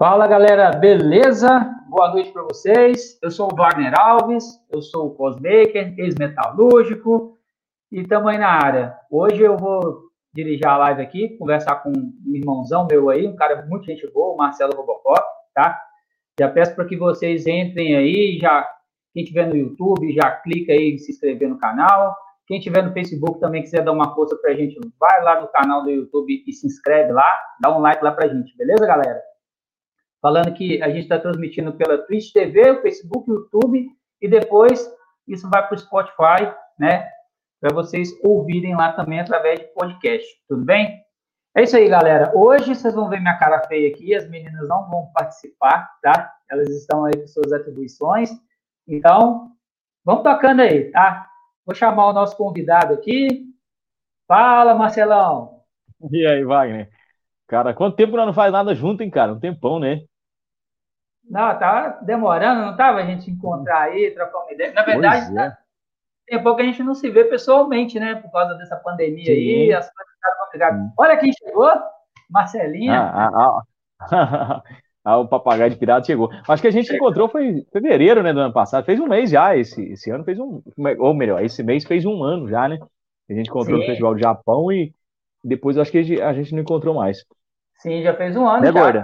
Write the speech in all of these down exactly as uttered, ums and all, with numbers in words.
Fala galera, beleza? Boa noite para vocês. Eu sou o Wagner Alves, eu sou o Cosmaker, ex-metalúrgico e estamos aí na área. Hoje eu vou dirigir a live aqui, conversar com um irmãozão meu aí, um cara muito gente boa, o Marcelo Robocop, tá? Já peço para que vocês entrem aí, já quem estiver no YouTube, já clica aí em se inscrever no canal. Quem estiver no Facebook também quiser dar uma força para a gente, vai lá no canal do YouTube e se inscreve lá, dá um like lá para a gente, beleza, galera? Falando que a gente está transmitindo pela Twitch T V, o Facebook, o YouTube, e depois isso vai para o Spotify, né? Para vocês ouvirem lá também através de podcast, tudo bem? É isso aí, galera. Hoje vocês vão ver minha cara feia aqui, as meninas não vão participar, tá? Elas estão aí com suas atribuições. Então, vamos tocando aí, tá? Vou chamar o nosso convidado aqui. Fala, Marcelão. E aí, Wagner? Cara, quanto tempo nós não faz nada junto, hein, cara? Um tempão, né? Não, tá demorando, não tava a gente se encontrar aí, trocar uma ideia. Na Pois verdade, é. tá, tem pouco que a gente não se vê pessoalmente, né? Por causa dessa pandemia aí, Sim. as coisas ficaram complicadas. Sim. Olha quem chegou, Marcelinha. Ah, ah, ah. Ah, o papagaio de pirata chegou. Acho que a gente se Chegou. encontrou foi em fevereiro, né, do ano passado. Fez um mês já. Esse, esse ano fez um. Ou melhor, esse mês fez um ano já, né? A gente encontrou no Sim, Festival do Japão e depois acho que a gente a gente não encontrou mais. sim, já fez um ano Né, já. gorda?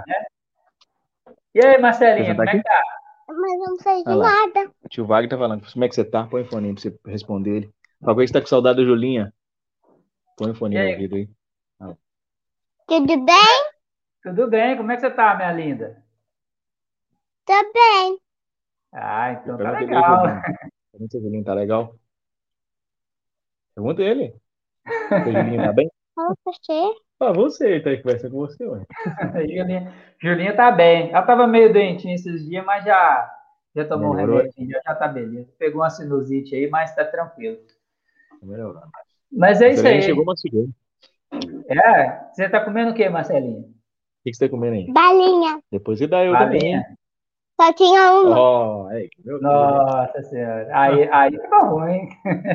E aí, Você já Marcelinha, tá como é aqui? que tá? Mas não sei de Olha lá. nada. O tio Wagner tá falando. Como é que você tá? Põe o fone aí pra você responder ele. Alguém está com saudade da Julinha? Põe o fone E no aí, ouvido aí. Ah, Tudo bem? tudo bem? Como é que você tá, minha linda? Tô bem. Ah, então tá pergunta ele aí, legal. Julinho. Pergunta se a Julinho tá legal. Pergunta ele. Se a Julinho tá bem. Fala pra você. Ah, você, tá aí conversando com você, ué. Julinha, Julinha tá bem. Ela tava meio doentinha esses dias, mas já, já tomou um Melhorou, né? remédio, já, já tá beleza. Pegou uma sinusite aí, mas tá tranquilo. Melhorou. Mas é A isso Serena chegou, aí. mas chegou. O É, você tá comendo o quê, Marcelinho? que que você tá comendo aí? Balinha. Depois você dá eu também, Balinha? hein? Só tinha uma. Ó, aí, meu tudo, hein? Nossa Senhora. Aí, aí ficou ruim.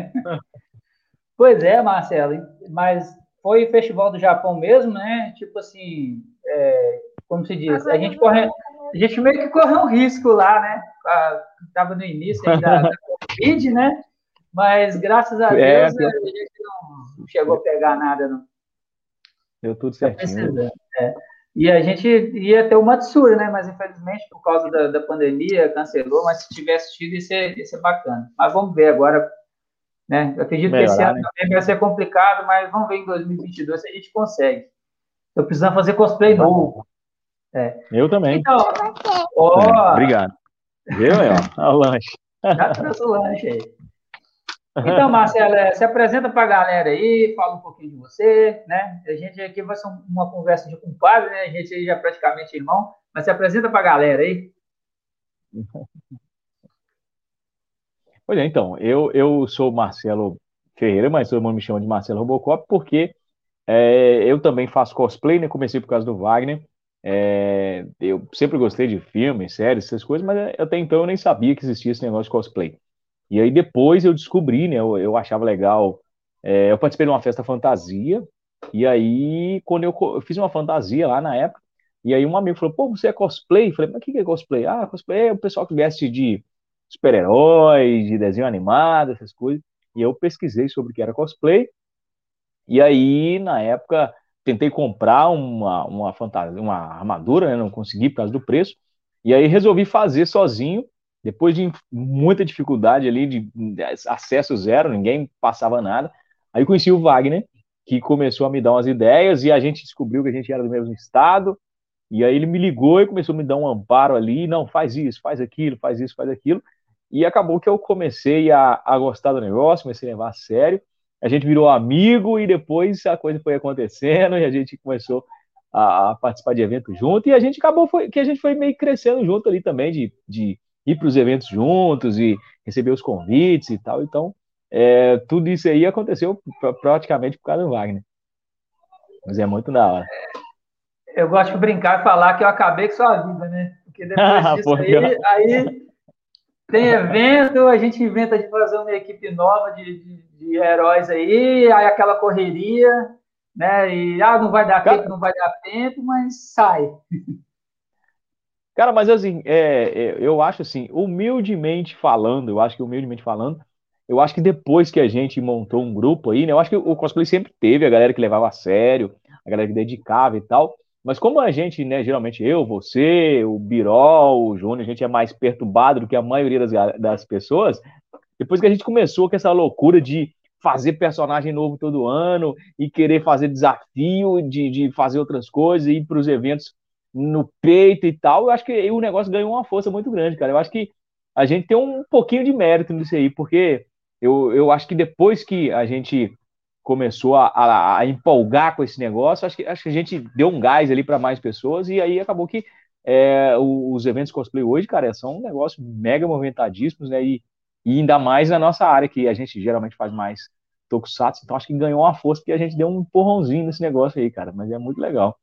Pois é, Marcelo. Mas foi o Festival do Japão mesmo, né? Tipo assim, é, como se diz, a Agora eu gente vou corre, comer. a gente meio que correu um risco lá, né? Estava no início aí da, da Covid, né? Mas graças a É, Deus a pior gente não chegou a que pegar nada, não. deu tudo Tá certinho, viu? precisando. É. E a gente ia ter o Matsuri, né? Mas infelizmente, por causa da, da pandemia, cancelou. Mas se tivesse tido, ia ser, ia ser bacana. Mas vamos ver agora, né? Eu acredito que esse Melhorar, ano né? também vai ser complicado, mas vamos ver em dois mil e vinte e dois se a gente consegue. Tô precisando fazer cosplay novo. É. Eu também. Então, E você? Também. ó, Obrigado. Viu aí, ó? Olha o lanche. já trouxe o lanche aí. Então, Marcelo, é, se apresenta para a galera aí, fala um pouquinho de você, né? A gente aqui vai ser uma conversa de compadre, né? A gente aí já é praticamente irmão, mas se apresenta para a galera aí. Pois é, então, eu, eu sou Marcelo Ferreira, mas todo mundo me chama de Marcelo Robocop, porque é, eu também faço cosplay, né? Comecei por causa do Wagner. É, eu sempre gostei de filmes, séries, essas coisas, mas é, até então eu nem sabia que existia esse negócio de cosplay. E aí depois eu descobri, né? Eu, eu achava legal. É, eu participei de uma festa fantasia, e aí quando eu, co- eu fiz uma fantasia lá na época, e aí um amigo falou: pô, você é cosplay? Eu falei: mas o que que é cosplay? Ah, cosplay é o pessoal que veste de super-heróis, de desenho animado, essas coisas. E eu pesquisei sobre o que era cosplay. E aí, na época, tentei comprar uma, uma fantasia, uma armadura, né? Não consegui por causa do preço. E aí resolvi fazer sozinho, depois de muita dificuldade ali, de, de acesso zero, ninguém passava nada. Aí conheci o Wagner, que começou a me dar umas ideias, e a gente descobriu que a gente era do mesmo estado. E aí ele me ligou e começou a me dar um amparo ali, não, faz isso, faz aquilo, faz isso, faz aquilo. E acabou que eu comecei a, a gostar do negócio, comecei a levar a sério. A gente virou amigo e depois a coisa foi acontecendo e a gente começou a, a participar de eventos junto e a gente acabou foi, que a gente foi meio crescendo junto ali também de, de ir para os eventos juntos e receber os convites e tal. Então, é, tudo isso aí aconteceu pra, praticamente por causa do Wagner. Mas é muito da hora. Eu gosto de brincar e falar que eu acabei com sua vida, né? Porque depois disso Porque aí, aí tem evento, a gente inventa de fazer uma equipe nova de, de, de heróis aí, aí aquela correria, né? E ah, não vai dar tempo, cara, não vai dar tempo, mas sai. Cara, mas assim, é, é, eu acho assim, humildemente falando, eu acho que humildemente falando, eu acho que depois que a gente montou um grupo aí, né? Eu acho que o cosplay sempre teve a galera que levava a sério, a galera que dedicava e tal. Mas como a gente, né, geralmente eu, você, o Birol, o Júnior, a gente é mais perturbado do que a maioria das, ga- das pessoas, depois que a gente começou com essa loucura de fazer personagem novo todo ano e querer fazer desafio, de, de fazer outras coisas, ir para os eventos no peito e tal, eu acho que aí o negócio ganhou uma força muito grande, cara. Eu acho que a gente tem um pouquinho de mérito nisso aí, porque eu, eu acho que depois que a gente começou a, a, a empolgar com esse negócio, acho que, acho que a gente deu um gás ali para mais pessoas e aí acabou que é, os eventos cosplay hoje, cara, são um negócio mega movimentadíssimos, né? E, e ainda mais na nossa área, que a gente geralmente faz mais tokusatsu, então acho que ganhou uma força porque a gente deu um empurrãozinho nesse negócio aí, cara, mas é muito legal.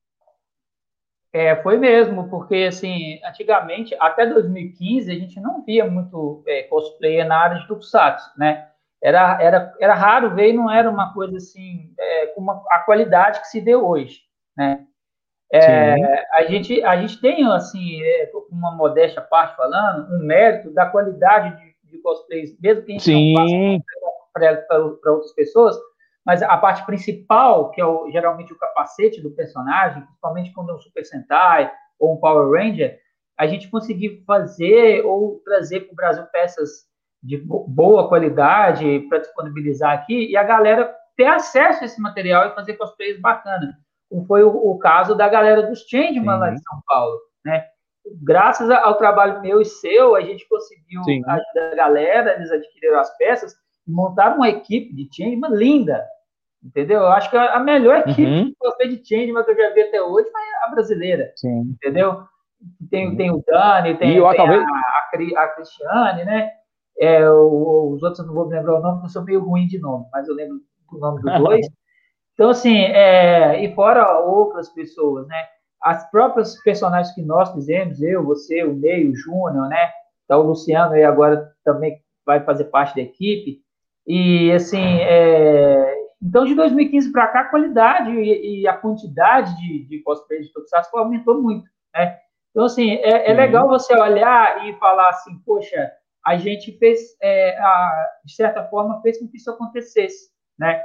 É, foi mesmo, porque assim, antigamente, até dois mil e quinze, a gente não via muito é, cosplayer na área de Tokusatsu, né? Era, era, era raro ver e não era uma coisa assim, é, com uma, a qualidade que se vê hoje, né? Sim, É, a gente, a gente tem, assim, é, com uma modéstia à parte falando, um mérito da qualidade de, de cosplays, mesmo que a gente não faça sim, para outras pessoas, mas a parte principal, que é o, geralmente o capacete do personagem, principalmente quando é um Super Sentai ou um Power Ranger, a gente conseguir fazer ou trazer para o Brasil peças de boa qualidade para disponibilizar aqui e a galera ter acesso a esse material e fazer cosplays bacanas. Como foi o, o caso da galera dos Changeman lá de sim, São Paulo, né? Graças ao trabalho meu e seu, a gente conseguiu sim. ajudar a galera, eles adquiriram as peças e montaram uma equipe de Changeman linda, entendeu? Eu acho que a melhor equipe Uhum, de Changeman que eu já vi até hoje foi a brasileira, sim, entendeu? Tem, sim. tem o Dani, E tem, eu tem a, talvez. a, a Cristiane, né? É, o, os outros eu não vou me lembrar o nome, porque eu sou meio ruim de nome, mas eu lembro o nome dos dois. Então, assim, é, e fora outras pessoas, né? As próprias personagens que nós fizemos, eu, você, o Ney, o Júnior, né? Tá o Luciano aí agora também vai fazer parte da equipe. E, assim, é, então de dois mil e quinze para cá, a qualidade e, e a quantidade de, de cosplays de Tokusatsu aumentou muito, né? Então, assim, é, é legal Sim, você olhar e falar assim, poxa, a gente fez, é, a, de certa forma, fez com que isso acontecesse, né?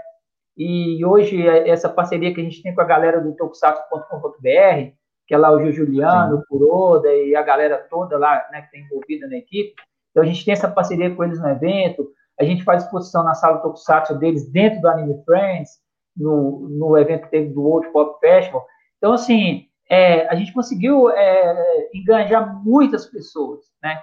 E hoje, essa parceria que a gente tem com a galera do tokusatsu ponto com ponto b r, que é lá o Gil Juliano, sim. o Kuroda e a galera toda lá, né, que está envolvida na equipe. Então, a gente tem essa parceria com eles no evento, a gente faz exposição na sala tokusatsu deles dentro do Anime Friends, no, no evento que teve do World Pop Festival. Então, assim, é, a gente conseguiu é, engajar muitas pessoas, né?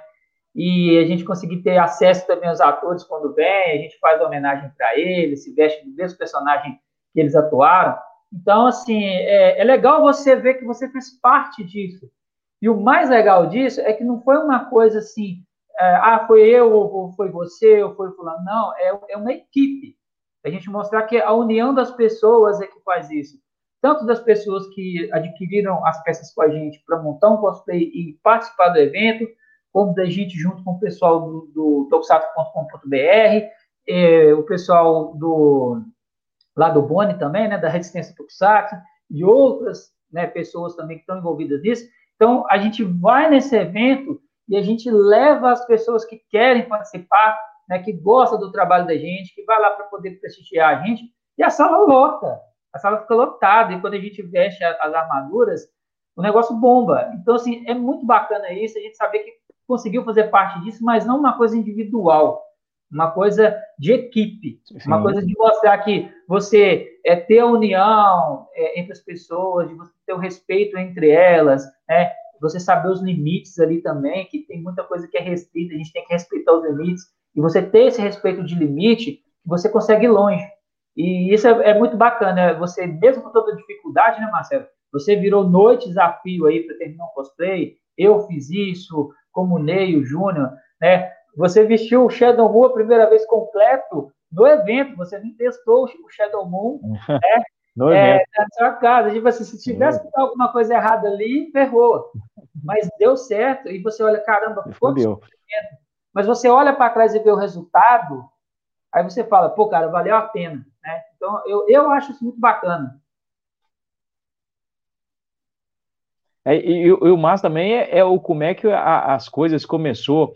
E a gente conseguir ter acesso também aos atores quando vem, a gente faz homenagem para eles, se veste do mesmo personagem que eles atuaram. Então, assim, é, é legal você ver que você fez parte disso. E o mais legal disso é que não foi uma coisa assim, é, ah, foi eu, ou foi você, ou foi fulano. Não, é, é uma equipe. A gente mostrar que a união das pessoas é que faz isso. Tanto das pessoas que adquiriram as peças com a gente para montar um cosplay e participar do evento, como da gente junto com o pessoal do, do tokusatsu ponto com ponto b r, eh, o pessoal do lá do Boni também, né, da Resistência Tokusatsu, e outras, né, pessoas também que estão envolvidas nisso. Então, a gente vai nesse evento e a gente leva as pessoas que querem participar, né, que gostam do trabalho da gente, que vai lá para poder prestigiar a gente, e a sala lota, a sala fica lotada, e quando a gente veste as armaduras, o negócio bomba. Então, assim, é muito bacana isso, a gente saber que conseguiu fazer parte disso, mas não uma coisa individual, uma coisa de equipe, uma Sim. coisa de mostrar que você é ter a união é, entre as pessoas, de você ter o respeito entre elas, né? Você saber os limites ali também, que tem muita coisa que é restrita, a gente tem que respeitar os limites, e você ter esse respeito de limite, você consegue ir longe. E isso é, é muito bacana, você, mesmo com toda a dificuldade, né, Marcelo? Você virou noite desafio aí para terminar um cosplay, eu fiz isso, como o Ney, o Júnior, né? Você vestiu o Shadow Moon a primeira vez completo no evento, você nem testou o Shadow Moon, né? No É, evento. na sua casa. Tipo assim, se No tivesse evento. alguma coisa errada ali, ferrou. Mas deu certo, e você olha, caramba, Me quantos. fudeu. Mas você olha para trás e vê o resultado, aí você fala, pô, cara, valeu a pena, né? Então, eu, eu acho isso muito bacana. É, e, e o massa também é, é o como é que a- as coisas começou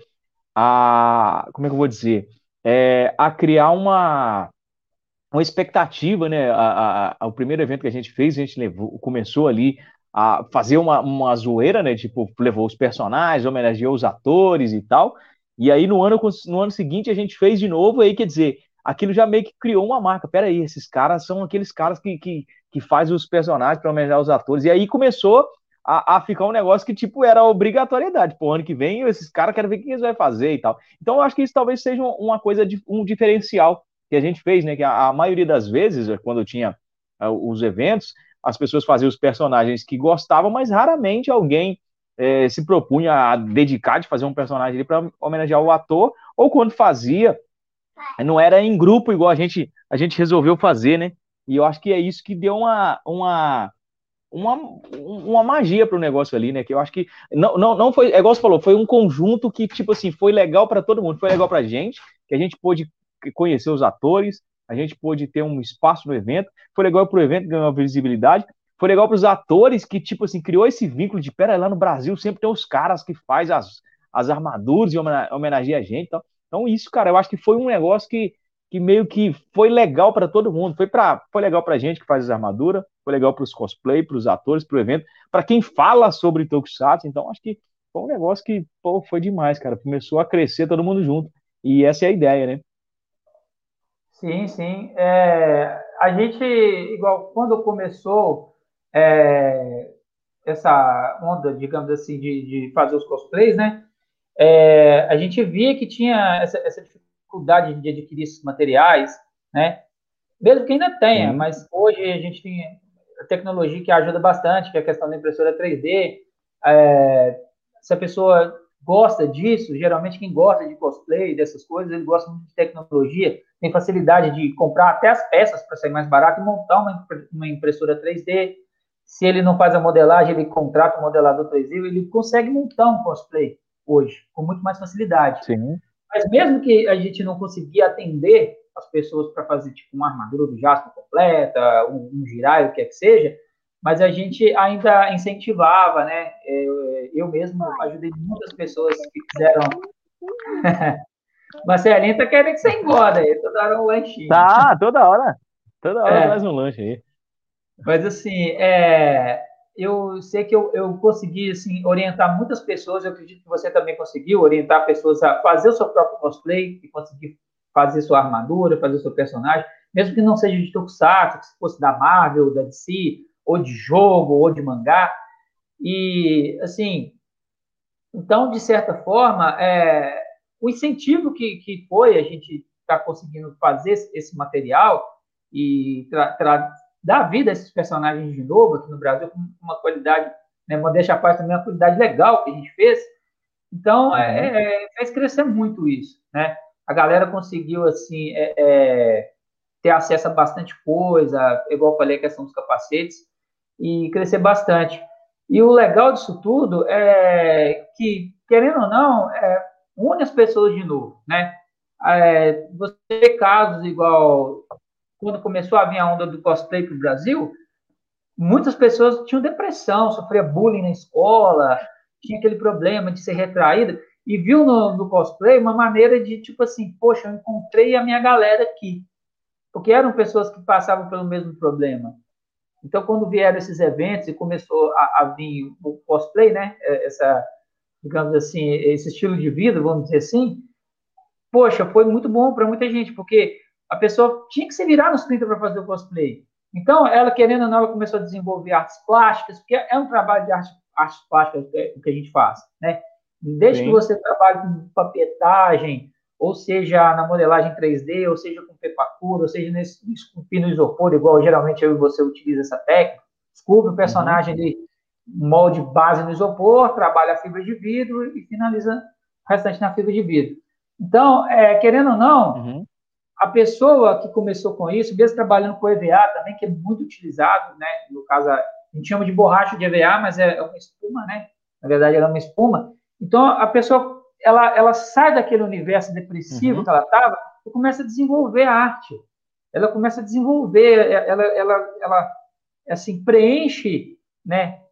a, como é que eu vou dizer, é, a criar uma, uma expectativa, né? A, a- a- o primeiro evento que a gente fez, a gente levou, começou ali a fazer uma, uma zoeira, né? Tipo, levou os personagens, homenageou os atores e tal. E aí no ano, no ano seguinte a gente fez de novo, aí quer dizer, aquilo já meio que criou uma marca. Pera aí, esses caras são aqueles caras que, que, que faz os personagens para homenagear os atores. E aí começou a, a ficar um negócio que, tipo, era obrigatoriedade. Pô, ano que vem esses caras querem ver o que eles vão fazer e tal. Então eu acho que isso talvez seja uma coisa, um diferencial que a gente fez, né? Que a, a maioria das vezes, quando tinha uh, os eventos, as pessoas faziam os personagens que gostavam, mas raramente alguém eh, se propunha a dedicar de fazer um personagem ali para homenagear o ator, ou quando fazia, não era em grupo igual a gente a gente resolveu fazer, né? E eu acho que é isso que deu uma, uma uma, uma magia para o negócio ali, né? Que eu acho que não, não, não foi, é igual você falou, foi um conjunto que, tipo assim, foi legal para todo mundo, foi legal para a gente, que a gente pôde conhecer os atores, a gente pôde ter um espaço no evento, foi legal para o evento ganhar visibilidade, foi legal para os atores que, tipo assim, criou esse vínculo de, pera, lá no Brasil sempre tem os caras que faz as, as armaduras e homenageia a gente, então, então isso, cara, eu acho que foi um negócio que que meio que foi legal para todo mundo. Foi, pra, foi legal para a gente que faz as armaduras, foi legal para os cosplay, para os atores, para o evento, para quem fala sobre Tokusatsu. Então, acho que foi um negócio que pô, foi demais, cara. Começou a crescer todo mundo junto. E essa é a ideia, né? Sim, sim. É, a gente, igual quando começou é, essa onda, digamos assim, de, de fazer os cosplays, né? É, a gente via que tinha essa, essa dificuldade de adquirir esses materiais, né? Mesmo que ainda tenha, Sim. mas hoje a gente tem a tecnologia que ajuda bastante, que é a questão da impressora três D. É, se a pessoa gosta disso, geralmente quem gosta de cosplay, dessas coisas, ele gosta muito de tecnologia, tem facilidade de comprar até as peças para sair mais barato e montar uma, uma impressora três D. Se ele não faz a modelagem, ele contrata um modelador três D, ele consegue montar um cosplay hoje, com muito mais facilidade. Sim. Mas mesmo que a gente não conseguia atender as pessoas para fazer tipo uma armadura do Jasper completa, um, um girai, o que é que seja, mas a gente ainda incentivava, né? Eu, eu mesmo ajudei muitas pessoas que quiseram. Marcelinho tá querendo que você engorda aí, toda hora um lanchinho. Tá, toda hora. Toda hora traz É, um lanche aí. mas assim, é, eu sei que eu, eu consegui assim, orientar muitas pessoas, eu acredito que você também conseguiu orientar pessoas a fazer o seu próprio cosplay e conseguir fazer sua armadura, fazer o seu personagem, mesmo que não seja de Tokusatsu, que fosse da Marvel, da D C, ou de jogo, ou de mangá. E, assim, então, de certa forma, é, o incentivo que, que foi a gente estar tá conseguindo fazer esse material e tra, tra, dar vida a esses personagens de novo aqui no Brasil com uma qualidade, né, modéstia à parte também, uma qualidade legal que a gente fez. Então, Uhum. é, é, fez crescer muito isso, né? A galera conseguiu, assim, é, é, ter acesso a bastante coisa, igual eu falei, a questão dos capacetes, e crescer bastante. E o legal disso tudo é que, querendo ou não, é, une as pessoas de novo, né? É, você vê casos igual quando começou a vir a onda do cosplay para o Brasil, muitas pessoas tinham depressão, sofriam bullying na escola, tinha aquele problema de ser retraída, e viu no, no cosplay uma maneira de, tipo assim, poxa, eu encontrei a minha galera aqui, porque eram pessoas que passavam pelo mesmo problema. Então, quando vieram esses eventos e começou a, a vir o cosplay, né, essa, digamos assim, esse estilo de vida, vamos dizer assim, poxa, foi muito bom para muita gente, porque a pessoa tinha que se virar nos trinta para fazer o cosplay. Então, ela, querendo ou não, ela começou a desenvolver artes plásticas, porque é um trabalho de arte, artes plásticas o que a gente faz, né? Desde que Sim. você trabalhe com papetagem, ou seja na modelagem três D, ou seja com pepacura, ou seja nesse esculpir no isopor, igual geralmente eu e você utiliza essa técnica, esculpe o Uhum. personagem de molde base no isopor, trabalha a fibra de vidro e finaliza o restante na fibra de vidro. Então, é, querendo ou não, Uhum. a pessoa que começou com isso, mesmo trabalhando com E V A também, que é muito utilizado, né? No caso, a gente chama de borracha de E V A, mas é uma espuma, né? Na verdade, ela é uma espuma. Então, a pessoa, ela, ela sai daquele universo depressivo Uhum. que ela estava e começa a desenvolver a arte. Ela começa a desenvolver, ela, ela, ela assim, preenche, né?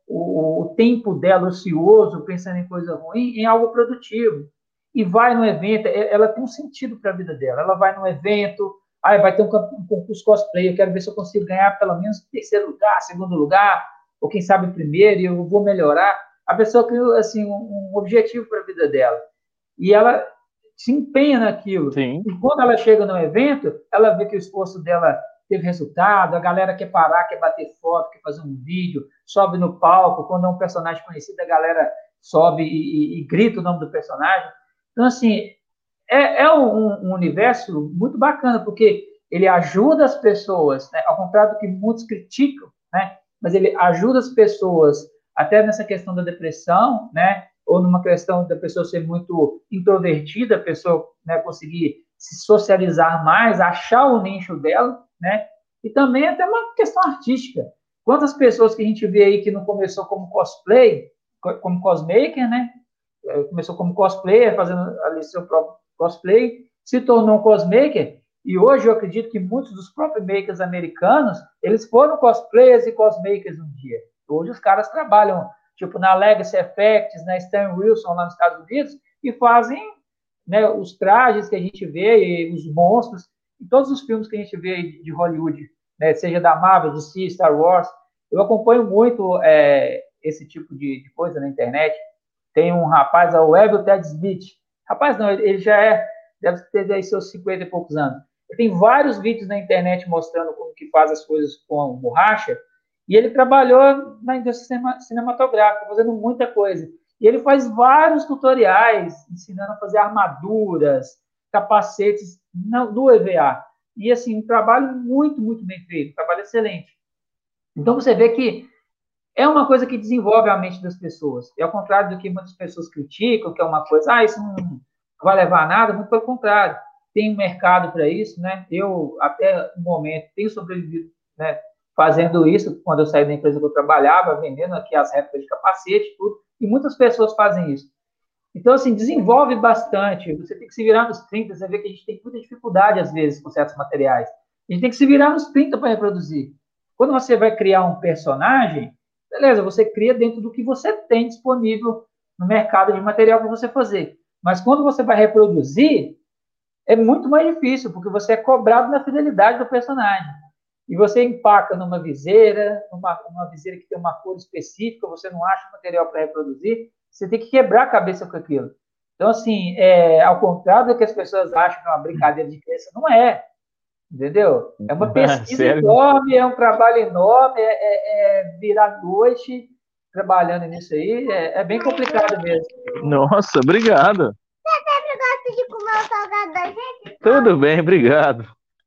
o, o tempo dela ocioso, pensando em coisa ruim, em algo produtivo. E vai no evento, ela tem um sentido para a vida dela. Ela vai no evento, aí vai ter um, um concurso cosplay, eu quero ver se eu consigo ganhar pelo menos terceiro lugar, segundo lugar, ou quem sabe primeiro, e eu vou melhorar. A pessoa criou assim, um, um objetivo para a vida dela. E ela se empenha naquilo. Sim. E quando ela chega no evento, ela vê que o esforço dela teve resultado, a galera quer parar, quer bater foto, quer fazer um vídeo, sobe no palco, quando é um personagem conhecido, a galera sobe e, e, e grita o nome do personagem. Então, assim, é, é um, um universo muito bacana, porque ele ajuda as pessoas, né, ao contrário do que muitos criticam, né, mas ele ajuda as pessoas até nessa questão da depressão, né, ou numa questão da pessoa ser muito introvertida, a pessoa, né, conseguir se socializar mais, achar o nicho dela, né, e também até uma questão artística. Quantas pessoas que a gente vê aí que não começou como cosplay, como cosmaker, né, começou como cosplayer, fazendo ali seu próprio cosplay, se tornou um cosmaker, e hoje eu acredito que muitos dos próprios makers americanos, eles foram cosplayers e cosmakers um dia. Hoje os caras trabalham, tipo, na Legacy Effects, na Stan Wilson, lá nos Estados Unidos, e fazem, né, os trajes que a gente vê, e os monstros, e todos os filmes que a gente vê de Hollywood, né, seja da Marvel, D C, Star Wars. Eu acompanho muito é, esse tipo de, de coisa na internet. Tem um rapaz, o Evil Ted Smith. Rapaz, não, ele já é, deve ter aí seus cinquenta e poucos anos. Ele tem vários vídeos na internet mostrando como que faz as coisas com borracha, e ele trabalhou na indústria cinematográfica, fazendo muita coisa. E ele faz vários tutoriais, ensinando a fazer armaduras, capacetes do E V A. E, assim, um trabalho muito, muito bem feito, um trabalho excelente. Então, você vê que é uma coisa que desenvolve a mente das pessoas. E ao contrário do que muitas pessoas criticam, que é uma coisa, ah, isso não vai levar a nada, muito pelo contrário. Tem um mercado para isso, né? Eu, até o momento, tenho sobrevivido, né, fazendo isso, quando eu saí da empresa que eu trabalhava, vendendo aqui as réplicas de capacete, tudo, e muitas pessoas fazem isso. Então, assim, desenvolve bastante. Você tem que se virar nos trinta, você vê que a gente tem muita dificuldade, às vezes, com certos materiais. A gente tem que se virar nos trinta para reproduzir. Quando você vai criar um personagem, beleza, você cria dentro do que você tem disponível no mercado de material para você fazer. Mas quando você vai reproduzir, é muito mais difícil, porque você é cobrado na fidelidade do personagem. E você empaca numa viseira, numa, uma viseira que tem uma cor específica, você não acha material para reproduzir, você tem que quebrar a cabeça com aquilo. Então, assim, é, ao contrário do que as pessoas acham que é uma brincadeira de criança, não é. Entendeu? É uma pesquisa Sério? enorme, é um trabalho enorme, é, é, é virar noite trabalhando nisso aí, é, é bem complicado mesmo. Nossa, obrigado. Você sempre gosta de comer o salgado da gente? Tudo bem, obrigado.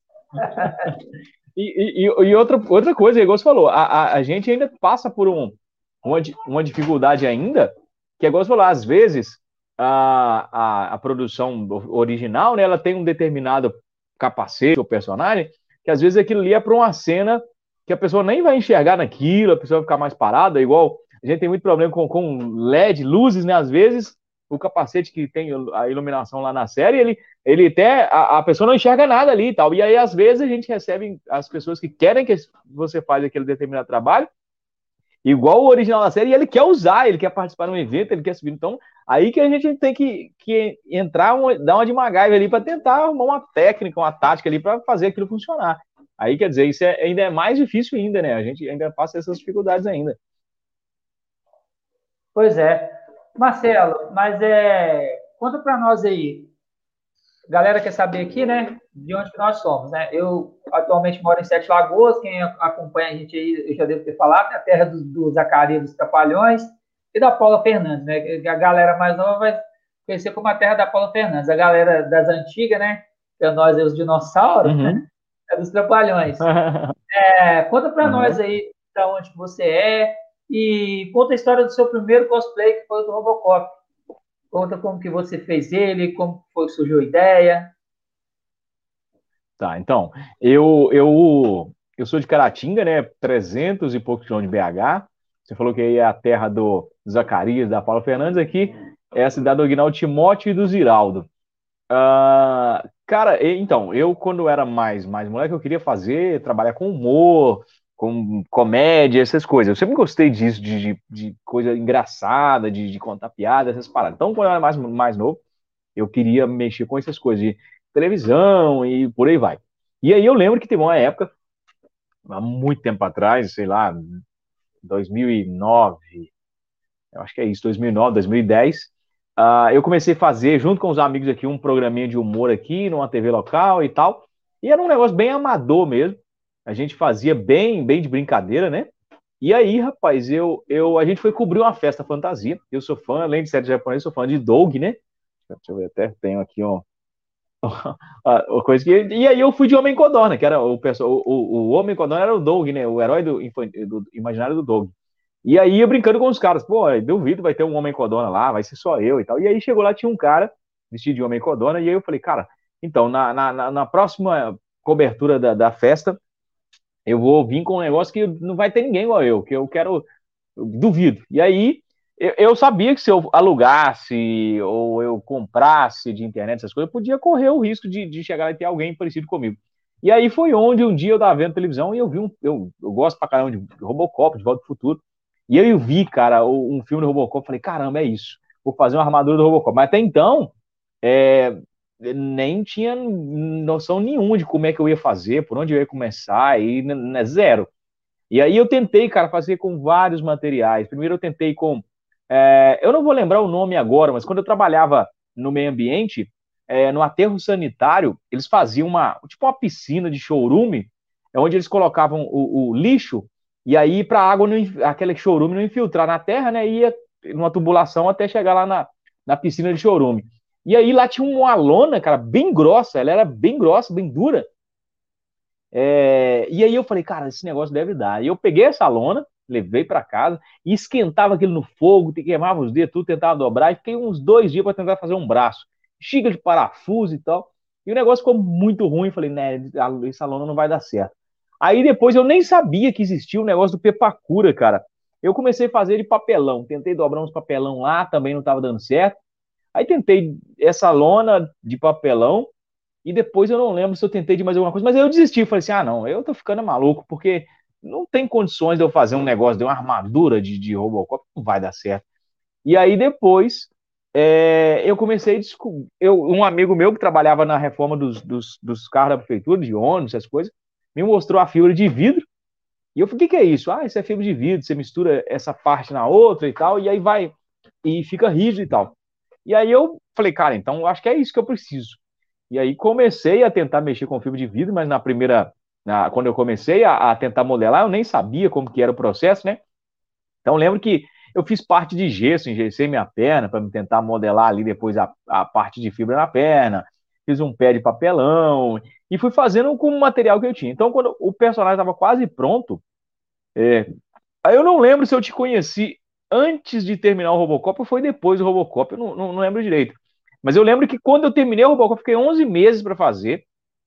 E, e, e outra, outra coisa, igual você falou, a, a, a gente ainda passa por um, uma, uma dificuldade ainda, que é igual você falou, às vezes a, a, a produção original, né, ela tem um determinado capacete ou personagem, que às vezes aquilo ali é para uma cena que a pessoa nem vai enxergar naquilo, a pessoa vai ficar mais parada, igual a gente tem muito problema com, com L E D, luzes, né, às vezes o capacete que tem a iluminação lá na série, ele, ele até, a, a pessoa não enxerga nada ali e tal, e aí às vezes a gente recebe as pessoas que querem que você faça aquele determinado trabalho, igual o original da série, e ele quer usar, ele quer participar de um evento, ele quer subir, então aí que a gente tem que, que entrar, uma, dar uma de MacGyver ali para tentar arrumar uma técnica, uma tática ali para fazer aquilo funcionar. Aí, quer dizer, isso é, ainda é mais difícil ainda, né? A gente ainda passa essas dificuldades ainda. Pois é. Marcelo, mas é, conta para nós aí. A galera quer saber aqui, né, de onde que nós somos, né? Eu atualmente moro em Sete Lagoas, quem acompanha a gente aí, eu já devo ter falado, é a terra do, do Zacarias dos Trapalhões e da Paula Fernandes, né? A galera mais nova vai conhecer como a terra da Paula Fernandes. A galera das antigas, né, que é nós, os dinossauros, Uhum. né, é dos Trapalhões. É, conta para Uhum. nós aí de onde que você é e conta a história do seu primeiro cosplay, que foi o do Robocop. Conta como que você fez ele, como foi que surgiu a ideia. Tá, então, eu, eu, eu sou de Caratinga, né, trezentos e poucos quilômetros de B H. Você falou que aí é a terra do Zacarias, da Paula Fernandes, aqui é a cidade do Aguinaldo Timóteo e do Ziraldo. Uh, cara, então, eu quando era mais, mais moleque, eu queria fazer, trabalhar com humor, com comédia, essas coisas. Eu sempre gostei disso, de, de, de coisa engraçada, de, de contar piada, essas paradas. Então, quando eu era mais, mais novo, eu queria mexer com essas coisas de televisão e por aí vai. E aí eu lembro que teve uma época, há muito tempo atrás, sei lá, dois mil e nove, eu acho que é isso, dois mil e nove, dois mil e dez, uh, eu comecei a fazer, junto com os amigos aqui, um programinha de humor aqui, numa T V local e tal, e era um negócio bem amador mesmo, a gente fazia bem, bem de brincadeira, né? E aí, rapaz, eu, eu, a gente foi cobrir uma festa fantasia, eu sou fã, além de série japonesa, sou fã de Doug, né? Deixa eu ver, até tenho aqui um, a coisa que, e aí eu fui de Homem Codorna, que era o, o, o, o Homem Codorna era o Doug, né? O herói do, do imaginário do Doug. E aí eu brincando com os caras, pô, duvido, vai ter um Homem Codorna lá, vai ser só eu e tal. E aí chegou lá, tinha um cara vestido de Homem Codorna, e aí eu falei, cara, então, na, na, na próxima cobertura da, da festa, eu vou vir com um negócio que não vai ter ninguém igual eu, que eu quero, eu duvido. E aí eu, eu sabia que se eu alugasse ou eu comprasse de internet essas coisas, eu podia correr o risco de, de chegar lá e ter alguém parecido comigo. E aí foi onde um dia eu tava vendo televisão e eu vi um. Eu, eu gosto pra caramba de Robocop, de Volta pro Futuro. E aí eu vi, cara, um filme do Robocop, falei, caramba, é isso. Vou fazer uma armadura do Robocop. Mas até então, é, nem tinha noção nenhuma de como é que eu ia fazer, por onde eu ia começar, e né, zero. E aí eu tentei, cara, fazer com vários materiais. Primeiro eu tentei com. É, eu não vou lembrar o nome agora, mas quando eu trabalhava no meio ambiente, é, no aterro sanitário, eles faziam uma, tipo uma piscina de chorume, onde eles colocavam o, o lixo, e aí para a água, não, aquele chorume não infiltrar na terra, né, ia numa tubulação até chegar lá na, na piscina de chorume. E aí lá tinha uma lona, cara, bem grossa, ela era bem grossa, bem dura. É, e aí eu falei, cara, esse negócio deve dar. E eu peguei essa lona, levei para casa e esquentava aquilo no fogo, queimava os dedos, tudo, tentava dobrar, e fiquei uns dois dias para tentar fazer um braço. Chica de parafuso e tal. E o negócio ficou muito ruim. Falei, né, essa lona não vai dar certo. Aí depois eu nem sabia que existia o negócio do Pepacura, cara. Eu comecei a fazer de papelão. Tentei dobrar uns papelão lá, também não estava dando certo. Aí tentei essa lona de papelão. E depois eu não lembro se eu tentei de mais alguma coisa, mas aí eu desisti. Falei assim: ah, não, eu tô ficando maluco, porque não tem condições de eu fazer um negócio de uma armadura de, de Robocop, não vai dar certo. E aí depois é, eu comecei a descobrir. Eu, um amigo meu que trabalhava na reforma dos, dos, dos carros da prefeitura, de ônibus, essas coisas, me mostrou a fibra de vidro. E eu falei: o que, que é isso? Ah, isso é fibra de vidro, você mistura essa parte na outra e tal, e aí vai, e fica rígido e tal. E aí eu falei: cara, então eu acho que é isso que eu preciso. E aí comecei a tentar mexer com fibra de vidro, mas na primeira, na, quando eu comecei a, a tentar modelar, eu nem sabia como que era o processo, né? Então lembro que eu fiz parte de gesso, engessei minha perna para tentar modelar ali depois a, a parte de fibra na perna, fiz um pé de papelão e fui fazendo com o material que eu tinha. Então quando o personagem estava quase pronto, é, aí eu não lembro se eu te conheci antes de terminar o Robocop ou foi depois do Robocop, eu não, não, não lembro direito. Mas eu lembro que quando eu terminei o Robocop, eu fiquei onze meses para fazer.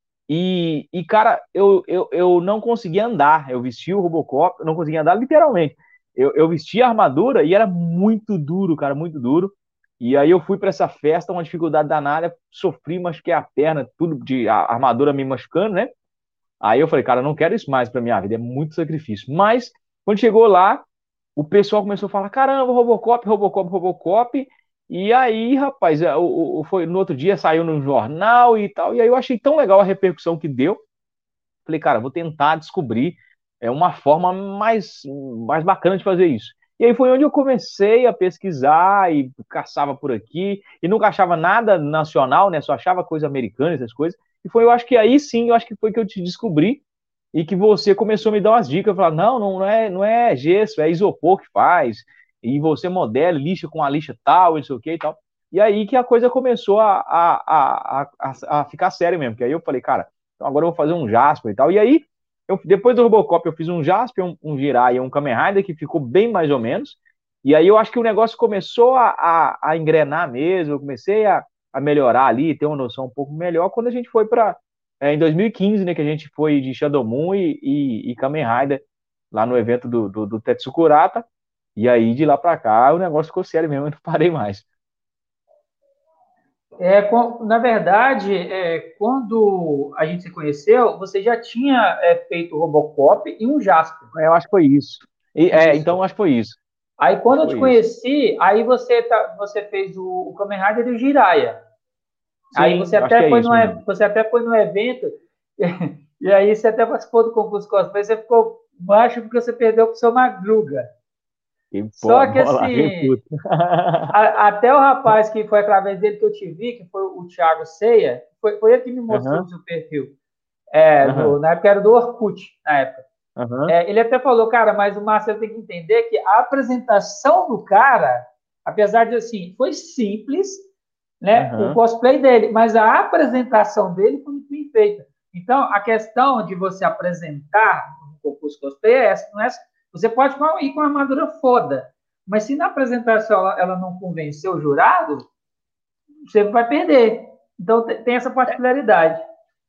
E, e cara, eu, eu, eu não conseguia andar. Eu vestia o Robocop, eu não conseguia andar literalmente. Eu, eu vestia a armadura e era muito duro, cara, muito duro. E aí eu fui para essa festa, uma dificuldade danada, sofri, machuquei a perna, tudo de a armadura me machucando, né? Aí eu falei, cara, eu não quero isso mais para minha vida, é muito sacrifício. Mas quando chegou lá, o pessoal começou a falar: caramba, Robocop, Robocop, Robocop. E aí, rapaz, é, o, o, foi, no outro dia saiu no jornal e tal. E aí eu achei tão legal a repercussão que deu. Falei, cara, vou tentar descobrir é, uma forma mais, mais bacana de fazer isso. E aí foi onde eu comecei a pesquisar e caçava por aqui. E nunca achava nada nacional, né? Só achava coisa americana, essas coisas. E foi, eu acho que aí sim, eu acho que foi que eu te descobri e que você começou a me dar umas dicas, falar: não, não é, não é gesso, é isopor que faz, e você modela, lixa com a lixa tal, e não sei o que e tal. E aí que a coisa começou a, a, a, a, a ficar séria mesmo, que aí eu falei, cara, então agora eu vou fazer um Jasper e tal. E aí, eu, depois do Robocop, eu fiz um Jasper, um, um Jirai e um Kamen Rider, que ficou bem mais ou menos. E aí eu acho que o negócio começou a, a, a engrenar mesmo, eu comecei a, a melhorar ali, ter uma noção um pouco melhor, quando a gente foi para é, em dois mil e quinze, né, que a gente foi de Shadow Moon e, e, e Kamen Rider lá no evento do, do, do Tetsukurata, e aí de lá pra cá o negócio ficou sério mesmo, eu não parei mais. É, com- na verdade, é, quando a gente se conheceu, você já tinha é, feito o Robocop e um Jasper. Eu acho que foi isso. E, é, Isso. então, acho que foi isso. Aí, Acho quando que eu te foi isso. conheci, aí você, tá, você fez o, o Kamen Rider e o Jiraiya. Aí Sim, você eu acho que até é foi isso no, mesmo. você até foi no evento, e aí você até participou do concurso cosplay, você ficou baixo porque você perdeu pro seu Madruga. E Só pô, que bola, assim, reputa. a- até o rapaz que foi através dele que eu te vi, que foi o Thiago Ceia, foi, foi ele que me mostrou o Aham, seu perfil. É, aham, no, na época era do Orkut, na época. aham, É, ele até falou, cara, mas o Marcelo tem que entender que a apresentação do cara, apesar de assim, foi simples, né, o aham. cosplay dele, mas a apresentação dele foi muito bem feita. Então, a questão de você apresentar um concurso cosplay é essa, não é essa. Você pode ir com uma armadura foda, mas se na apresentação ela, ela não convencer o jurado, você vai perder. Então, tem essa particularidade.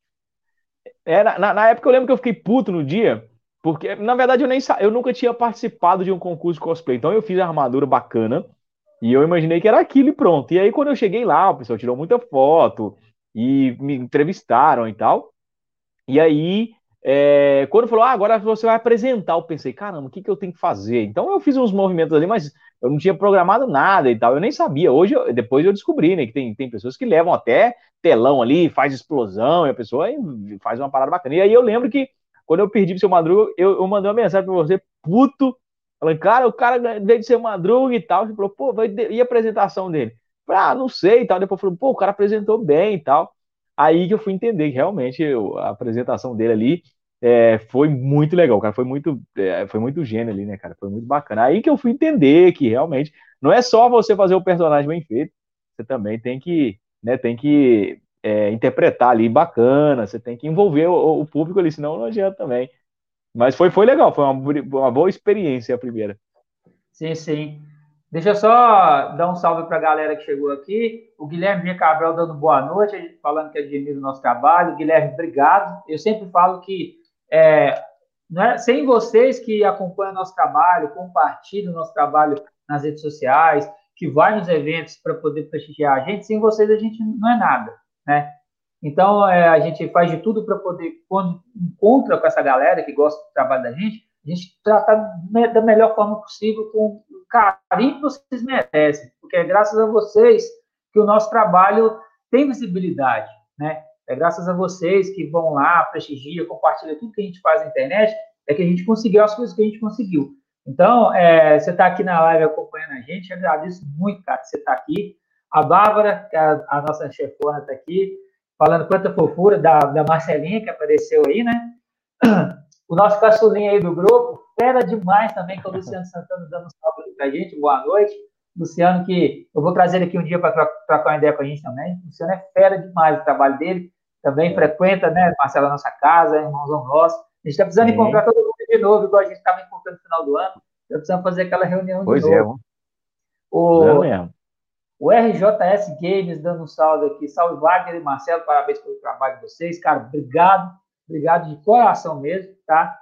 É, na, na- na época eu lembro que eu fiquei puto no dia, porque, na verdade, eu nem sa- eu nunca tinha participado de um concurso de cosplay. Então eu fiz a armadura bacana e eu imaginei que era aquilo e pronto. E aí, quando eu cheguei lá, o pessoal tirou muita foto e me entrevistaram e tal. E aí, é, quando falou, ah, agora você vai apresentar, eu pensei, caramba, o que que eu tenho que fazer? Então eu fiz uns movimentos ali, mas eu não tinha programado nada e tal, eu nem sabia. Hoje, eu- depois eu descobri, né, que tem, tem pessoas que levam até telão ali, faz explosão, e a pessoa aí faz uma parada bacana. E aí eu lembro que quando eu perdi pro seu Madruga, eu, eu mandei uma mensagem pra você, puto, falando, cara, o cara veio de ser Madruga e tal. Você falou, pô, vai, e a apresentação dele? Eu falei, ah, não sei e tal. Depois falou, pô, o cara apresentou bem e tal. Aí que eu fui entender que realmente eu- a apresentação dele ali é, foi muito legal, cara. Foi muito, é, foi muito gênio ali, né, cara? Foi muito bacana. Aí que eu fui entender que realmente não é só você fazer o personagem bem feito, você também tem que, né, tem que é, interpretar ali bacana, você tem que envolver o, o público ali, senão não adianta também. Mas foi, foi legal, foi uma, uma boa experiência a primeira. Sim, sim. Deixa eu só dar um salve para a galera que chegou aqui. O Guilherme Vinha Cabral dando boa noite, falando que admira o nosso trabalho. Guilherme, obrigado. Eu sempre falo que é, não é, sem vocês que acompanham o nosso trabalho, compartilham o nosso trabalho nas redes sociais, que vai nos eventos para poder prestigiar a gente, sem vocês a gente não é nada, né? Então, é, a gente faz de tudo para poder, quando encontra com essa galera que gosta do trabalho da gente, a gente tratar da melhor forma possível, com o carinho que vocês merecem, porque é graças a vocês que o nosso trabalho tem visibilidade, né? É graças a vocês que vão lá, prestigiam, compartilham tudo que a gente faz na internet, é que a gente conseguiu as coisas que a gente conseguiu. Então, é, você está aqui na live acompanhando a gente, eu agradeço muito, cara, que você está aqui. A Bárbara, a, a nossa chefona, está aqui, falando quanta fofura da, da Marcelinha, que apareceu aí, né? O nosso caçulinha aí do grupo, fera demais também, que é o Luciano Santana dando um salve aqui pra gente, boa noite. Luciano, que eu vou trazer ele aqui um dia para trocar uma ideia com a gente também. O Luciano é fera demais o trabalho dele, também É. frequenta, né, Marcelo, a nossa casa, é irmãozão nosso. A gente está precisando Sim. encontrar todo mundo de novo, igual a gente estava encontrando no final do ano. Está precisando fazer aquela reunião Pois de é, novo. vamos. Precisando O, mesmo. o R J S Games dando um salve aqui. Salve, Wagner e Marcelo, parabéns pelo trabalho de vocês. Cara, obrigado, obrigado de coração mesmo, tá?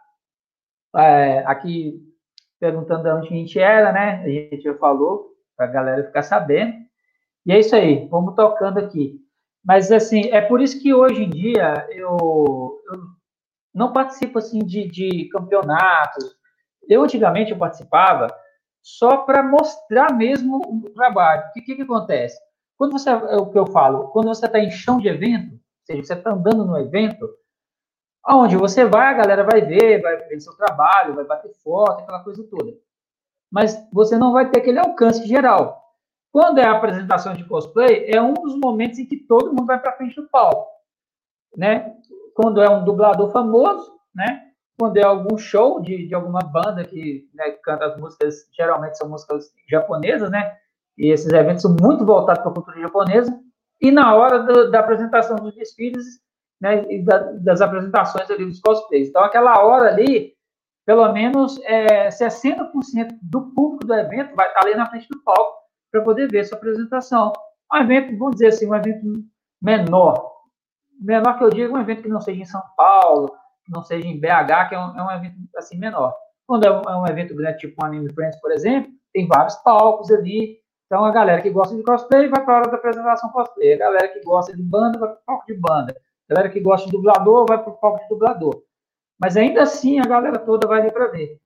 É, aqui perguntando de onde a gente era, né? A gente já falou, para a galera ficar sabendo. E é isso aí, vamos tocando aqui. Mas, assim, é por isso que hoje em dia eu, eu não participo, assim, de, de campeonatos. Eu, antigamente, eu participava só para mostrar mesmo o trabalho. O que, que, que acontece? Quando você, é o que eu falo, quando você está em chão de evento, ou seja, você está andando no evento, aonde você vai, a galera vai ver, vai ver seu trabalho, vai bater foto, aquela coisa toda. Mas você não vai ter aquele alcance geral. Quando é a apresentação de cosplay, é um dos momentos em que todo mundo vai para frente do palco, né? Quando é um dublador famoso, né? Quando é algum show de, de alguma banda que, né, canta as músicas, geralmente são músicas japonesas, né? E esses eventos são muito voltados para a cultura japonesa. E na hora do, da apresentação dos desfiles, né? E da, das apresentações ali dos cosplays. Então, aquela hora ali, pelo menos é, sessenta por cento do público do evento vai estar ali na frente do palco para poder ver sua apresentação. Um evento, vamos dizer assim, um evento menor. Menor que eu digo, um evento que não seja em São Paulo, que não seja em B H, que é um, é um evento assim menor. Quando é um, é um evento grande, tipo um Anime Friends, por exemplo, tem vários palcos ali, Então, a galera que gosta de cosplay vai para a hora da apresentação cosplay. A galera que gosta de banda vai para o palco de banda. A galera que gosta de dublador vai para o palco de dublador. Mas ainda assim, a galera toda vai ali para ver.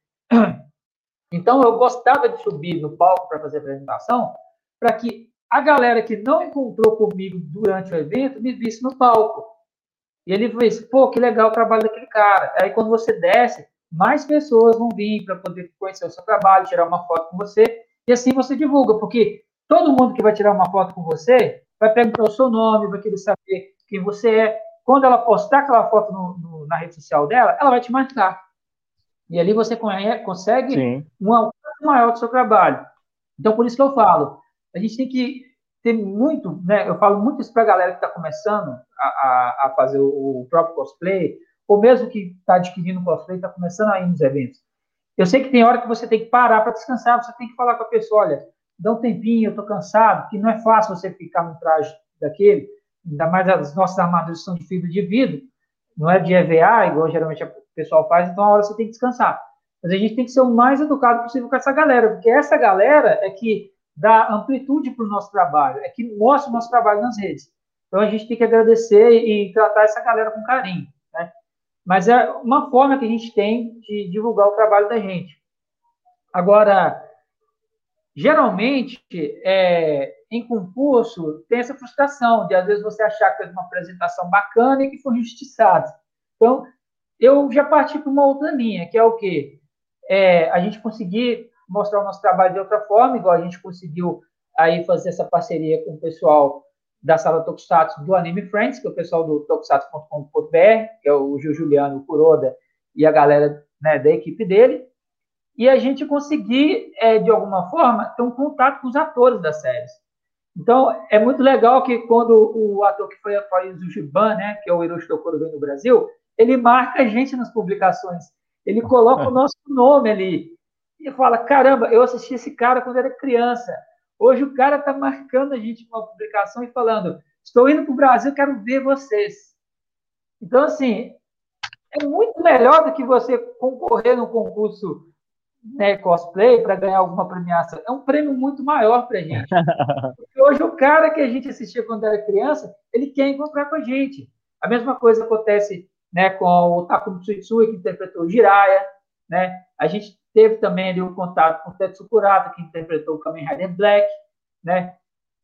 Então, eu gostava de subir no palco para fazer a apresentação, para que a galera que não encontrou comigo durante o evento me visse no palco. E ele fez, pô, que legal o trabalho daquele cara. Aí, quando você desce, mais pessoas vão vir para poder conhecer o seu trabalho, tirar uma foto com você, e assim você divulga, porque todo mundo que vai tirar uma foto com você vai perguntar o seu nome, vai querer saber quem você é. Quando ela postar aquela foto no, no, na rede social dela, ela vai te marcar. E ali você consegue Sim. um alcance maior do seu trabalho. Então, por isso que eu falo, a gente tem que ter muito, né? Eu falo muito isso para a galera que está começando a, a, a fazer o, o próprio cosplay, ou mesmo que está adquirindo cosplay, está começando a ir nos eventos. Eu sei que tem hora que você tem que parar para descansar, você tem que falar com a pessoa, olha, dá um tempinho, eu estou cansado, que não é fácil você ficar no traje daquele, ainda mais as nossas armaduras são de fibra de vidro, não é de E V A, igual geralmente o pessoal faz, então a hora você tem que descansar. Mas a gente tem que ser o mais educado possível com essa galera, porque essa galera é que dá amplitude para o nosso trabalho, é que mostra o nosso trabalho nas redes. Então a gente tem que agradecer e tratar essa galera com carinho, né? Mas é uma forma que a gente tem de divulgar o trabalho da gente. Agora, geralmente, é, em concurso, tem essa frustração de, às vezes, você achar que fez uma apresentação bacana e que foi injustiçado. Então, eu já parti para uma outra linha, que é o quê? É, a gente conseguir mostrar o nosso trabalho de outra forma, igual a gente conseguiu aí fazer essa parceria com o pessoal da Sala Tokusatsu do Anime Friends, que é o pessoal do tokusatsu ponto com ponto b r, que é o Gil Juliano, o Kuroda e a galera, né, da equipe dele, e a gente conseguir, é, de alguma forma, ter um contato com os atores das séries. Então, é muito legal que quando o ator que foi faz o Giban, né, que é o Hiroshi Tokoro, vem no Brasil, ele marca a gente nas publicações. Ele coloca o nosso nome ali. E fala, caramba, eu assisti esse cara quando era criança. Hoje o cara está marcando a gente numa publicação e falando, estou indo para o Brasil, quero ver vocês. Então, assim, é muito melhor do que você concorrer no concurso, né, cosplay para ganhar alguma premiação. É um prêmio muito maior para a gente. Porque hoje o cara que a gente assistia quando era criança, ele quer encontrar com a gente. A mesma coisa acontece, né, com o Takumi Tsutsui, que interpretou o Jiraiya, né? A gente teve também ali um contato com o Tetsu Kurata, que interpretou o Kamen Rider Black, né?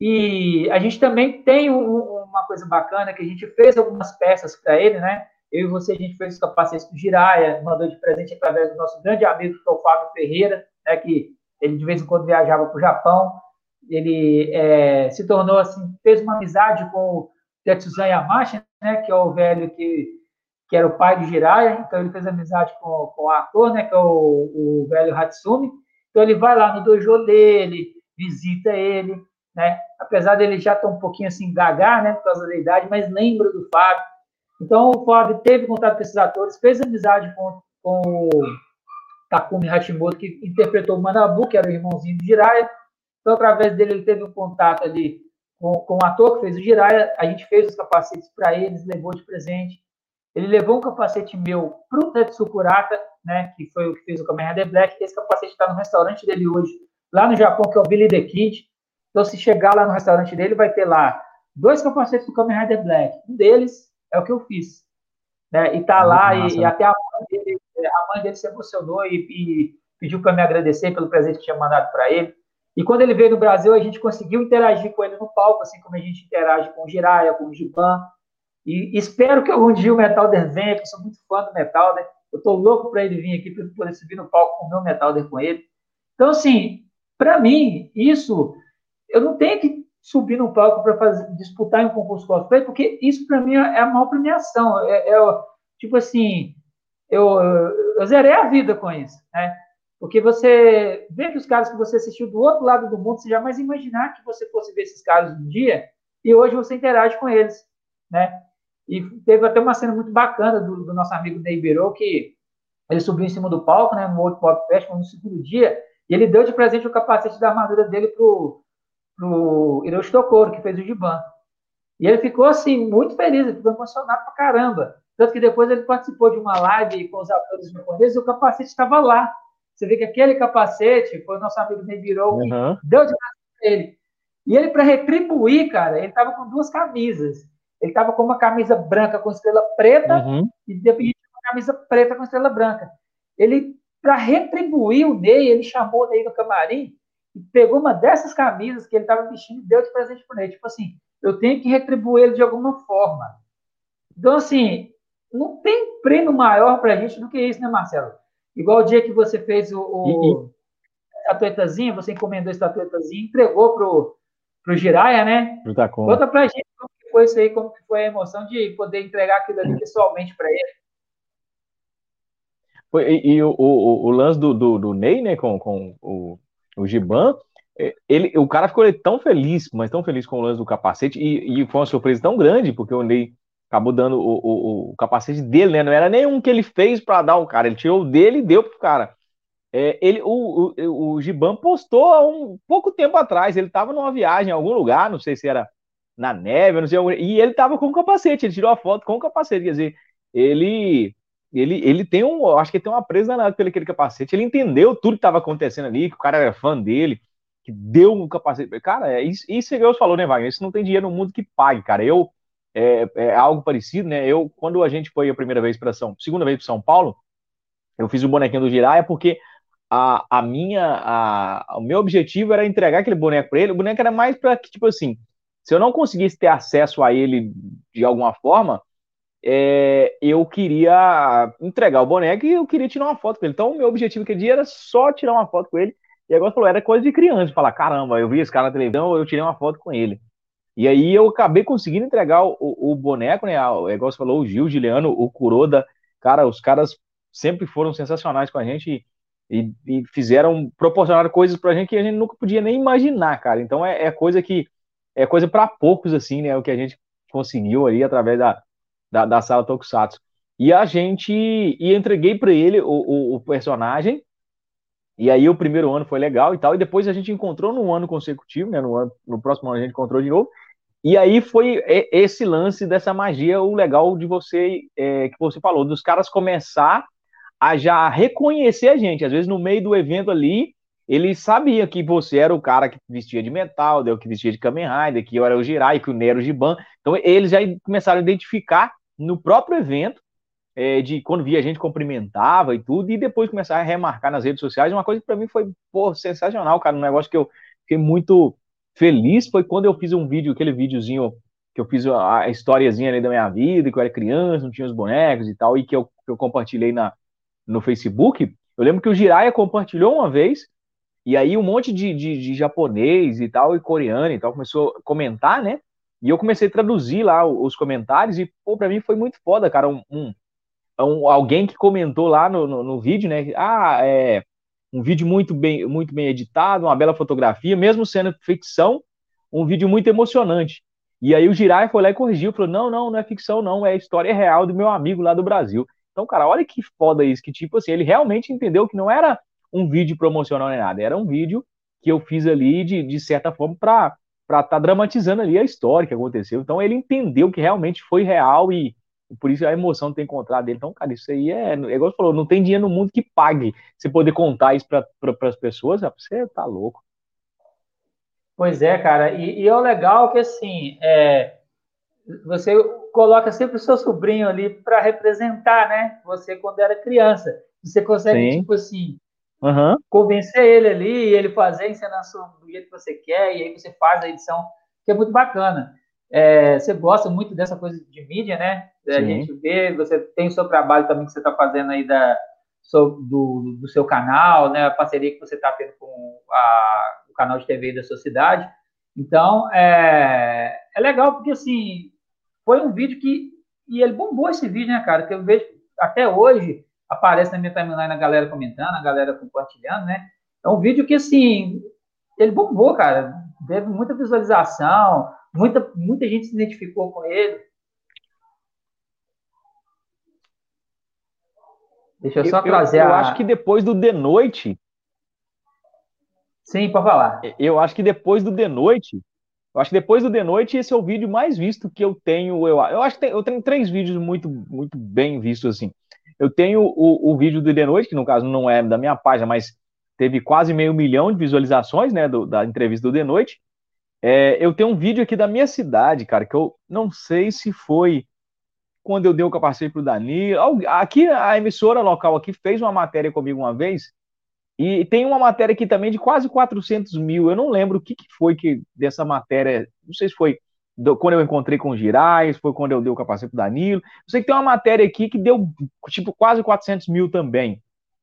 E a gente também tem um, uma coisa bacana, que a gente fez algumas peças para ele, né? Eu e você, a gente fez os capacetes do Jiraiya, mandou de presente através do nosso grande amigo, que é o Fábio Ferreira, né, que ele de vez em quando viajava para o Japão. Ele é, se tornou assim, fez uma amizade com o Tetsuzan Yamashita, né, que é o velho que, que era o pai de Jiraiya, então ele fez amizade com, com o ator, né, que é o, o velho Hatsumi. Então ele vai lá no dojo dele, visita ele, né, apesar dele já estar um pouquinho assim gaga, né, por causa da idade, mas lembra do Fábio. Então o Fábio teve contato com esses atores, fez amizade com, com o Takumi Hashimoto, que interpretou o Manabu, que era o irmãozinho de Jiraiya. Então, através dele, ele teve um contato ali com, com o ator que fez o Jiraiya. A gente fez os capacetes para eles, levou de presente. Ele levou um capacete meu para o Tetsu Kurata, né, que foi o que fez o Kamen Rider Black. Esse capacete está no restaurante dele hoje, lá no Japão, que é o Billy the Kid. Então, se chegar lá no restaurante dele, vai ter lá dois capacetes do Kamen Rider Black. Um deles é o que eu fiz. Né, e tá lá, e, e até a mãe dele, a mãe dele se emocionou e, e pediu para me agradecer pelo presente que tinha mandado para ele. E quando ele veio no Brasil, a gente conseguiu interagir com ele no palco, assim como a gente interage com o Jiraiya, com o Giban. E espero que algum dia o Metalder venha, porque eu sou muito fã do Metalder. Eu estou louco para ele vir aqui, para poder subir no palco com o meu Metalder com ele. Então, assim, para mim, isso, eu não tenho que subir no palco para disputar em um concurso cosplay, porque isso, para mim, é a maior premiação. É, é, tipo assim, eu, eu zerei a vida com isso, né? Porque você vê que os caras que você assistiu do outro lado do mundo, você jamais imaginar que você fosse ver esses caras um dia, e hoje você interage com eles, né? E teve até uma cena muito bacana do, do nosso amigo Ney Birou, que ele subiu em cima do palco, né, no outro Pop Fest, no segundo dia, e ele deu de presente o capacete da armadura dele pro, pro Hiroshi Tokoro, que fez o Giban. E ele ficou, assim, muito feliz, ele ficou emocionado pra caramba. Tanto que depois ele participou de uma live com os atores japoneses e o capacete estava lá. Você vê que aquele capacete foi o nosso amigo Nebirou, que uhum. deu de pra ele. E ele, para retribuir, cara, ele tava com duas camisas. Ele tava com uma camisa branca com estrela preta Uhum. e depois uma camisa preta com estrela branca. Ele, para retribuir o Ney, ele chamou o Ney no camarim e pegou uma dessas camisas que ele tava vestindo e deu de presente pro Ney. Tipo assim, eu tenho que retribuir ele de alguma forma. Então, assim, não tem prêmio maior pra gente do que isso, né, Marcelo? Igual o dia que você fez o, E, e o estatuetazinha, você encomendou a estatuetazinha, entregou pro, pro Jiraya, né? pro Tacoma. Conta pra gente como que foi isso aí, como que foi a emoção de poder entregar aquilo ali pessoalmente para ele. Foi- E, e o, o, o lance do, do, do Ney, né, com, com o, o Giban, é, ele, o cara ficou tão feliz, mas tão feliz com o lance do capacete, e, e foi uma surpresa tão grande, porque o Ney acabou dando o, o, o capacete dele, né? Não era nenhum que ele fez para dar o cara, ele tirou o dele e deu pro cara. É, ele, o, o, o Giban postou há um pouco tempo atrás, ele estava numa viagem em algum lugar, não sei se era na neve, não sei, e ele estava com o capacete, ele tirou a foto com o capacete, quer dizer, ele ele, ele tem um, eu acho que ele tem uma presa danada pelo aquele capacete, ele entendeu tudo que estava acontecendo ali, que o cara era fã dele, que deu um capacete, cara, é isso, isso que Deus falou, né, Wagner, isso não tem dinheiro no mundo que pague, cara, eu, é, é algo parecido, né, eu, quando a gente foi a primeira vez para São, segunda vez para São Paulo, eu fiz o bonequinho do Jiraya porque a, a minha, a, o meu objetivo era entregar aquele boneco para ele. O boneco era mais para que, tipo assim, se eu não conseguisse ter acesso a ele de alguma forma, é, eu queria entregar o boneco e eu queria tirar uma foto com ele. Então, o meu objetivo aquele dia era só tirar uma foto com ele. E agora falou, era coisa de criança, falar, caramba, eu vi esse cara na televisão, eu tirei uma foto com ele. E aí eu acabei conseguindo entregar o, o, o boneco, né? O negócio falou, o Gil, o Giuliano, o Kuroda, cara, os caras sempre foram sensacionais com a gente e, e fizeram, proporcionaram coisas pra gente que a gente nunca podia nem imaginar, cara. Então é, é coisa que é coisa para poucos, assim, né? O que a gente conseguiu aí através da, da, da sala Tokusatsu. E a gente, e entreguei para ele o, o, o personagem. E aí o primeiro ano foi legal e tal, e depois a gente encontrou num ano consecutivo, né? No, ano, no próximo ano a gente encontrou de novo. E aí foi esse lance dessa magia, o legal de você, é, que você falou, dos caras começar a já reconhecer a gente. Às vezes no meio do evento ali, ele sabia que você era o cara que vestia de metal, eu que vestia de Kamen Rider, que eu era o Jirai, que o Nero Giban. Então eles já começaram a identificar no próprio evento, é, de quando via a gente cumprimentava e tudo, e depois começar a remarcar nas redes sociais. Uma coisa que para mim foi, pô, sensacional, cara, um negócio que eu fiquei muito feliz foi quando eu fiz um vídeo, aquele videozinho que eu fiz a, a historiazinha ali da minha vida, que eu era criança, não tinha os bonecos e tal, e que eu, que eu compartilhei na, no Facebook. Eu lembro que o Jiraiya compartilhou uma vez, e aí um monte de, de, de japonês e tal, e coreano e tal, começou a comentar, né? E eu comecei a traduzir lá os comentários, e, pô, pra mim foi muito foda, cara, um, um um, alguém que comentou lá no, no, no vídeo, né? Ah, é um vídeo muito bem, muito bem editado, uma bela fotografia, mesmo sendo ficção, um vídeo muito emocionante. E aí o Jiraiya foi lá e corrigiu, falou, não, não, não é ficção, não, é história real do meu amigo lá do Brasil. Então, cara, olha que foda isso, que tipo assim, ele realmente entendeu que não era um vídeo promocional nem nada, era um vídeo que eu fiz ali de, de certa forma para para estar tá dramatizando ali a história que aconteceu. Então ele entendeu que realmente foi real e por isso a emoção de ter encontrado ele. Então, cara, isso aí é, é igual você falou, não tem dinheiro no mundo que pague você poder contar isso para pra, as pessoas, você tá louco. Pois é, cara, e, e é o legal que, assim, é, você coloca sempre o seu sobrinho ali para representar, né? Você quando era criança. Você consegue, Sim. tipo assim, uhum. convencer ele ali, ele fazer a encenação do jeito que você quer, e aí você faz a edição, que é muito bacana. É, você gosta muito dessa coisa de mídia, né? A gente vê, você tem o seu trabalho também que você está fazendo aí da, do, do seu canal, né? A parceria que você está tendo com a, o canal de T V da sua cidade. Então, é, é legal porque, assim, foi um vídeo que... E ele bombou esse vídeo, né, cara? Que eu vejo até hoje, aparece na minha timeline a galera comentando, a galera compartilhando, né? É um vídeo que, assim, ele bombou, cara. Teve muita visualização, muita, muita gente se identificou com ele. Deixa eu só eu, trazer eu, eu a... acho que depois do De Noite... Sim, pode falar. Eu acho que depois do De Noite... Eu acho que depois do De Noite, esse é o vídeo mais visto que eu tenho. Eu, eu acho que tem, eu tenho três vídeos muito, muito bem vistos, assim. Eu tenho o, o vídeo do De Noite, que no caso não é da minha página, mas teve quase meio milhão de visualizações, né, do, da entrevista do The Noite. É, eu tenho um vídeo aqui da minha cidade, cara, que eu não sei se foi quando eu dei o capacete pro Danilo. Aqui, a emissora local aqui fez uma matéria comigo uma vez, e tem uma matéria aqui também de quase quatrocentos mil. Eu não lembro o que, que foi que dessa matéria, não sei se foi do, quando eu encontrei com o Girais, foi quando eu dei o capacete pro Danilo. Eu sei que tem uma matéria aqui que deu, tipo, quase quatrocentos mil também.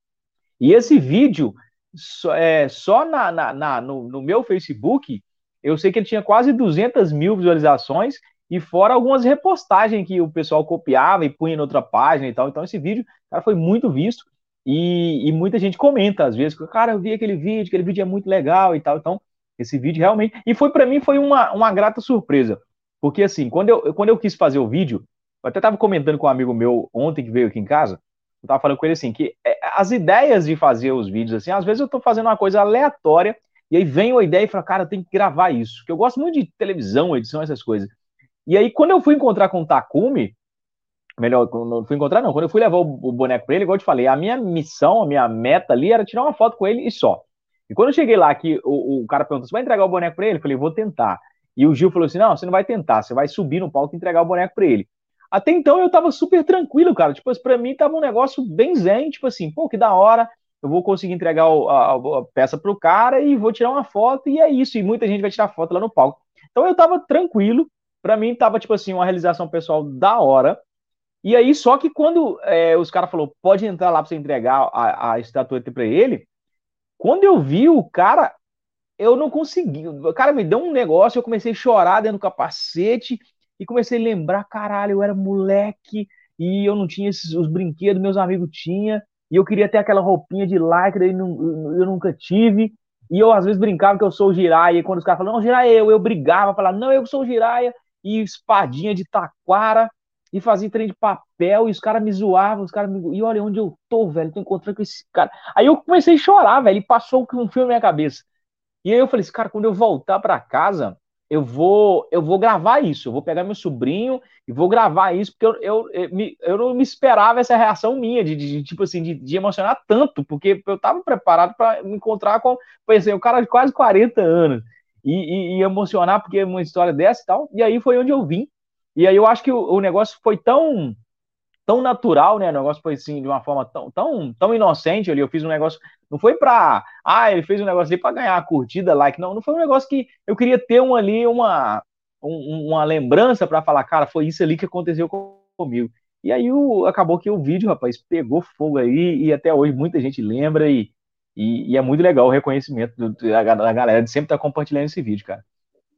E esse vídeo, só, é, só na, na, na no, no meu Facebook, eu sei que ele tinha quase duzentas mil visualizações, e fora algumas repostagens que o pessoal copiava e punha em outra página e tal. Então esse vídeo, cara, foi muito visto, e, e muita gente comenta às vezes, cara, eu vi aquele vídeo, aquele vídeo é muito legal e tal. Então esse vídeo realmente, e foi para mim foi uma, uma grata surpresa, porque assim, quando eu, quando eu quis fazer o vídeo, eu até estava comentando com um amigo meu ontem que veio aqui em casa, eu tava falando com ele assim, que as ideias de fazer os vídeos assim, às vezes eu tô fazendo uma coisa aleatória, e aí vem uma ideia e fala, cara, eu tenho que gravar isso, porque eu gosto muito de televisão, edição, essas coisas. E aí, quando eu fui encontrar com o Takumi, melhor, não fui encontrar não, quando eu fui levar o, o boneco pra ele, igual eu te falei, a minha missão, a minha meta ali era tirar uma foto com ele e só. E quando eu cheguei lá, que o, o cara perguntou, você vai entregar o boneco pra ele? Eu falei, vou tentar. E o Gil falou assim, não, você não vai tentar, você vai subir no palco e entregar o boneco pra ele. Até então eu tava super tranquilo, cara, tipo, pra mim tava um negócio bem zen, tipo assim, pô, que da hora, eu vou conseguir entregar o, a, a peça pro cara e vou tirar uma foto, e é isso, e muita gente vai tirar foto lá no palco. Então eu tava tranquilo, pra mim tava, tipo assim, uma realização pessoal da hora. E aí, só que quando é, os caras falaram, pode entrar lá pra você entregar a, a estatueta pra ele, quando eu vi o cara, eu não consegui. O cara me deu um negócio, eu comecei a chorar dentro do capacete e comecei a lembrar, caralho, eu era moleque e eu não tinha esses, os brinquedos, meus amigos tinham, e eu queria ter aquela roupinha de lycra e não, eu nunca tive. E eu às vezes brincava que eu sou o Jiraiya, e quando os caras falavam, não, Jiraiya, eu, eu brigava, falava, não, eu sou o Jiraiya, e espadinha de taquara, e fazia trem de papel, e os caras me zoavam, os caras me... E olha onde eu tô, velho, tô encontrando com esse cara. Aí eu comecei a chorar, velho, e passou um filme na minha cabeça. E aí eu falei assim, cara, quando eu voltar para casa, eu vou, eu vou gravar isso, eu vou pegar meu sobrinho e vou gravar isso, porque eu, eu, eu, eu não me esperava essa reação minha, de, de, de tipo assim, de, de emocionar tanto, porque eu estava preparado para me encontrar com, por exemplo, um cara de quase quarenta anos, e, e, e emocionar, porque é uma história dessa e tal, e aí foi onde eu vim. E aí eu acho que o, o negócio foi tão... tão natural, né? O negócio foi assim, de uma forma tão, tão, tão inocente ali. Eu fiz um negócio, não foi pra, ah, ele fez um negócio ali pra ganhar a curtida, like, não, não foi um negócio que eu queria ter um ali, uma, um, uma lembrança pra falar, cara, foi isso ali que aconteceu comigo. E aí o, acabou que o vídeo, rapaz, pegou fogo aí e até hoje muita gente lembra e, e, e é muito legal o reconhecimento do, da, da galera de sempre estar compartilhando esse vídeo, cara.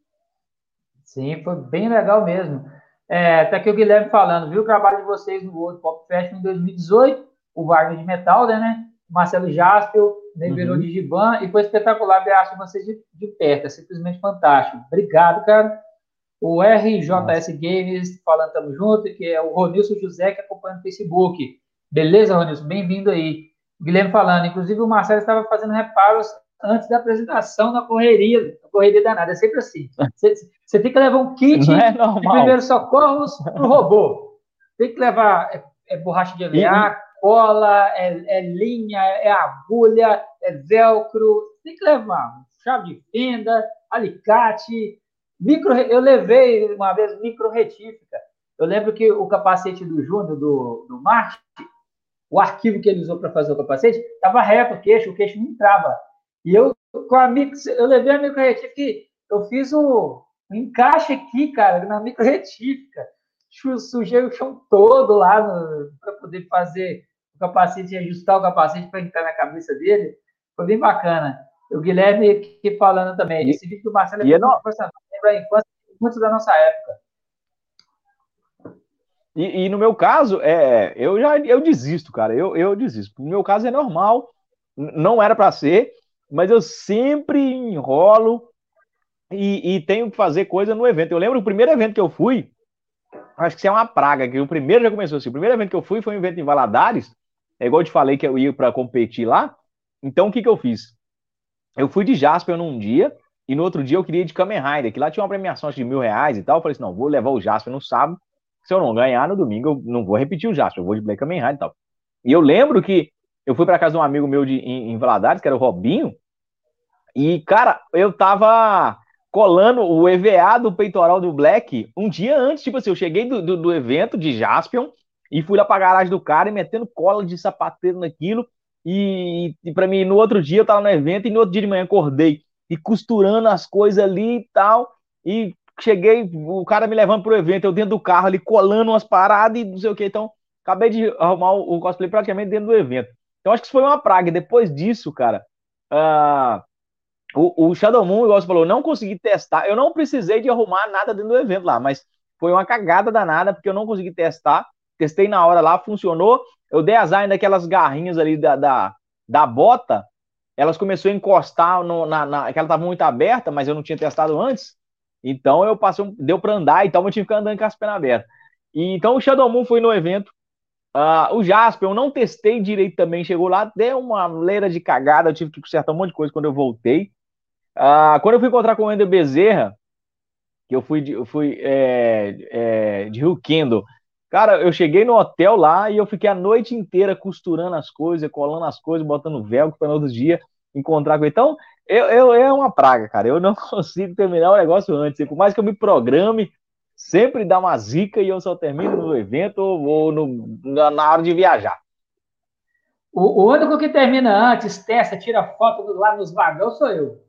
Sim, foi bem legal mesmo. É, tá aqui o Guilherme falando, viu o trabalho de vocês no World Pop Festival em dois mil e dezoito, o Wagner de Metal, né? Marcelo Jaspel, Neverou uhum. de Giban, e foi espetacular ver a arte de vocês de, de perto, é simplesmente fantástico. Obrigado, cara. O R J S Nossa. Games falando, tamo junto, que é o Ronilson José, que acompanha no Facebook. Beleza, Ronilson? Bem-vindo aí. O Guilherme falando, inclusive o Marcelo estava fazendo reparos antes da apresentação na correria, na correria danada, é sempre assim. Você, você tem que levar um kit é de primeiros socorros pro robô. Tem que levar é, é borracha de aviar, e... cola, é, é linha, é agulha, é velcro. Tem que levar chave de fenda, alicate, micro. Eu levei uma vez micro retífica. Eu lembro que o capacete do Júnior, do, do Marte, o arquivo que ele usou para fazer o capacete, estava reto o queixo, o queixo não entrava. E eu, com a micro, eu levei a micro retífica, eu fiz o um encaixe aqui, cara, na micro retífica. Sujei o chão todo lá para poder fazer o capacete e ajustar o capacete para entrar na cabeça dele. Foi bem bacana. O Guilherme aqui falando também. E, esse vídeo do Marcelo é muito não... impressionante. Lembra a infância muito da nossa época. E, e no meu caso, é, eu já eu desisto, cara. Eu, eu desisto. No meu caso é normal. Não era para ser, mas eu sempre enrolo e, e tenho que fazer coisa no evento. Eu lembro o primeiro evento que eu fui, acho que isso é uma praga, que o primeiro já começou assim. O primeiro evento que eu fui foi um evento em Valadares, é igual eu te falei que eu ia para competir lá. Então o que que eu fiz? Eu fui de Jasper num dia, e no outro dia eu queria ir de Kamen Rider, que lá tinha uma premiação de mil reais e tal. Eu falei assim, não, vou levar o Jasper no sábado, se eu não ganhar no domingo, eu não vou repetir o Jasper, eu vou de Black Kamen Rider e tal. E eu lembro que eu fui pra casa de um amigo meu de, em, em Valadares, que era o Robinho, e, cara, eu tava colando o E V A do peitoral do Black um dia antes, tipo assim, eu cheguei do, do, do evento de Jaspion e fui lá pra garagem do cara e metendo cola de sapateiro naquilo, e, e pra mim, no outro dia eu tava no evento e no outro dia de manhã acordei e costurando as coisas ali e tal, e cheguei, o cara me levando pro evento, eu dentro do carro ali colando umas paradas e não sei o que, então acabei de arrumar o, o cosplay praticamente dentro do evento. Então acho que isso foi uma praga. Depois disso, cara, uh, o, o Shadow Moon, igual você falou, não consegui testar. Eu não precisei de arrumar nada dentro do evento lá, mas foi uma cagada danada, porque eu não consegui testar. Testei na hora lá, funcionou. Eu dei azar daquelas garrinhas ali da, da, da bota. Elas começaram a encostar no, na, na. Que ela estava muito aberta, mas eu não tinha testado antes. Então eu passei, um, deu para andar, então eu tive que ficar andando com as pernas abertas. E, então o Shadow Moon foi no evento. Uh, o Jasper, eu não testei direito também. Chegou lá, deu uma leira de cagada. Eu tive que consertar um monte de coisa quando eu voltei. Uh, quando eu fui encontrar com o Wender Bezerra, que eu fui de, eu fui, é, é, de Rio Kendo, cara, eu cheguei no hotel lá e eu fiquei a noite inteira costurando as coisas, colando as coisas, botando velcro para no outro dia encontrar com ele. Então, eu, eu, é uma praga, cara. Eu não consigo terminar o negócio antes. Por mais que eu me programe, sempre dá uma zica e eu só termino no evento ou, ou no, na, na hora de viajar. O, o único que termina antes, testa, tira foto lá nos vagões, sou eu.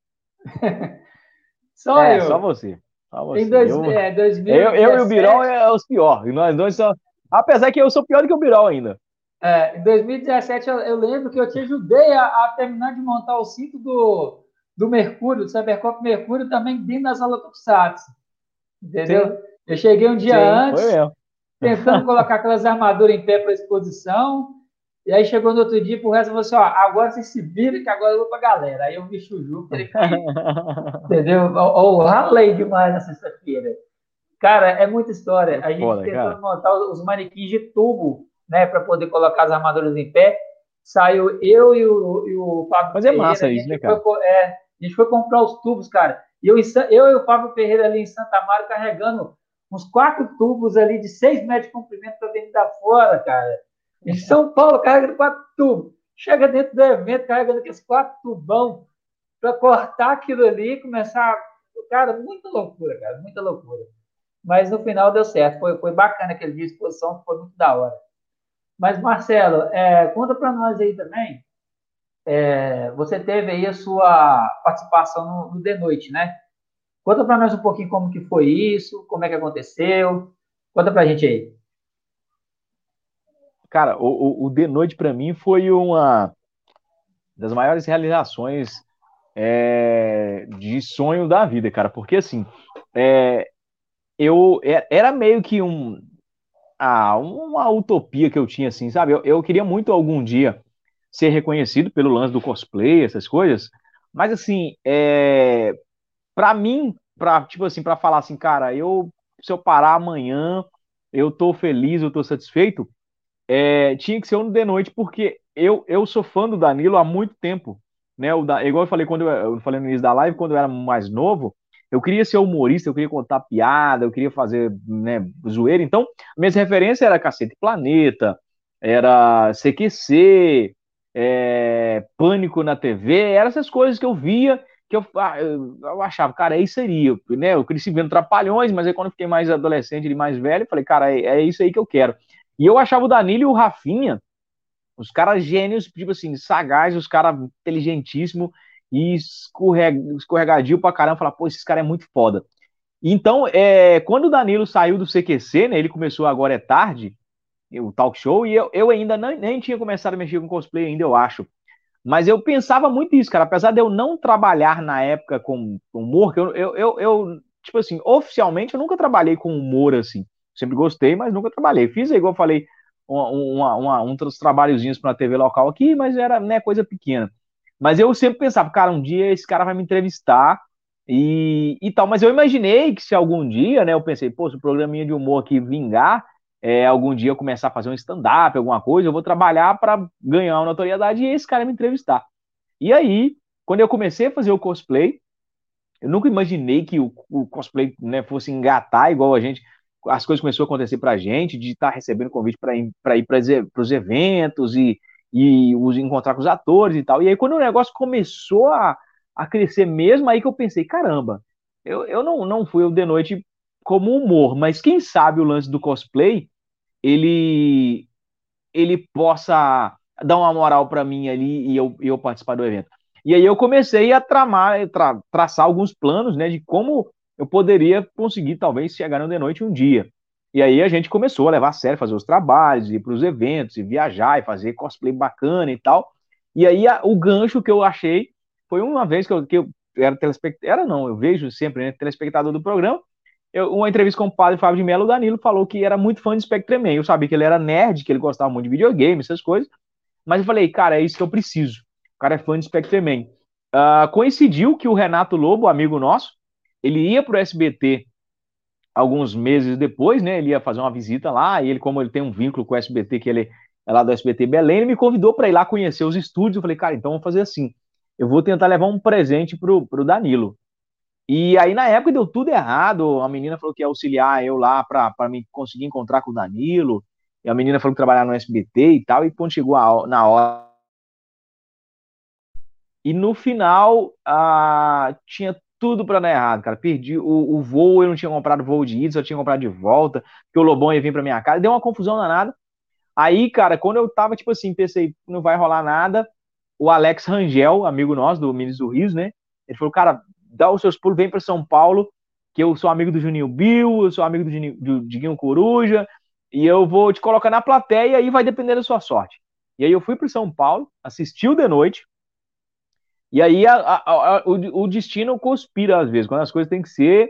Só é, eu. Só você. Só você. Em dois, eu, é, dois mil e dezessete, eu, eu e o Birol é os piores. Nós dois só. Apesar que eu sou pior do que o Birol ainda. É, em dois mil e dezessete, eu, eu lembro que eu te ajudei a, a terminar de montar o cinto do, do Mercúrio, do Cybercop Mercúrio, também dentro da sala Tokusatsu. Entendeu? Sim. Eu cheguei um dia Sim, antes, tentando colocar aquelas armaduras em pé para exposição. E aí chegou no outro dia, pro resto, eu falei assim, ó, agora você se vira que agora eu vou pra galera. Aí eu vi Chuju, falei que, entendeu? Ou ralei demais na sexta-feira. Cara, é muita história. A gente Foda, tentando cara. montar os manequins de tubo, né, para poder colocar as armaduras em pé. Saiu eu e o, e o Fábio Mas Ferreira. É massa isso, né, cara? Foi, é, a gente foi comprar os tubos, cara. E eu, eu e o Fábio Ferreira ali em Santa Maria carregando uns quatro tubos ali de seis metros de comprimento para vender da fora, cara. Em São Paulo, carregando quatro tubos. Chega dentro do evento, carregando aqueles quatro tubão para cortar aquilo ali e começar. Cara, muita loucura, cara, muita loucura. Mas no final deu certo. Foi, foi bacana aquele dia de exposição, foi muito da hora. Mas, Marcelo, é, conta para nós aí também. É, você teve aí a sua participação no, no The Noite, né? Conta para nós um pouquinho como que foi isso, como é que aconteceu. Conta para a gente aí. Cara, o, o, o The Noite para mim foi uma das maiores realizações é, de sonho da vida, cara. Porque assim, é, eu era meio que um ah, uma utopia que eu tinha, assim, sabe? Eu, eu queria muito algum dia ser reconhecido pelo lance do cosplay, essas coisas, mas assim, é, para mim, para tipo assim, para falar assim, cara, eu se eu parar amanhã, eu tô feliz, eu tô satisfeito, é, tinha que ser um de noite, porque eu, eu sou fã do Danilo há muito tempo, né? O da, igual eu falei quando eu, eu falei no início da live, quando eu era mais novo, eu queria ser humorista, eu queria contar piada, eu queria fazer, né, zoeira. Então, minhas referências era Cacete Planeta, era C Q C, é, Pânico na T V, eram essas coisas que eu via, que eu, eu, eu achava, cara, é isso aí, eu, né? Eu cresci vendo Trapalhões, mas aí quando eu fiquei mais adolescente e mais velho, eu falei, cara, é, é isso aí que eu quero. E eu achava o Danilo e o Rafinha os caras gênios, tipo assim, sagazes, os caras inteligentíssimos e escorreg... escorregadio pra caramba. Falar, pô, esses caras é muito foda. Então, é, quando o Danilo saiu do C Q C, né, ele começou Agora é Tarde, o talk show, e eu, eu ainda não, nem tinha começado a mexer com cosplay ainda, eu acho. Mas eu pensava muito isso, cara. Apesar de eu não trabalhar na época com humor, eu, eu, eu, eu tipo assim, oficialmente eu nunca trabalhei com humor, assim. Sempre gostei, mas nunca trabalhei. Fiz, igual eu falei, uma, uma, uma, uns trabalhozinhos para a T V local aqui, mas era, né, coisa pequena. Mas eu sempre pensava, cara, um dia esse cara vai me entrevistar e, e tal. Mas eu imaginei que se algum dia, né, eu pensei, pô, se o programinha de humor aqui vingar, é, algum dia eu começar a fazer um stand-up, alguma coisa, eu vou trabalhar para ganhar uma notoriedade e esse cara me entrevistar. E aí, quando eu comecei a fazer o cosplay, eu nunca imaginei que o, o cosplay, né, fosse engatar igual a gente. As coisas começaram a acontecer pra gente, de estar tá recebendo convite para ir para ir para os eventos e, e os encontrar com os atores e tal. E aí, quando o negócio começou a, a crescer mesmo, aí que eu pensei, caramba, eu, eu não, não fui o de noite como humor, mas quem sabe o lance do cosplay, ele, ele possa dar uma moral para mim ali e eu, e eu participar do evento. E aí eu comecei a tramar, tra, traçar alguns planos, né, de como eu poderia conseguir, talvez, chegar no de noite um dia. E aí a gente começou a levar a sério, fazer os trabalhos, ir para os eventos, e viajar, e fazer cosplay bacana e tal. E aí a, o gancho que eu achei foi uma vez que eu, que eu era telespectador, era não, eu vejo sempre, né, telespectador do programa, eu, uma entrevista com o padre Fábio de Mello, o Danilo falou que era muito fã de Spectreman. Eu sabia que ele era nerd, que ele gostava muito de videogame, essas coisas, mas eu falei, cara, é isso que eu preciso. O cara é fã de Spectreman. Uh, coincidiu que o Renato Lobo, amigo nosso, ele ia pro S B T alguns meses depois, né? Ele ia fazer uma visita lá, e ele, como ele tem um vínculo com o S B T, que ele é lá do S B T Belém, ele me convidou para ir lá conhecer os estúdios. Eu falei, cara, então vamos fazer assim. Eu vou tentar levar um presente pro, pro Danilo. E aí, na época, deu tudo errado. A menina falou que ia auxiliar eu lá para me conseguir encontrar com o Danilo. E a menina falou que trabalhava no S B T e tal. E quando chegou a, na hora. E no final, ah, tinha tudo para dar errado, cara. Perdi o, o voo, eu não tinha comprado voo de ida, só tinha comprado de volta. Porque o Lobão ia vir para minha casa. Deu uma confusão danada. Aí, cara, quando eu tava, tipo assim, pensei, não vai rolar nada. O Alex Rangel, amigo nosso do Minis do Rios, né? Ele falou, cara, dá os seus pulos, vem para São Paulo, que eu sou amigo do Juninho Bill, eu sou amigo do, Juninho, do Diguinho Coruja, e eu vou te colocar na plateia e aí vai depender da sua sorte. E aí eu fui para São Paulo, assisti o de noite, e aí a, a, a, o, o destino conspira às vezes, quando as coisas têm que ser,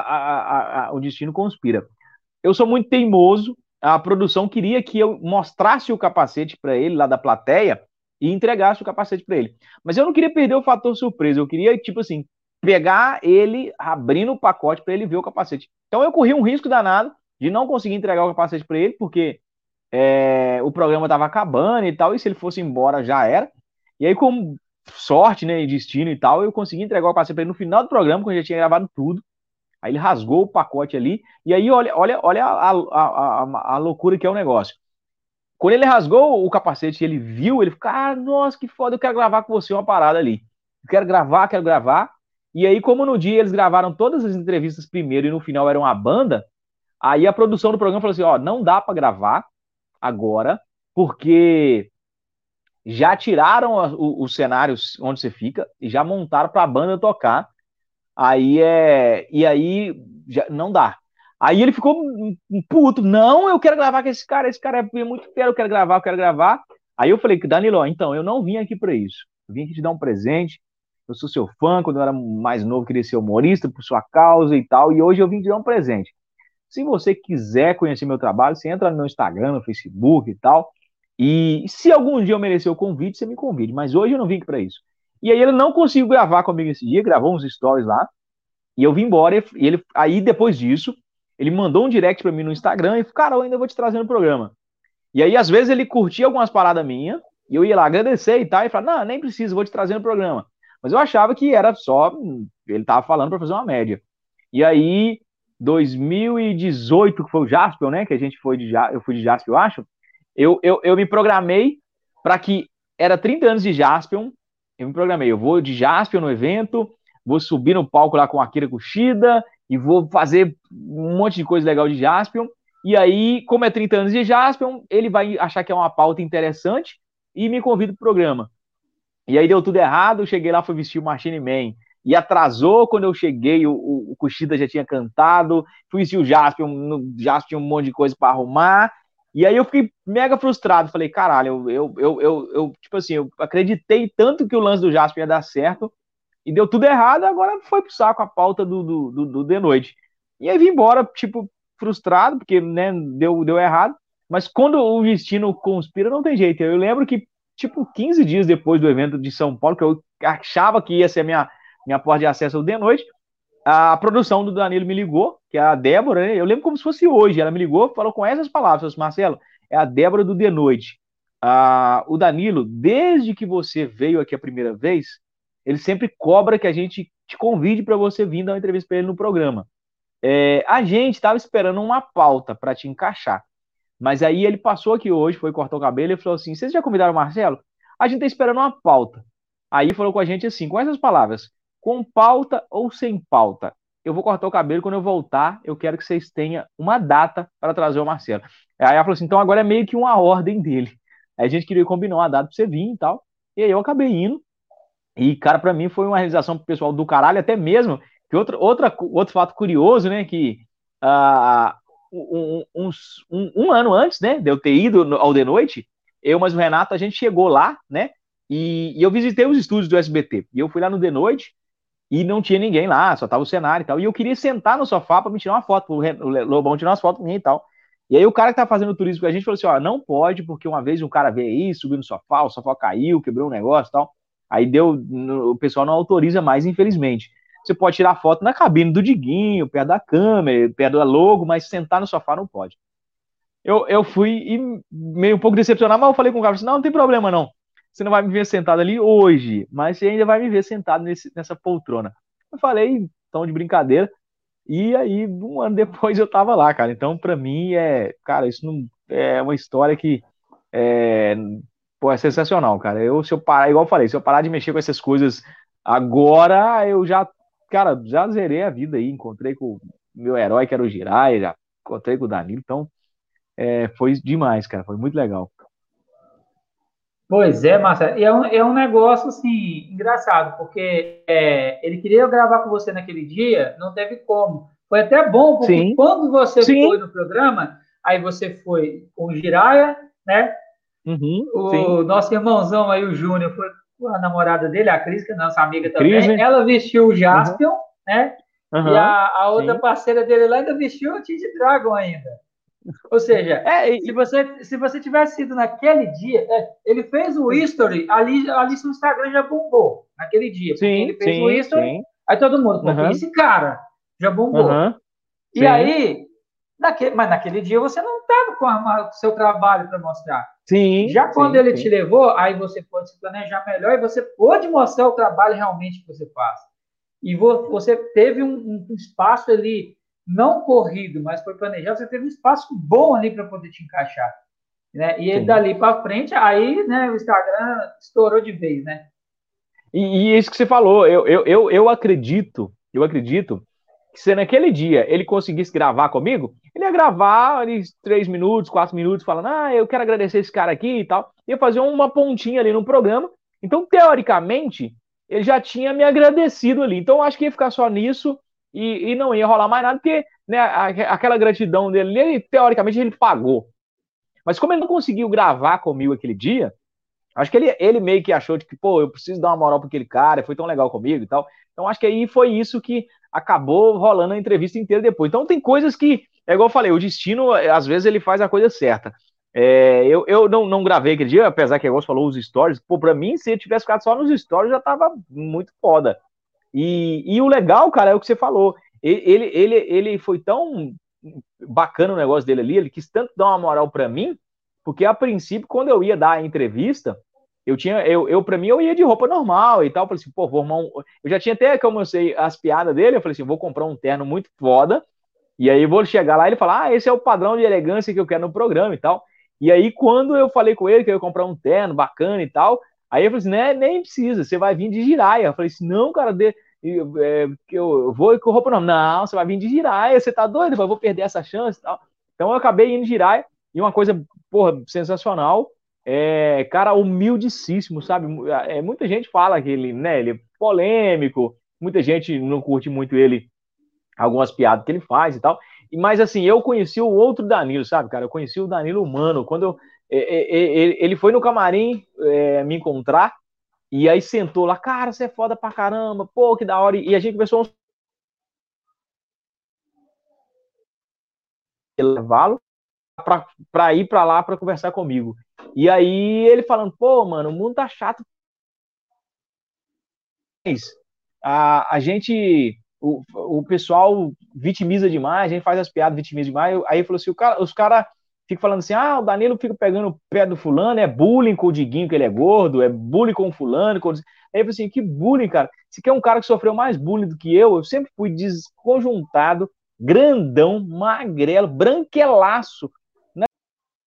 a, o destino conspira. Eu sou muito teimoso, a produção queria que eu mostrasse o capacete para ele lá da plateia e entregasse o capacete para ele. Mas eu não queria perder o fator surpresa, eu queria, tipo assim, pegar ele abrindo o pacote para ele ver o capacete. Então eu corri um risco danado de não conseguir entregar o capacete para ele, porque é, o programa estava acabando e tal, e se ele fosse embora já era. E aí, com sorte, né, e destino e tal, eu consegui entregar o capacete para ele no final do programa, quando eu já tinha gravado tudo. Aí ele rasgou o pacote ali, e aí olha, olha, olha a, a, a, a loucura que é o negócio. Quando ele rasgou o capacete e ele viu, ele ficou, ah, nossa, que foda, eu quero gravar com você uma parada ali. Eu quero gravar, quero gravar. E aí, como no dia eles gravaram todas as entrevistas primeiro e no final era uma banda, aí a produção do programa falou assim, ó, não dá para gravar agora, porque já tiraram os cenários onde você fica e já montaram para a banda tocar. Aí é. E aí já não dá. Aí ele ficou puto. Não, eu quero gravar com esse cara. Esse cara é muito fera. Eu quero gravar, eu quero gravar. Aí eu falei, Danilo, então, eu não vim aqui para isso. Eu vim aqui te dar um presente. Eu sou seu fã. Quando eu era mais novo, queria ser humorista por sua causa e tal. E hoje eu vim te dar um presente. Se você quiser conhecer meu trabalho, você entra no meu Instagram, no Facebook e tal. E se algum dia eu merecer o convite, você me convide. Mas hoje eu não vim aqui para isso. E aí ele não conseguiu gravar comigo esse dia, gravou uns stories lá, e eu vim embora, e ele, aí depois disso, ele mandou um direct para mim no Instagram, e falou, cara, eu ainda vou te trazer no programa. E aí, às vezes, ele curtia algumas paradas minhas, e eu ia lá agradecer e tal, e falava, não, nem preciso, vou te trazer no programa. Mas eu achava que era só, ele tava falando para fazer uma média. E aí, dois mil e dezoito, que foi o Jaspion, né, que a gente foi de, eu fui de Jaspion, eu acho, eu, eu, eu me programei para que, era trinta anos de Jaspion, eu me programei, eu vou de Jaspion no evento, vou subir no palco lá com a Akira Kushida e vou fazer um monte de coisa legal de Jaspion. E aí, como é trinta anos de Jaspion, ele vai achar que é uma pauta interessante e me convida pro programa. E aí deu tudo errado, eu cheguei lá, fui vestir o Machine Man. E atrasou, quando eu cheguei, o, o, o Kushida já tinha cantado, fui vestir o Jaspion, no Jaspion tinha um monte de coisa para arrumar. E aí eu fiquei mega frustrado, falei, caralho, eu, eu, eu, eu, eu, tipo assim, eu acreditei tanto que o lance do Jaspion ia dar certo, e deu tudo errado, agora foi pro saco a pauta do, do, do, do de noite. E aí vim embora, tipo, frustrado, porque, né, deu, deu errado, mas quando o destino conspira, não tem jeito. Eu lembro que, tipo, quinze dias depois do evento de São Paulo, que eu achava que ia ser a minha, minha porta de acesso ao de noite, a produção do Danilo me ligou, que é a Débora, né? Eu lembro como se fosse hoje. Ela me ligou, falou com essas palavras, Marcelo, é a Débora do de noite. Ah, o Danilo, desde que você veio aqui a primeira vez, ele sempre cobra que a gente te convide para você vir dar uma entrevista para ele no programa. É, a gente estava esperando uma pauta para te encaixar. Mas aí ele passou aqui hoje, foi cortar o cabelo e falou assim: vocês já convidaram o Marcelo? A gente tá esperando uma pauta. Aí falou com a gente assim, com essas palavras: com pauta ou sem pauta? Eu vou cortar o cabelo, quando eu voltar, eu quero que vocês tenham uma data para trazer o Marcelo. Aí ela falou assim: então agora é meio que uma ordem dele. Aí a gente queria combinar uma data para você vir e tal. E aí eu acabei indo. E, cara, para mim foi uma realização pro pessoal do caralho, até mesmo que outro, outra, outro fato curioso, né, que uh, um, um, um, um ano antes, né, de eu ter ido no, ao de noite, eu, mas o Renato, a gente chegou lá, né, e, e eu visitei os estúdios do S B T, e eu fui lá no de noite, e não tinha ninguém lá, só tava o cenário e tal, e eu queria sentar no sofá para me tirar uma foto, o, o Lobão tirar umas fotos minhas e tal. E aí o cara que tá fazendo o turismo com a gente falou assim, ó, não pode, porque uma vez um cara veio aí, subiu no sofá, o sofá caiu, quebrou um negócio e tal. Aí deu, o pessoal não autoriza mais, infelizmente. Você pode tirar foto na cabine do Diguinho, perto da câmera, perto da logo, mas sentar no sofá não pode. Eu, eu fui e meio um pouco decepcionado, mas eu falei com o cara, assim, não, não tem problema não. Você não vai me ver sentado ali hoje, mas você ainda vai me ver sentado nesse, nessa poltrona. Eu falei, então de brincadeira, e aí um ano depois eu tava lá, cara. Então, pra mim, é, cara, isso não é uma história que é, pô, é sensacional, cara. Eu, se eu parar, igual eu falei, se eu parar de mexer com essas coisas agora, eu já, cara, já zerei a vida aí. Encontrei com o meu herói, que era o Jiraiya, já encontrei com o Danilo. Então, é, foi demais, cara. Foi muito legal. Pois é, Marcelo. E é um, é um negócio, assim, engraçado, porque é, ele queria gravar com você naquele dia, não teve como. Foi até bom, porque Sim, quando você sim, foi no programa, aí você foi com o Jiraya, né? uhum, sim. O nosso irmãozão aí, o Júnior, foi com a namorada dele, a Cris, que é nossa amiga Cris, também. né? Ela vestiu o Uhum, Jaspion, né? E uhum, a, a outra sim. parceira dele lá ainda vestiu o Tid Dragon ainda. Ou seja, É, se e- você, se você tivesse ido naquele dia, é, ele fez o history, ali, ali seu Instagram já bombou naquele dia, porque ele sim, fez o sim, history, sim. aí todo mundo, pô, quem é Uhum, esse cara? Já bombou. uhum, E sim, aí, naquele, mas naquele dia você não estava com o seu trabalho para mostrar. sim, Já quando sim, ele te sim. levou, aí você pode se planejar melhor e você pode mostrar o trabalho realmente que você faz. E você teve um, um espaço ali, não corrido, mas foi planejado, você teve um espaço bom ali para poder te encaixar. Né? E ele Sim. dali para frente, aí né, o Instagram estourou de vez, né? E, e é isso que você falou, eu, eu, eu, eu acredito, eu acredito que se naquele dia ele conseguisse gravar comigo, ele ia gravar ali três minutos, quatro minutos, falando, ah, eu quero agradecer esse cara aqui e tal, ia fazer uma pontinha ali no programa. Então, teoricamente, ele já tinha me agradecido ali. Então, eu acho que ia ficar só nisso e, e não ia rolar mais nada, porque né, a- aquela gratidão dele, ele, teoricamente, ele pagou. Mas como ele não conseguiu gravar comigo aquele dia, acho que ele, ele meio que achou de que, pô, eu preciso dar uma moral para aquele cara, foi tão legal comigo e tal. Então acho que aí foi isso que acabou rolando a entrevista inteira depois. Então tem coisas que, é igual eu falei, o destino, às vezes, ele faz a coisa certa. É, eu eu não, não gravei aquele dia, apesar que, igual você falou, os stories, pô, pra mim, se ele tivesse ficado só nos stories, já tava muito foda. E, e o legal, cara, é o que você falou. Ele, ele, ele foi tão bacana o negócio dele ali, ele quis tanto dar uma moral para mim, porque a princípio, quando eu ia dar a entrevista, eu tinha, eu, eu para mim, eu ia de roupa normal e tal. Eu falei assim, pô, vou arrumar um. Eu já tinha até, como eu sei, as piadas dele, eu falei assim, vou comprar um terno muito foda, e aí vou chegar lá e ele falar, ah, esse é o padrão de elegância que eu quero no programa e tal. E aí, quando eu falei com ele que eu ia comprar um terno bacana e tal, aí eu falei assim, né, nem precisa, você vai vir de giraia. Eu falei assim, não, cara, de, é, que eu vou com roupa não. Não, você vai vir de giraia, você tá doido? Eu vou perder essa chance e tal. Então eu acabei indo de giraia, e uma coisa, porra, sensacional, é, cara, humildíssimo, sabe? É, muita gente fala que ele, né, ele é polêmico, muita gente não curte muito ele, algumas piadas que ele faz e tal. Mas assim, eu conheci o outro Danilo, sabe, cara? Eu conheci o Danilo humano. Quando eu, é, é, é, ele foi no camarim é, me encontrar, e aí sentou lá, cara, você é foda pra caramba, pô, que da hora. E a gente começou a levá-lo pra, pra ir pra lá pra conversar comigo. E aí ele falando, pô, mano, o mundo tá chato. A, a gente, o, o pessoal vitimiza demais, a gente faz as piadas, vitimiza demais. Aí falou assim, o cara, os caras ficam falando assim, ah, o Danilo fica pegando o pé do fulano, é bullying com o Diguinho, que ele é gordo, é bullying com o fulano. Com... Aí eu falei assim, que bullying, cara? Você quer um cara que sofreu mais bullying do que eu? Eu sempre fui desconjuntado, grandão, magrelo, branquelaço.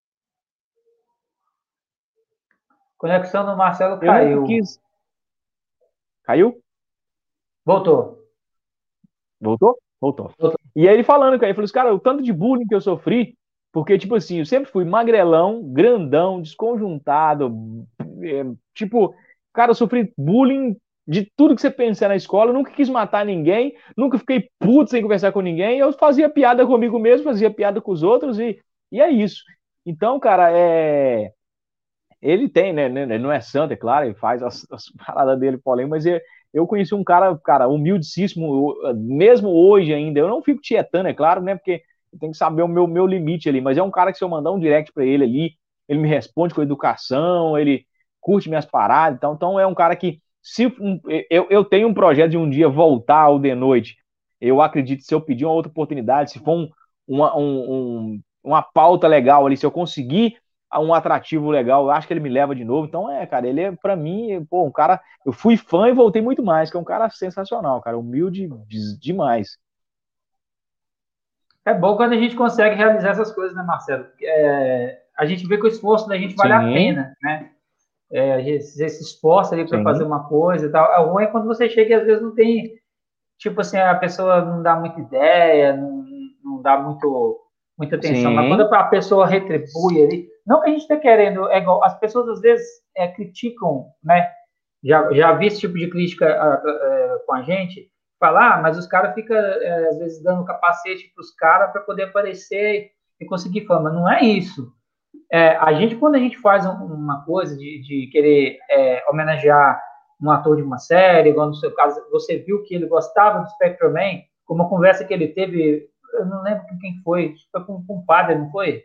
Conexão do Marcelo Eu nunca caiu. quis. Caiu? Voltou. Voltou? Voltou. Voltou. E aí ele falando, cara, ele falou assim, cara, o tanto de bullying que eu sofri, porque, tipo assim, eu sempre fui magrelão, grandão, desconjuntado, é, tipo, cara, eu sofri bullying de tudo que você pensar na escola, eu nunca quis matar ninguém, nunca fiquei puto sem conversar com ninguém, eu fazia piada comigo mesmo, fazia piada com os outros, e, e é isso. Então, cara, é... ele tem, né, né? Ele não é santo, é claro, ele faz as, as paradas dele polêmicas, mas eu, eu conheci um cara, cara, humildíssimo, mesmo hoje ainda. Eu não fico tietando, é claro, né? Porque tem que saber o meu, meu limite ali, mas é um cara que se eu mandar um direct para ele ali, ele me responde com educação, ele curte minhas paradas, então, então é um cara que, se um, eu, eu tenho um projeto de um dia voltar ao de noite, eu acredito que se eu pedir uma outra oportunidade, se for um, uma, um, um, uma pauta legal ali, se eu conseguir um atrativo legal, eu acho que ele me leva de novo. Então, é, cara, ele é, pra mim, pô, um cara. Eu fui fã e voltei muito mais, que é um cara sensacional, cara, humilde demais. É bom quando a gente consegue realizar essas coisas, né, Marcelo? É, a gente vê que o esforço da gente vale a Sim, pena, né? É, a gente se esforça ali para fazer sim, uma coisa e tal. É ruim é quando você chega e às vezes não tem, tipo assim, a pessoa não dá muita ideia, não, não dá muito, muita atenção. Mas quando sim, a pessoa retribui ali, não que a gente esteja querendo, é igual, as pessoas às vezes é, criticam, né? Já, já vi esse tipo de crítica a, a, com a gente, falar, ah, mas os caras ficam, é, às vezes, dando capacete para os caras para poder aparecer e conseguir fama. Não é isso. É, a gente, quando a gente faz uma coisa de, de querer é, homenagear um ator de uma série, igual no seu caso, você viu que ele gostava do Spectrum Man, com uma conversa que ele teve, eu não lembro com quem foi, foi com, com um padre, não foi?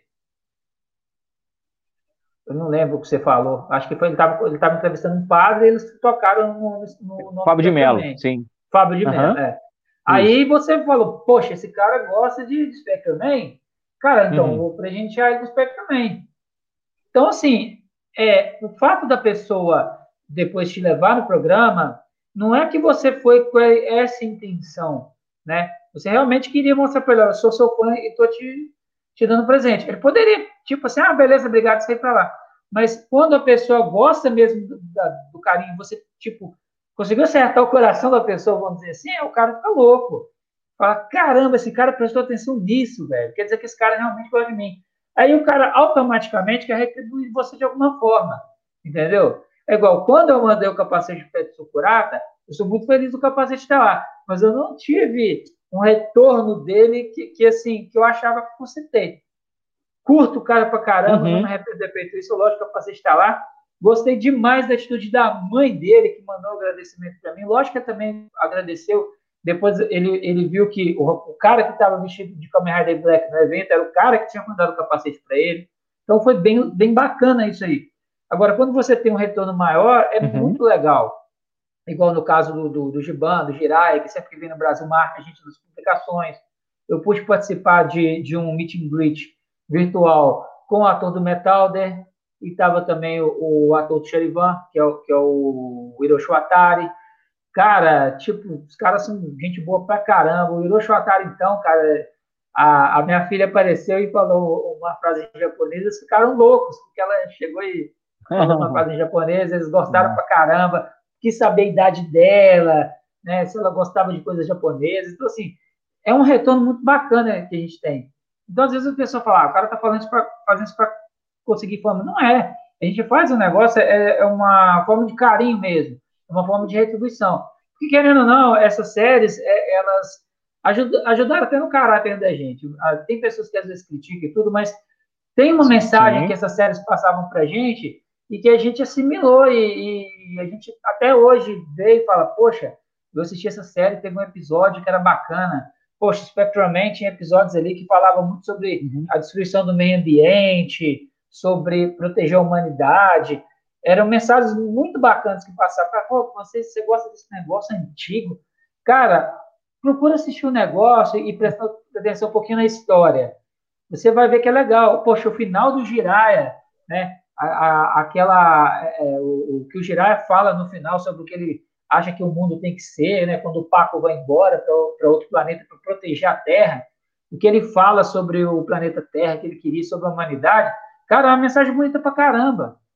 Eu não lembro o que você falou. Acho que foi, ele estava ele tava entrevistando um padre e eles tocaram no, no nome do Fábio de Spectrum Mello, Man. sim, Fábio de Mello, aham, é. isso, Aí você falou, poxa, esse cara gosta de, de Spectrum Man? Cara, então, uhum. vou presentear ele do Spectrum Man. Então, assim, é, o fato da pessoa depois te levar no programa, não é que você foi com essa intenção, né? Você realmente queria mostrar para ele, eu sou seu fã e estou te, te dando presente. Ele poderia, tipo assim, ah, beleza, obrigado, você ir para lá. Mas quando a pessoa gosta mesmo do, da, do carinho, você, tipo, conseguiu acertar o coração da pessoa, vamos dizer assim, o cara fica louco. Fala, caramba, esse cara prestou atenção nisso, velho. Quer dizer que esse cara realmente gosta de mim. Aí o cara automaticamente quer retribuir você de alguma forma, entendeu? É igual, quando eu mandei o capacete de Petro Sucurata, eu sou muito feliz do capacete estar lá, mas eu não tive um retorno dele que, que assim, que eu achava que fosse ter. Curto o cara pra caramba, não me Uhum. arrependo de ter feito isso, lógico que o capacete está lá. Gostei demais da atitude da mãe dele, que mandou um agradecimento para mim. Lógico que ele também agradeceu. Depois ele, ele viu que o, o cara que estava vestido de Kamen Rider Black no evento era o cara que tinha mandado o capacete para ele. Então foi bem, bem bacana isso aí. Agora, quando você tem um retorno maior, é Uhum. muito legal. Igual no caso do, do, do Giban, do Jirai, que sempre que vem no Brasil marca a gente nas publicações. Eu pude participar de, de um meet and greet virtual com o ator do Metalder, e estava também o, o ator do Cherivan, que é o, que é o Hiroshi Watari. Cara, tipo, os caras são gente boa pra caramba. O Hiroshi Watari, então, cara, a, a minha filha apareceu e falou uma frase em japonês, eles ficaram loucos, porque ela chegou e falou uma frase em japonês, eles gostaram pra caramba, quis saber a idade dela, né, se ela gostava de coisas japonesas. Então, assim, é um retorno muito bacana que a gente tem. Então, às vezes a pessoa fala, ah, o cara tá falando isso pra, fazendo isso para conseguir fama. Não é. A gente faz um negócio, é, é uma forma de carinho mesmo, é uma forma de retribuição. Porque, querendo ou não, essas séries, é, elas ajudam, ajudaram até no caráter da gente. Tem pessoas que às vezes criticam e tudo, mas tem uma mensagem que Sim, essas séries passavam pra gente e que a gente assimilou e, e a gente até hoje vê e fala, poxa, eu assisti essa série, teve um episódio que era bacana. Poxa, Spectrum Man tinha episódios ali que falavam muito sobre uhum. a destruição do meio ambiente, sobre proteger a humanidade. Eram mensagens muito bacanas que passavam. Pô, você, você gosta desse negócio antigo? Cara, procura assistir o um negócio e prestar atenção um pouquinho na história. Você vai ver que é legal. Poxa, o final do Jiraiya, né? A, a, aquela, é, o, o que o Jiraiya fala no final sobre o que ele acha que o mundo tem que ser, né? Quando o Paco vai embora para outro planeta para proteger a Terra, o que ele fala sobre o planeta Terra, que ele queria sobre a humanidade, cara, é uma mensagem bonita pra caramba.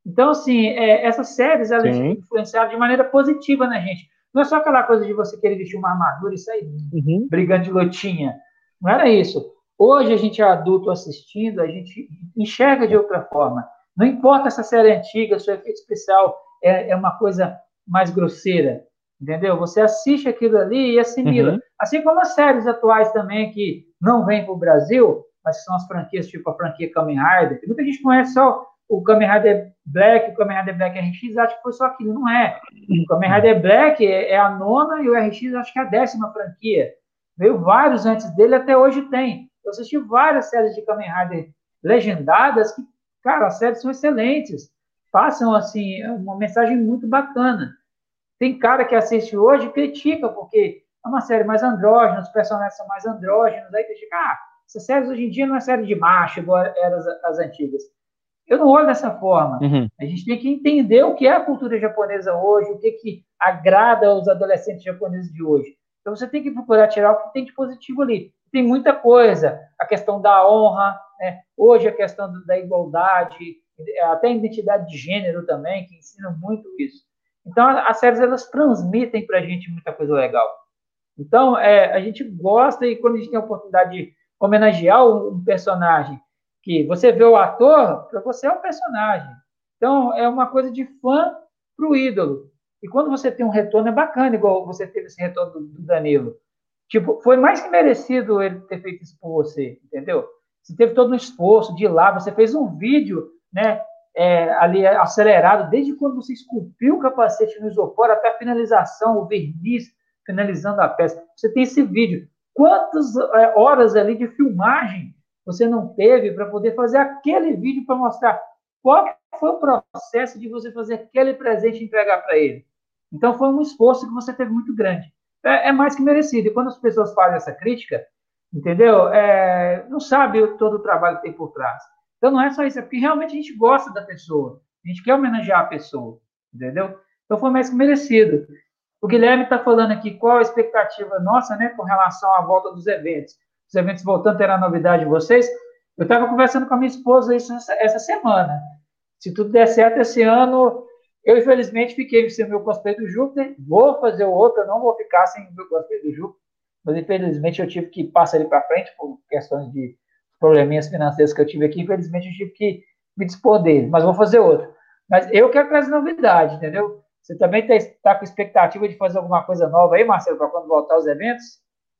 Então, assim, é, essas séries, elas Sim. influenciaram de maneira positiva na gente. Não é só aquela coisa de você querer vestir uma armadura e sair Uhum. brigando de lutinha. Não era isso. Hoje a gente é adulto assistindo, a gente enxerga de outra forma. Não importa se a série é antiga, se o efeito especial é, é uma coisa mais grosseira, entendeu? Você assiste aquilo ali e assimila. Uhum. Assim como as séries atuais também que não vêm para o Brasil, mas são as franquias tipo a franquia Kamen Rider. Muita gente conhece só o Kamen Rider Black, o Kamen Rider Black R X, acha que foi só aquilo. Não é. O Kamen Rider Black é, é a nona e o R X acho que é a décima franquia. Veio vários antes dele, até hoje tem. Eu assisti várias séries de Kamen Rider legendadas que, cara, as séries são excelentes. Passam, assim, uma mensagem muito bacana. Tem cara que assiste hoje e critica, porque é uma série mais andrógena, os personagens são mais andrógenos, aí critica, ah, essas séries hoje em dia não é série de macho, igual eram as, as antigas. Eu não olho dessa forma. Uhum. A gente tem que entender o que é a cultura japonesa hoje, o que, que agrada aos adolescentes japoneses de hoje. Então você tem que procurar tirar o que tem de positivo ali. Tem muita coisa, a questão da honra, né? Hoje a questão da igualdade, até a identidade de gênero também, que ensina muito isso. Então as séries elas transmitem para a gente muita coisa legal. Então é, a gente gosta e quando a gente tem a oportunidade de homenagear um personagem, que você vê o ator, para você é o personagem. Então, é uma coisa de fã para o ídolo. E quando você tem um retorno, é bacana, igual você teve esse retorno do, do Danilo. Tipo, foi mais que merecido ele ter feito isso por você, entendeu? Você teve todo um esforço de ir lá, você fez um vídeo, né, é, ali acelerado, desde quando você esculpiu o capacete no isopor até a finalização, o verniz finalizando a peça. Você tem esse vídeo. Quantas é, horas ali de filmagem você não teve para poder fazer aquele vídeo para mostrar qual foi o processo de você fazer aquele presente e entregar para ele. Então, foi um esforço que você teve muito grande. É, é mais que merecido. E quando as pessoas fazem essa crítica, entendeu? É, não sabe todo o trabalho que tem por trás. Então, não é só isso, é porque realmente a gente gosta da pessoa. A gente quer homenagear a pessoa, entendeu? Então, foi mais que merecido. O Guilherme está falando aqui qual a expectativa nossa, né, com relação à volta dos eventos. Os eventos voltando, terá novidade de vocês? Eu estava conversando com a minha esposa isso essa, essa semana. Se tudo der certo esse ano, eu infelizmente fiquei sem o meu cosplay do Júpiter. Vou fazer o outro, eu não vou ficar sem o meu cosplay do Júpiter. Mas infelizmente eu tive que passar ele para frente por questões de probleminhas financeiros que eu tive aqui. Infelizmente eu tive que me dispor dele, mas vou fazer outro. Mas eu quero trazer novidade, entendeu? Você também está com expectativa de fazer alguma coisa nova aí, Marcelo, para quando voltar os eventos?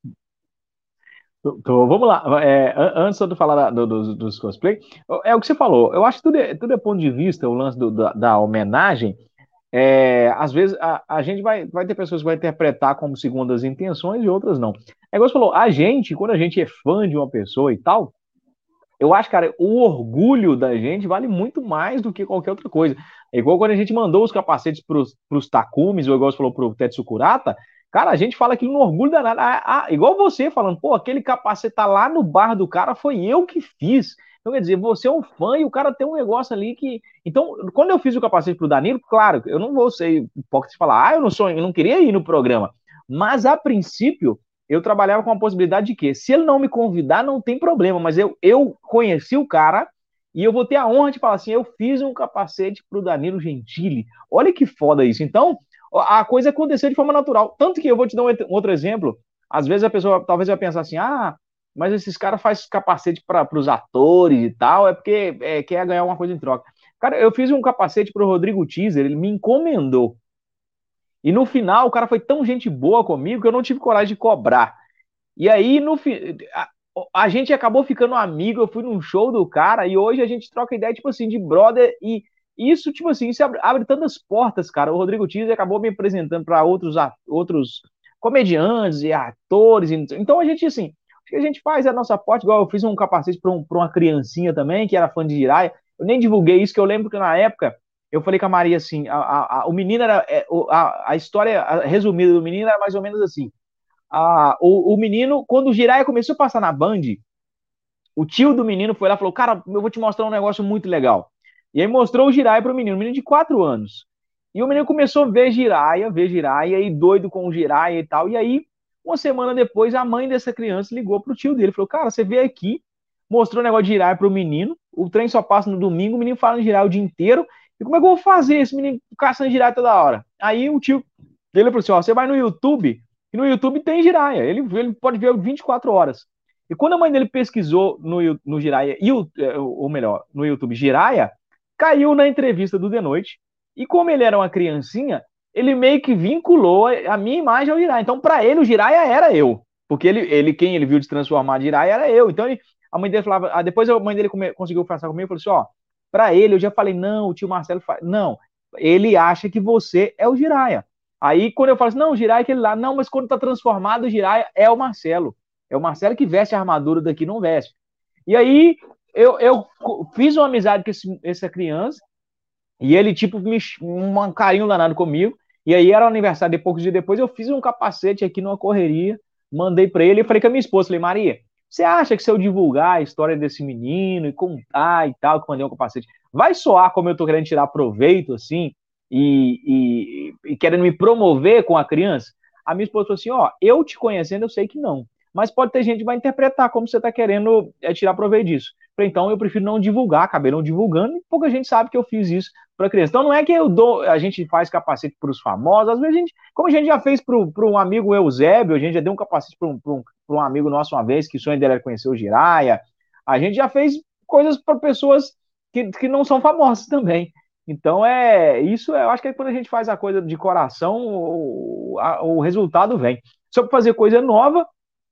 Tô, tô, vamos lá. É, antes de falar do, do, dos cosplay, é o que você falou. Eu acho que tudo é, tudo é ponto de vista, o lance do, da, da homenagem. É, às vezes a, a gente vai, vai ter pessoas que vão interpretar como segundo as intenções e outras não. É igual você falou, a gente, quando a gente é fã de uma pessoa e tal, eu acho, cara, o orgulho da gente vale muito mais do que qualquer outra coisa. É igual quando a gente mandou os capacetes pros, pros Takumis, ou igual você falou pro Tetsu Kurata, cara, a gente fala aquilo no orgulho danado. Ah, ah, igual você falando, pô, aquele capacete tá lá no bar do cara, foi eu que fiz. Então, quer dizer, você é um fã e o cara tem um negócio ali que. Então, quando eu fiz o capacete pro Danilo, claro, eu não vou ser hipócrita e falar, ah, eu não sou, eu não queria ir no programa. Mas, a princípio, eu trabalhava com a possibilidade de que, se ele não me convidar, não tem problema, mas eu, eu conheci o cara e eu vou ter a honra de falar assim, eu fiz um capacete pro Danilo Gentili. Olha que foda isso. Então, a coisa aconteceu de forma natural. Tanto que eu vou te dar um outro exemplo. Às vezes a pessoa talvez vai pensar assim, ah, mas esses caras fazem capacete para os atores e tal, é porque é, quer ganhar uma coisa em troca. Cara, eu fiz um capacete pro Rodrigo Teaser, ele me encomendou. E no final, o cara foi tão gente boa comigo que eu não tive coragem de cobrar. E aí, no a, a gente acabou ficando amigo, eu fui num show do cara, e hoje a gente troca ideia, tipo assim, de brother, e isso, tipo assim, isso abre, abre tantas portas, cara. O Rodrigo Teaser acabou me apresentando para outros, outros comediantes e atores. Então a gente, assim, o que a gente faz é a nossa parte, igual eu fiz um capacete para um, uma criancinha também, que era fã de Jiraiya. Eu nem divulguei isso, que eu lembro que na época eu falei com a Maria assim: a, a, a, o menino era. A, a história resumida do menino era mais ou menos assim. A, o, o menino, quando o Jiraiya começou a passar na Band, o tio do menino foi lá e falou: cara, eu vou te mostrar um negócio muito legal. E aí mostrou o Jiraiya para o menino, um menino de quatro anos. E o menino começou a ver Jiraiya, ver Jiraiya, e doido com o Jiraiya e tal. E aí, uma semana depois, a mãe dessa criança ligou pro tio dele. Falou, cara, você veio aqui, mostrou o negócio de Jiraiya pro menino, o trem só passa no domingo, o menino fala de Jiraiya o dia inteiro, E como é que eu vou fazer esse menino caçando giraia toda hora? Aí o tio dele falou assim, ó, você vai no YouTube, e no YouTube tem giraia, ele, ele pode ver vinte e quatro horas. E quando a mãe dele pesquisou no, no Giraia, ou melhor, no YouTube Giraia, caiu na entrevista do The Noite, e como ele era uma criancinha, ele meio que vinculou a minha imagem ao Jiraiya. Então, para ele, o Jiraiya era eu. Porque ele, ele, quem ele viu de transformar de Jiraiya era eu. Então, ele, a mãe dele falava... Ah, depois a mãe dele come, conseguiu conversar comigo e falou assim, ó, para ele, eu já falei, não, o tio Marcelo faz... Não, ele acha que você é o Jiraiya. Aí, quando eu falo assim, não, o Jiraiya é aquele lá. Não, mas quando tá transformado, o Jiraiya é o Marcelo. É o Marcelo que veste a armadura daqui, não veste. E aí, eu, eu fiz uma amizade com esse, essa criança, e ele, tipo, me, um carinho danado comigo. E aí era o aniversário de poucos dias depois, eu fiz um capacete aqui numa correria, mandei para ele e falei com a minha esposa, falei, Maria, você acha que se eu divulgar a história desse menino e contar e tal, que mandei um capacete, vai soar como eu tô querendo tirar proveito, assim, e, e, e querendo me promover com a criança? A minha esposa falou assim, ó, eu te conhecendo, eu sei que não. Mas pode ter gente que vai interpretar como você tá querendo é, tirar proveito disso. Falei, então eu prefiro não divulgar, acabei não divulgando, e pouca gente sabe que eu fiz isso para criança. Então não é que eu dou, a gente faz capacete para os famosos, às vezes a gente, como a gente já fez para um amigo Eusébio, a gente já deu um capacete para um, um, um amigo nosso uma vez, que o sonho dele era conhecer o Jiraiya, a gente já fez coisas para pessoas que, que não são famosas também. Então é isso, eu acho que é quando a gente faz a coisa de coração, o, a, o resultado vem. Só para fazer coisa nova,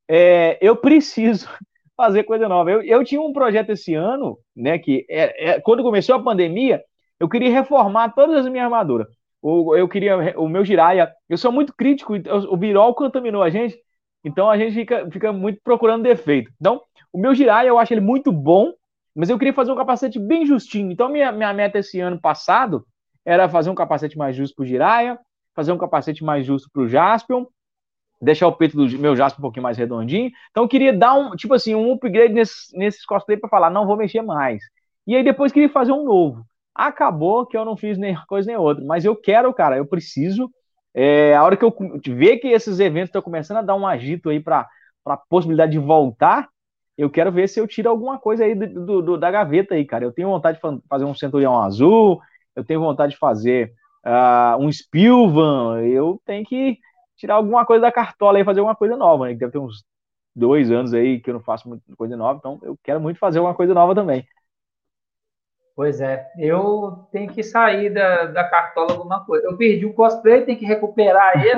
é, eu preciso fazer coisa nova. Eu, eu tinha um projeto esse ano, né, que é, é, quando começou a pandemia, eu queria reformar todas as minhas armaduras. O, eu queria o meu Jiraiya. Eu sou muito crítico, o Birol contaminou a gente, então a gente fica, fica muito procurando defeito. Então, o meu Jiraiya eu acho ele muito bom, mas eu queria fazer um capacete bem justinho. Então, minha, minha meta esse ano passado era fazer um capacete mais justo pro Jiraiya, fazer um capacete mais justo pro Jaspion, deixar o peito do meu Jasper um pouquinho mais redondinho. Então eu queria dar um, tipo assim, um upgrade nesses, nesses cosplay para falar, não vou mexer mais. E aí depois queria fazer um novo. Acabou que eu não fiz nem coisa nem outra, mas eu quero, cara, eu preciso. É, a hora que eu ver que esses eventos estão começando a dar um agito aí para a possibilidade de voltar, eu quero ver se eu tiro alguma coisa aí do, do, do, da gaveta aí, cara. Eu tenho vontade de fazer um Centurião Azul, eu tenho vontade de fazer uh, um Spilvan, eu tenho que tirar alguma coisa da cartola e fazer alguma coisa nova, né? Deve ter uns dois anos aí que eu não faço muita coisa nova, então eu quero muito fazer alguma coisa nova também. Pois é, eu tenho que sair da, da cartola alguma coisa. Eu perdi o cosplay, tem que recuperar ele,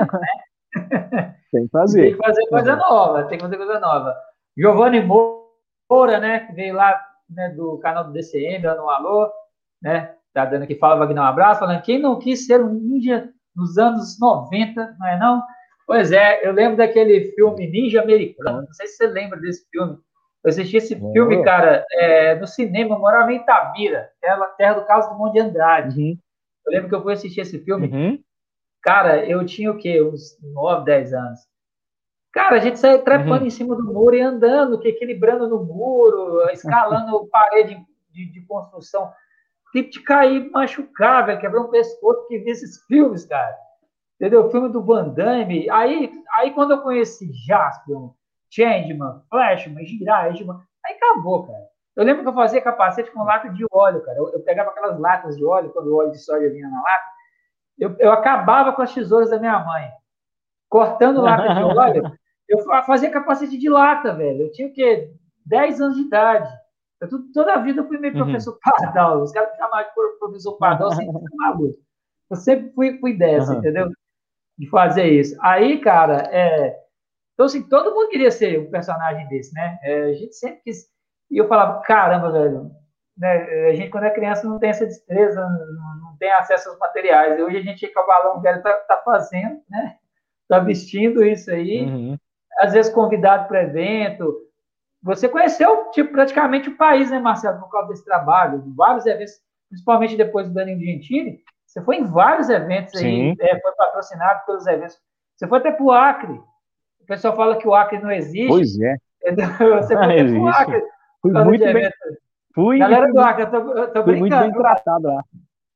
né? Tem que fazer. Tem que fazer coisa uhum. nova, tem que fazer coisa nova. Giovanni Moura, né, que veio lá, né, do canal do D C M, dando um alô, né? Tá dando aqui, fala, Wagner, um abraço, falando, quem não quis ser um ninja nos anos noventa, não é não? Pois é, eu lembro daquele filme Ninja Americano, não sei se você lembra desse filme. Eu assisti esse oh. filme, cara, é, no cinema, eu morava em Itabira, terra, terra do Carlos Drummond de Andrade. Uhum. Eu lembro que eu fui assistir esse filme, uhum. cara, eu tinha o quê? Uns nove, dez anos. Cara, a gente saía trepando uhum. em cima do muro e andando, que equilibrando no muro, escalando parede de, de construção. Tipo de cair, machucar, velho, quebrar um pescoço, que vi esses filmes, cara. Entendeu? O filme do Van Damme. Aí, aí quando eu conheci Jaspion, Changeman, Flashman, Jiraiya, aí acabou, cara. Eu lembro que eu fazia capacete com lata de óleo, cara. Eu, eu pegava aquelas latas de óleo, quando o óleo de soja vinha na lata, eu, eu acabava com as tesouras da minha mãe. Cortando lata de óleo, eu fazia capacete de lata, velho. Eu tinha o quê? dez anos de idade. Eu, toda a vida eu fui meio uhum. professor Pardal. Os caras me chamavam de professor Pardal, sempre fui maluco. Eu sempre fui, fui dessa, uhum. entendeu? De fazer isso. Aí, cara, é... então, assim, todo mundo queria ser um personagem desse, né? É, a gente sempre quis. E eu falava, caramba, velho, né? A gente, quando é criança, não tem essa destreza, não, não tem acesso aos materiais. E hoje a gente, que é o balão velho, tá, tá fazendo, né? Tá vestindo isso aí. Uhum. Às vezes convidado para evento. Você conheceu, tipo, praticamente o país, né, Marcelo, por causa desse trabalho, vários eventos, principalmente depois do Danilo Gentili, você foi em vários eventos aí, é, foi patrocinado pelos eventos. Você foi até para o Acre. O pessoal fala que o Acre não existe. Pois é. Você foi até para o Acre. Fui muito bem. Fui, Galera fui, do Acre, eu tô, eu tô fui brincando. muito bem tratado lá.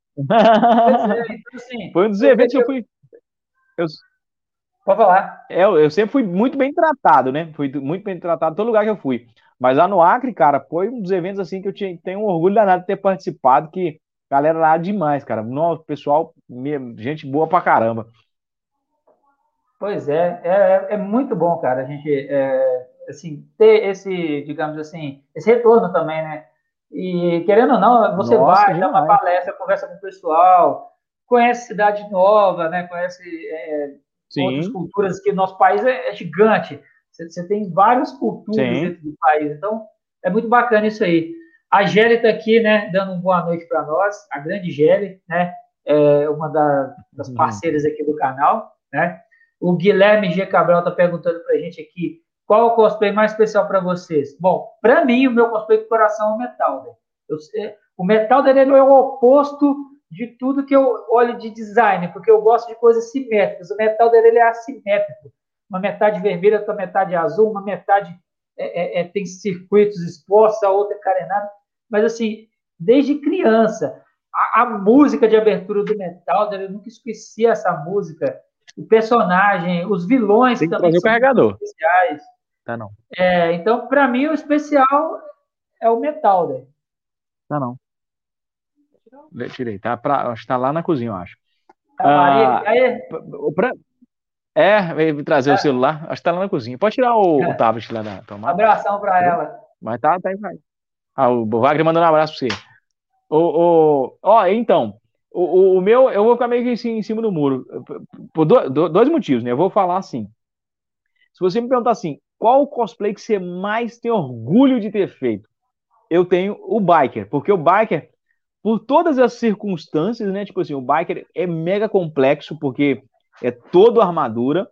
É, então, assim, foi um dos eventos que eu fui... Eu... Pode falar. É, eu, eu sempre fui muito bem tratado, né? Fui muito bem tratado em todo lugar que eu fui. Mas lá no Acre, cara, foi um dos eventos assim que eu tinha, tenho um orgulho danado de ter participado, que galera lá demais, cara. Nossa, pessoal, gente boa pra caramba. Pois é, é, é muito bom, cara, a gente é, assim, ter esse, digamos assim, esse retorno também, né? E querendo ou não, você Nossa, vai, dá uma demais. palestra, conversa com o pessoal, conhece cidade nova, né? Conhece é, outras Sim, culturas, que o nosso país é, é gigante. Você, você tem várias culturas sim. dentro do país, então é muito bacana isso aí. A Gélia está aqui, né, dando uma boa noite para nós, a grande Gélia, né? É uma da, das Uhum. parceiras aqui do canal, né? O Guilherme G. Cabral está perguntando para a gente aqui qual o cosplay mais especial para vocês. Bom, para mim, o meu cosplay do coração é o metal. Né? Eu, o metal dele é o oposto de tudo que eu olho de design, porque eu gosto de coisas simétricas. O metal dele é assimétrico. Uma metade vermelha, outra metade azul, uma metade é, é, é, tem circuitos expostos, a outra é carenada. Mas, assim, desde criança, a, a música de abertura do metal, eu nunca esqueci essa música. O personagem, os vilões Tem que também trazer o são muito carregador. especiais. Tá não. É, então, para mim, o especial é o metal, né? Tá não. Tirei, tá, pra, acho que tá lá na cozinha, eu acho. A Maria, Ah, aí, pra, é, veio trazer o celular, acho que tá lá na cozinha. Pode tirar o, o tablet lá da tomada, abração para tirou? ela. Mas tá, tá aí, vai. Ah, o Wagner mandando um abraço pra você. O, o, ó, então, o, o, o meu, eu vou ficar meio que assim, em cima do muro, por do, do, dois motivos, né? Eu vou falar assim, se você me perguntar assim, qual o cosplay que você mais tem orgulho de ter feito? Eu tenho o Biker, porque o Biker, por todas as circunstâncias, né? Tipo assim, o Biker é mega complexo, porque é todo armadura.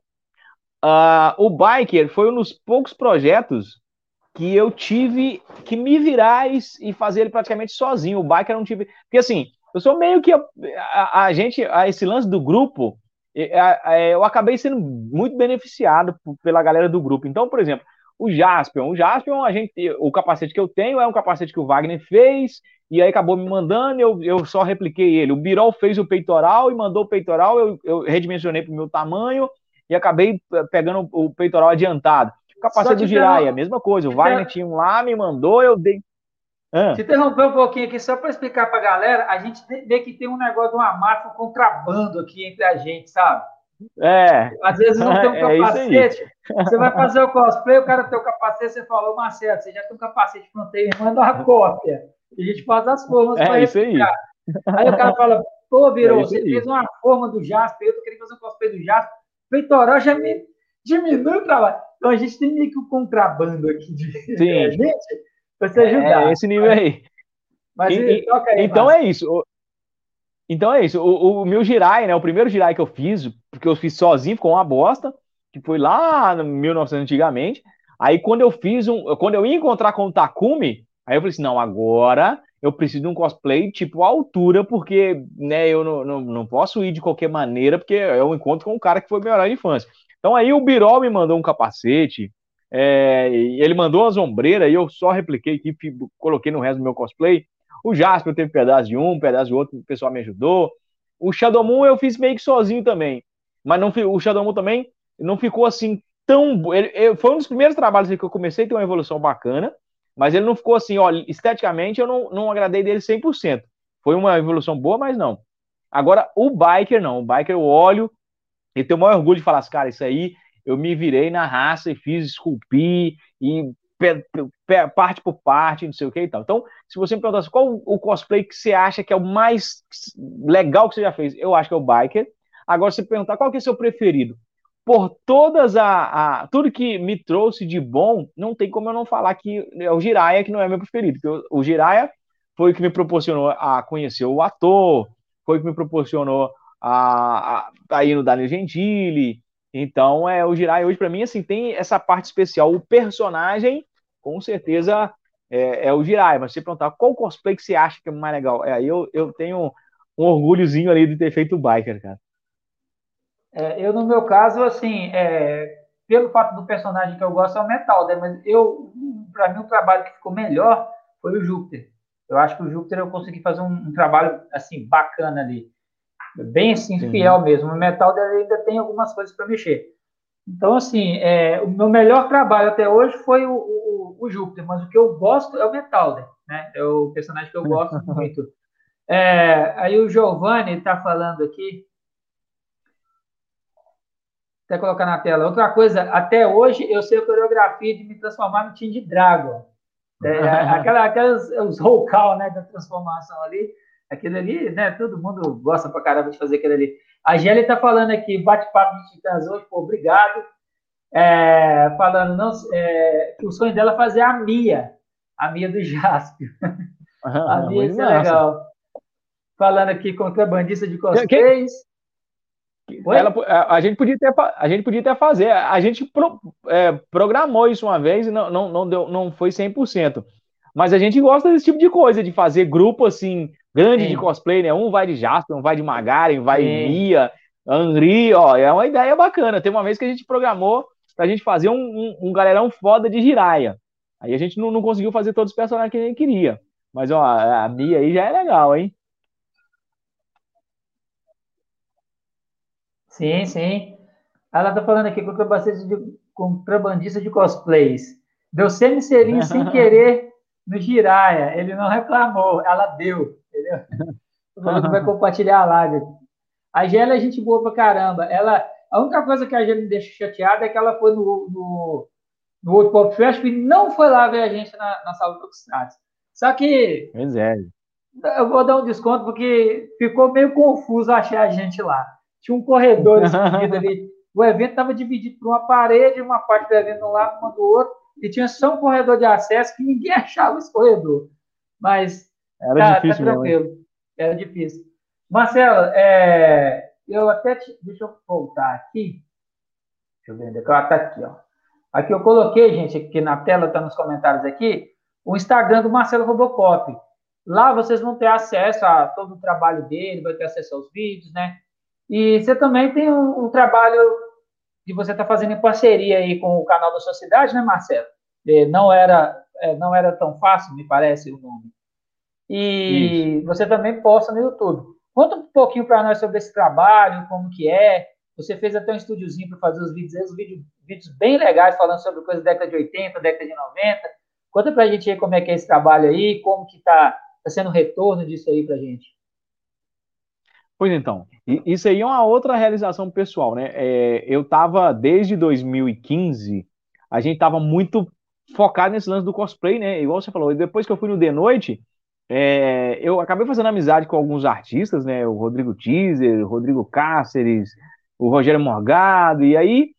Uh, o Biker foi um dos poucos projetos que eu tive que me virar e, e fazer ele praticamente sozinho. O Biker eu não tive. Porque assim, eu sou meio que. A, a, a gente, a, esse lance do grupo, a, a, eu acabei sendo muito beneficiado pela galera do grupo. Então, por exemplo, o Jaspion. O Jaspion, a gente, o capacete que eu tenho é um capacete que o Wagner fez, e aí acabou me mandando, eu, eu só repliquei ele. O Birol fez o peitoral e mandou o peitoral, eu, eu redimensionei para o meu tamanho e acabei pegando o peitoral adiantado. O Só capacete do te, Jiraiya, a interrom mesma coisa. O te, Wagner inter tinha um lá, me mandou, eu dei. te Ah, interromper um pouquinho aqui, só para explicar para a galera, a gente vê que tem um negócio de uma máfia, um contrabando aqui entre a gente, sabe? é, Às vezes não tem um é isso aí. capacete, você vai fazer o cosplay, o cara tem o capacete, você falou, Marcelo, você já tem um capacete pronto aí, manda uma cópia. E a gente faz as formas para É isso aí. replicar. Aí o cara fala, pô, É Virou, isso você aí. fez uma forma do Jasper, eu tô querendo fazer um cosplay do Jasper, peitoral já me diminui o trabalho. Então a gente tem meio que um contrabando aqui de, entre a Sim, gente para se é, é ajudar. esse nível aí. Mas e, E, toca e, aí, então Márcio. é isso. Então é isso. O, o meu Jirai, né? O primeiro Jirai que eu fiz, porque eu fiz sozinho, ficou uma bosta, que foi lá no mil e novecentos antigamente. Aí quando eu fiz um. Quando eu ia encontrar com o Takumi, aí eu falei assim: não, agora eu preciso de um cosplay tipo altura, porque né, eu não, não, não posso ir de qualquer maneira, porque é um encontro com um cara que foi meu herói de infância. Então aí o Birol me mandou um capacete, é, ele mandou umas ombreiras e eu só repliquei aqui, coloquei no resto do meu cosplay. O Jasper teve pedaço de um, um pedaço de outro, o pessoal me ajudou. O Shadow Moon eu fiz meio que sozinho também. Mas não, o Shadow Moon também não ficou assim tão. Ele, ele, foi um dos primeiros trabalhos que eu comecei a ter uma evolução bacana, mas ele não ficou assim, olha, esteticamente eu não, não agradei dele cem por cento. Foi uma evolução boa, mas não. Agora, o Biker não. O Biker eu olho e tenho o maior orgulho de falar assim, cara, isso aí eu me virei na raça e fiz, esculpi e parte por parte, não sei o que e tal. Então, se você me perguntasse qual o cosplay que você acha que é o mais legal que você já fez, eu acho que é o Biker. Agora, se você perguntar qual que é o seu preferido, por todas a, a, tudo que me trouxe de bom, não tem como eu não falar que é o Jiraiya que não é meu preferido. Porque o, o Jiraiya foi o que me proporcionou a conhecer o ator, foi o que me proporcionou a, a, a ir no Danilo Gentili. Então, é o Jiraiya hoje para mim assim tem essa parte especial. O personagem, com certeza, é, é o Jiraiya. Mas se você perguntar qual cosplay que você acha que é mais legal, é, eu, eu tenho um orgulhozinho ali de ter feito o Biker, cara. É, eu, no meu caso, assim, é, pelo fato do personagem que eu gosto é o Metal, né? Mas eu, para mim, o trabalho que ficou melhor foi o Júpiter. Eu acho que o Júpiter eu consegui fazer um, um trabalho, assim, bacana ali. Bem, assim, Sim. fiel mesmo. O Metal ainda tem algumas coisas para mexer. Então, assim, é, o meu melhor trabalho até hoje foi o, o, o Júpiter, mas o que eu gosto é o Metal, né? É o personagem que eu gosto muito. É, aí o Giovanni está falando aqui, até colocar na tela. Outra coisa, até hoje eu sei a coreografia de me transformar no Team de Dragon. É, aquela, aquelas, os roll call, né, da transformação ali, aquele ali, né, todo mundo gosta pra caramba de fazer aquele ali. A Gélia tá falando aqui, bate-papo de Titãs hoje, pô, obrigado. É, falando, não, é, que o sonho dela é fazer a Mia, a Mia do Jaspion. A Mia, Muito isso é massa. legal. Falando aqui, contrabandista de Que- que- cosplays. Ela, Oi? a, a gente podia ter, fa- a gente podia até fazer. A gente pro- é, programou isso uma vez e não, não, não, deu, não foi cem por cento. Mas a gente gosta desse tipo de coisa, de fazer grupo assim, grande de Sim, cosplay, né? Um vai de Jasper, um vai de Magaren, vai sim. Mia, Henri, ó. É uma ideia bacana. Tem uma vez que a gente programou pra gente fazer um, um, um galerão foda de Jiraiya. Aí a gente não, não conseguiu fazer todos os personagens que a gente queria. Mas, ó, a a Mia aí já é legal, hein? Sim, sim. Ela tá falando aqui, contrabandista de, contrabandista de cosplays. Deu semi-selinho sem querer no Jiraya. Ele não reclamou, ela deu. Entendeu? Falou que vai compartilhar a live. A Gélia é gente boa pra caramba. Ela, a única coisa que a Gélia me deixa chateada é que ela foi no, no, no World Pop Fest e não foi lá ver a gente na, na sala do Tokusatsu. Só que Pois é. eu vou dar um desconto porque ficou meio confuso achar a gente lá. Tinha um corredor dividido ali. O evento estava dividido por uma parede, uma parte do evento de um lado, uma do outro, e tinha só um corredor de acesso que ninguém achava esse corredor. Mas Era tá, tá difícil mesmo, hein? tranquilo. Era difícil. Marcelo, é, eu até. Te, deixa eu voltar aqui. Deixa eu ver onde é que ela tá aqui, ó. Aqui eu coloquei, gente, aqui na tela, tá nos comentários aqui, o Instagram do Marcelo Robocop. Lá vocês vão ter acesso a todo o trabalho dele, vai ter acesso aos vídeos, né? E você também tem um, um trabalho que você está fazendo em parceria aí com o canal da sua cidade, né, Marcelo? É, não era, é, não era tão fácil, me parece o nome. Isso. E você também posta no YouTube. Conta um pouquinho para nós sobre esse trabalho, como que é. Você fez até um estúdiozinho para fazer os vídeos, os vídeos, vídeos bem legais falando sobre coisas da década de oitenta, década de noventa. Conta para a gente aí como é que é esse trabalho aí, como que está tá sendo o retorno disso aí para a gente. Pois então, i- isso aí é uma outra realização pessoal, né? É, eu estava desde dois mil e quinze, a gente estava muito focado nesse lance do cosplay, né? Igual você falou, e depois que eu fui no The Noite, é, eu acabei fazendo amizade com alguns artistas, né? O Rodrigo Teaser, o Rodrigo Cáceres, o Rogério Morgado, e aí,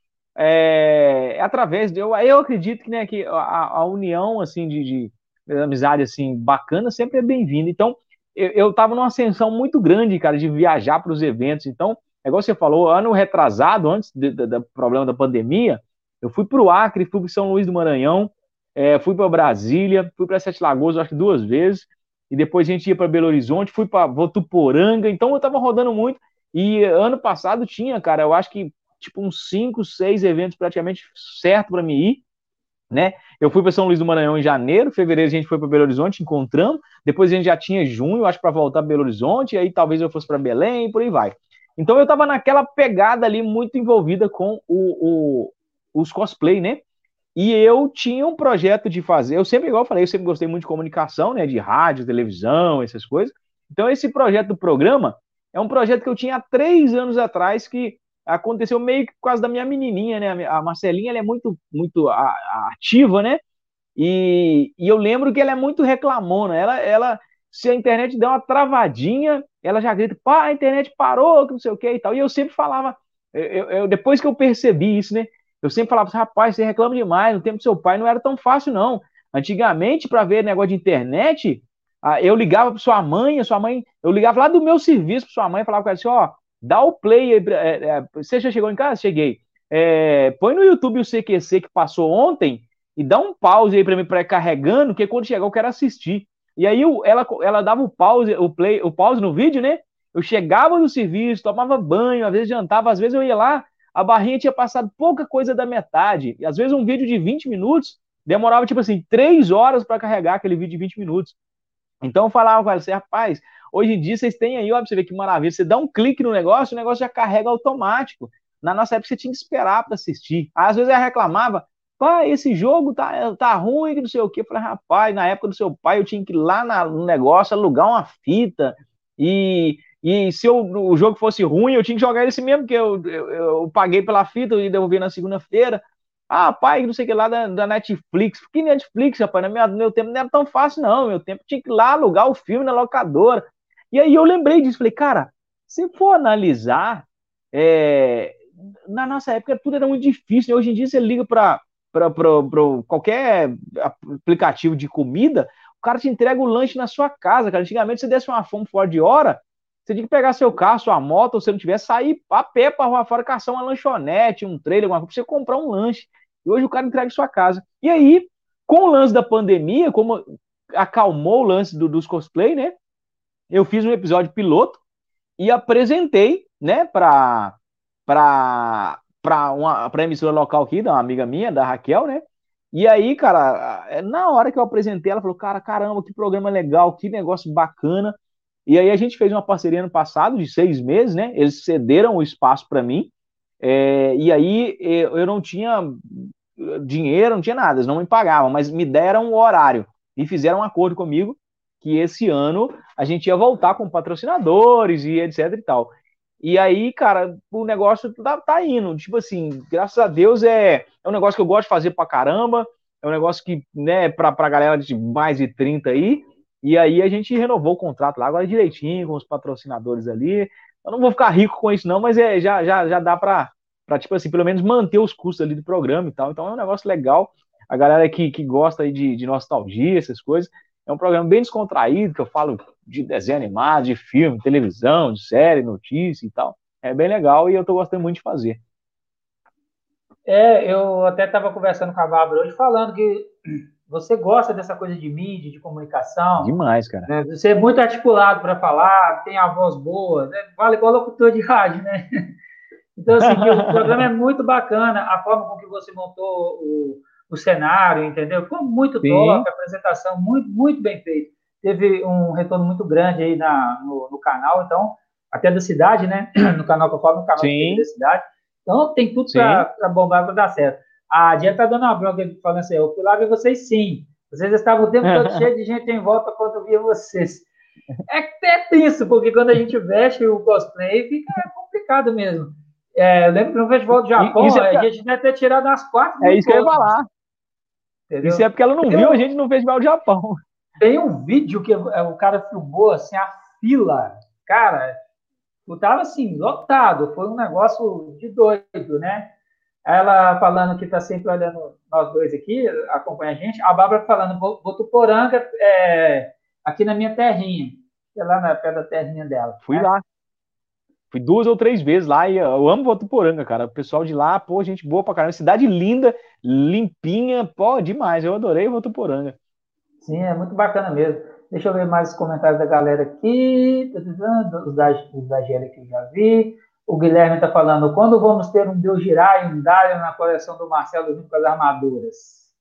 é, é através de eu, eu acredito que, né, que a, a união assim de, de, de amizade assim bacana sempre é bem-vinda. Então eu, eu tava numa ascensão muito grande, cara, de viajar para os eventos. Então, é igual você falou, ano retrasado, antes de- de- do problema da pandemia, eu fui para o Acre, fui para São Luís do Maranhão, é, fui para Brasília, fui para Sete Lagoas, acho que duas vezes, e depois a gente ia para Belo Horizonte, fui para Votuporanga, então eu tava rodando muito. E ano passado tinha, cara, eu acho que tipo uns cinco, seis eventos praticamente certo para mim ir, né? Eu fui para São Luís do Maranhão em janeiro, fevereiro a gente foi para Belo Horizonte, encontramos, depois a gente já tinha junho, acho, para voltar para Belo Horizonte, e aí talvez eu fosse para Belém e por aí vai. Então eu estava naquela pegada ali muito envolvida com o, o, os cosplay, né? E eu tinha um projeto de fazer, eu sempre, igual eu falei, eu sempre gostei muito de comunicação, né? De rádio, televisão, essas coisas. Então esse projeto do programa é um projeto que eu tinha há três anos atrás que aconteceu meio que por causa da minha menininha, né? A Marcelinha, ela é muito, muito ativa, né? E, e eu lembro que ela é muito reclamona. Ela, ela, se a internet der uma travadinha, ela já grita, pá, a internet parou, que não sei o que e tal. E eu sempre falava, eu, eu, depois que eu percebi isso, né? Eu sempre falava, rapaz, você reclama demais, no tempo do seu pai não era tão fácil, não. Antigamente, para ver negócio de internet, eu ligava para sua mãe, a sua mãe, eu ligava lá do meu serviço para sua mãe, falava com ela assim, ó, dá o play aí, é, é, você já chegou em casa? Cheguei. É, põe no YouTube o C Q C que passou ontem e dá um pause aí para mim para carregando, que quando chegar eu quero assistir. E aí ela, ela dava o pause, o play, o pause no vídeo, né? Eu chegava no serviço, tomava banho, às vezes jantava, às vezes eu ia lá, a barrinha tinha passado pouca coisa da metade. E às vezes um vídeo de vinte minutos demorava, tipo assim, três horas para carregar aquele vídeo de vinte minutos. Então eu falava com ela assim, rapaz, hoje em dia vocês têm aí, ó, pra você ver que maravilha, você dá um clique no negócio, o negócio já carrega automático. Na nossa época você tinha que esperar para assistir. Às vezes ela reclamava, pai, esse jogo tá, tá ruim, que não sei o quê. Eu falei, rapaz, na época do seu pai eu tinha que ir lá na, no negócio, alugar uma fita, E, e se eu, o jogo fosse ruim, eu tinha que jogar esse mesmo, que eu, eu, eu paguei pela fita e devolvi na segunda-feira. Ah, pai, não sei o que lá da, da Netflix. Que Netflix, rapaz? No meu, no meu tempo não era tão fácil, não. No meu tempo tinha que ir lá alugar o filme na locadora. E aí eu lembrei disso. Falei, cara, se for analisar, é, na nossa época tudo era muito difícil. Né? Hoje em dia você liga para qualquer aplicativo de comida, o cara te entrega o lanche na sua casa, cara. Antigamente, você desse uma fome fora de hora, você tinha que pegar seu carro, sua moto, ou se não tivesse, sair a pé para rua fora, caçar uma lanchonete, um trailer, alguma coisa, pra você comprar um lanche. E hoje o cara entrega em sua casa. E aí, com o lance da pandemia, como acalmou o lance do, dos cosplay, né? Eu fiz um episódio piloto e apresentei, né, para para para uma pra emissora local aqui, da uma amiga minha, da Raquel, né? E aí, cara, na hora que eu apresentei, ela falou, cara, caramba, que programa legal, que negócio bacana. E aí a gente fez uma parceria no passado, de seis meses, né? Eles cederam o espaço para mim, é, e aí eu não tinha dinheiro, não tinha nada, eles não me pagavam, mas me deram o horário e fizeram um acordo comigo que esse ano a gente ia voltar com patrocinadores e etc e tal. E aí, cara, o negócio tá, tá indo. Tipo assim, graças a Deus é, é um negócio que eu gosto de fazer pra caramba. É um negócio que, né, pra, pra galera de mais de trinta aí. E aí a gente renovou o contrato lá, agora direitinho, com os patrocinadores ali. Eu não vou ficar rico com isso, não, mas é, já, já, já dá pra, pra, tipo assim, pelo menos manter os custos ali do programa e tal. Então é um negócio legal. A galera que, que gosta aí de, de nostalgia, essas coisas. É um programa bem descontraído, que eu falo de desenho animado, de filme, televisão, de série, notícia e tal. É bem legal e eu tô gostando muito de fazer. É, eu até estava conversando com a Bárbara hoje, falando que você gosta dessa coisa de mídia, de comunicação, Demais, cara. né? Você é muito articulado para falar, tem a voz boa, né? Fala igual locutor de rádio, né? Então, assim, que o programa é muito bacana, a forma com que você montou o, o cenário, entendeu? Ficou muito Sim. top, a apresentação muito, muito bem feita. Teve um retorno muito grande aí na, no, no canal, então, até da cidade, né? No canal que eu falo, no canal Sim. da cidade. Então, tem tudo para bombar, para dar certo. A Dia tá dando uma bronca falando assim, eu fui lá ver vocês sim. Vocês estavam o tempo todo cheio de gente em volta quando eu via vocês. É, é tenso, porque quando a gente veste o cosplay, fica complicado mesmo. É, eu lembro que no Festival do Japão, Isso é a gente deve ter tirado umas quatro É mil isso que eu ia fotos. falar. Entendeu? Isso é porque ela não tem viu um, a gente no Festival do Japão. Tem um vídeo que o cara filmou, assim, a fila. Cara, eu tava assim, lotado. Foi um negócio de doido, né? Ela falando que tá sempre olhando nós dois aqui, acompanha a gente. A Bárbara falando, Votuporanga, é, aqui na minha terrinha. Que é lá na pé da terrinha dela. Fui né? lá. Fui duas ou três vezes lá e eu amo Votuporanga, cara. O pessoal de lá, pô, gente boa pra caramba. Cidade linda, limpinha, pô, demais. Eu adorei Votuporanga. Sim, é muito bacana mesmo. Deixa eu ver mais os comentários da galera aqui. Os da, os da Gélia que eu já vi. O Guilherme está falando, quando vamos ter um Deus Girar e um Dário na coleção do Marcelo junto com as armaduras?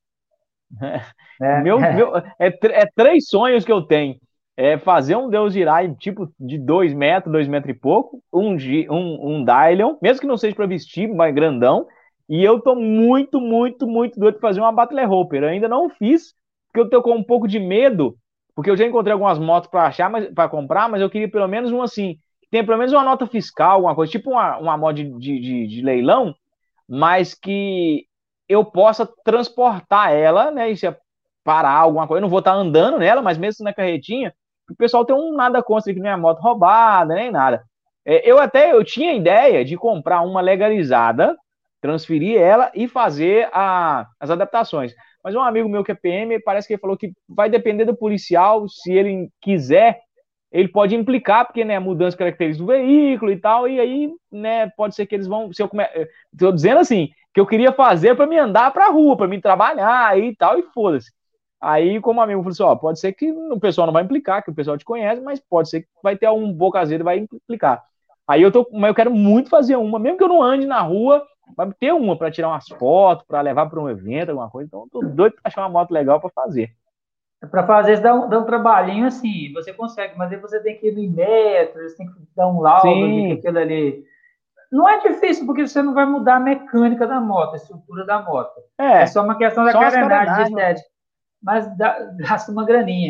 É. Né? Meu, meu, é, é três sonhos que eu tenho. É fazer um Deus Jirai, tipo, de dois metros, dois metros e pouco, um, um, um Dylion, mesmo que não seja para vestir, mas grandão, e eu tô muito, muito, muito doido de fazer uma Battle Hopper. Eu ainda não fiz, porque eu tô com um pouco de medo, porque eu já encontrei algumas motos para achar, mas para comprar, mas eu queria pelo menos um assim, que tenha pelo menos uma nota fiscal, alguma coisa, tipo uma, uma moto de, de, de leilão, mas que eu possa transportar ela, né, e se parar alguma coisa, eu não vou estar andando nela, mas mesmo na carretinha, o pessoal tem um nada contra que não é moto roubada, nem nada. É, eu até eu tinha a ideia de comprar uma legalizada, transferir ela e fazer a, as adaptações. Mas um amigo meu que é P M, parece que ele falou que vai depender do policial, se ele quiser, ele pode implicar, porque, né, mudança de características do veículo e tal, e aí, né, pode ser que eles vão, se eu come... tô dizendo assim, que eu queria fazer para me andar para a rua, para me trabalhar e tal, e foda-se. Aí, como amigo, falou assim, ó, pode ser que o pessoal não vai implicar, que o pessoal te conhece, mas pode ser que vai ter um bocazeiro e vai implicar. Aí eu tô, mas eu quero muito fazer uma, mesmo que eu não ande na rua, vai ter uma para tirar umas fotos, para levar para um evento, alguma coisa. Então, eu tô doido para achar uma moto legal para fazer. Para fazer isso dá um, dá um trabalhinho assim, você consegue, mas aí você tem que ir no metro, você tem que dar um laudo Sim. de que aquilo ali. Não é difícil, porque você não vai mudar a mecânica da moto, a estrutura da moto. É, é só uma questão da carenagem de estética. Mas dá, gasta uma graninha.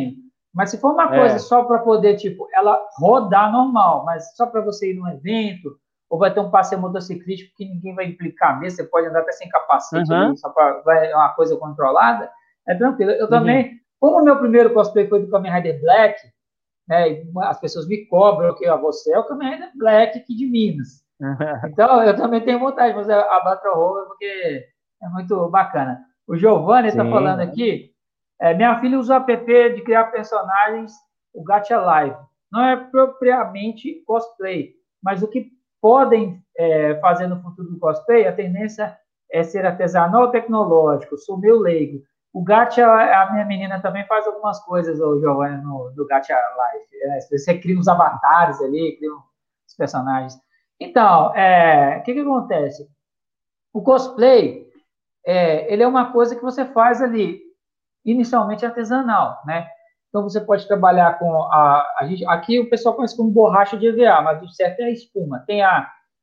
Mas se for uma É. coisa só para poder, tipo, ela rodar normal, mas só para você ir num evento, ou vai ter um passeio motociclístico que ninguém vai implicar mesmo, você pode andar até sem capacete Uhum. ali, só para vai uma coisa controlada, é tranquilo. Eu Uhum. também, como o meu primeiro cosplay foi do Kamen Rider Black, né, e as pessoas me cobram que ó, você é o Kamen Rider Black aqui de Minas. Então, eu também tenho vontade de fazer a Battle Rover, porque é muito bacana. O Giovanni está falando Sim. aqui, é, minha filha usa o app de criar personagens, o Gacha Live. Não é propriamente cosplay, mas o que podem é, fazer no futuro do cosplay, a tendência é ser artesanal ou tecnológico, sou meu leigo. O Gacha, a minha menina também faz algumas coisas, o Giovanni, no, no Gacha Live. É, você cria os avatares ali, cria os personagens. Então, é, o que, que acontece? O cosplay, é, ele é uma coisa que você faz ali, inicialmente artesanal, né? Então, você pode trabalhar com a, a gente, aqui o pessoal conhece como borracha de E V A, mas o certo é a espuma. Tem a,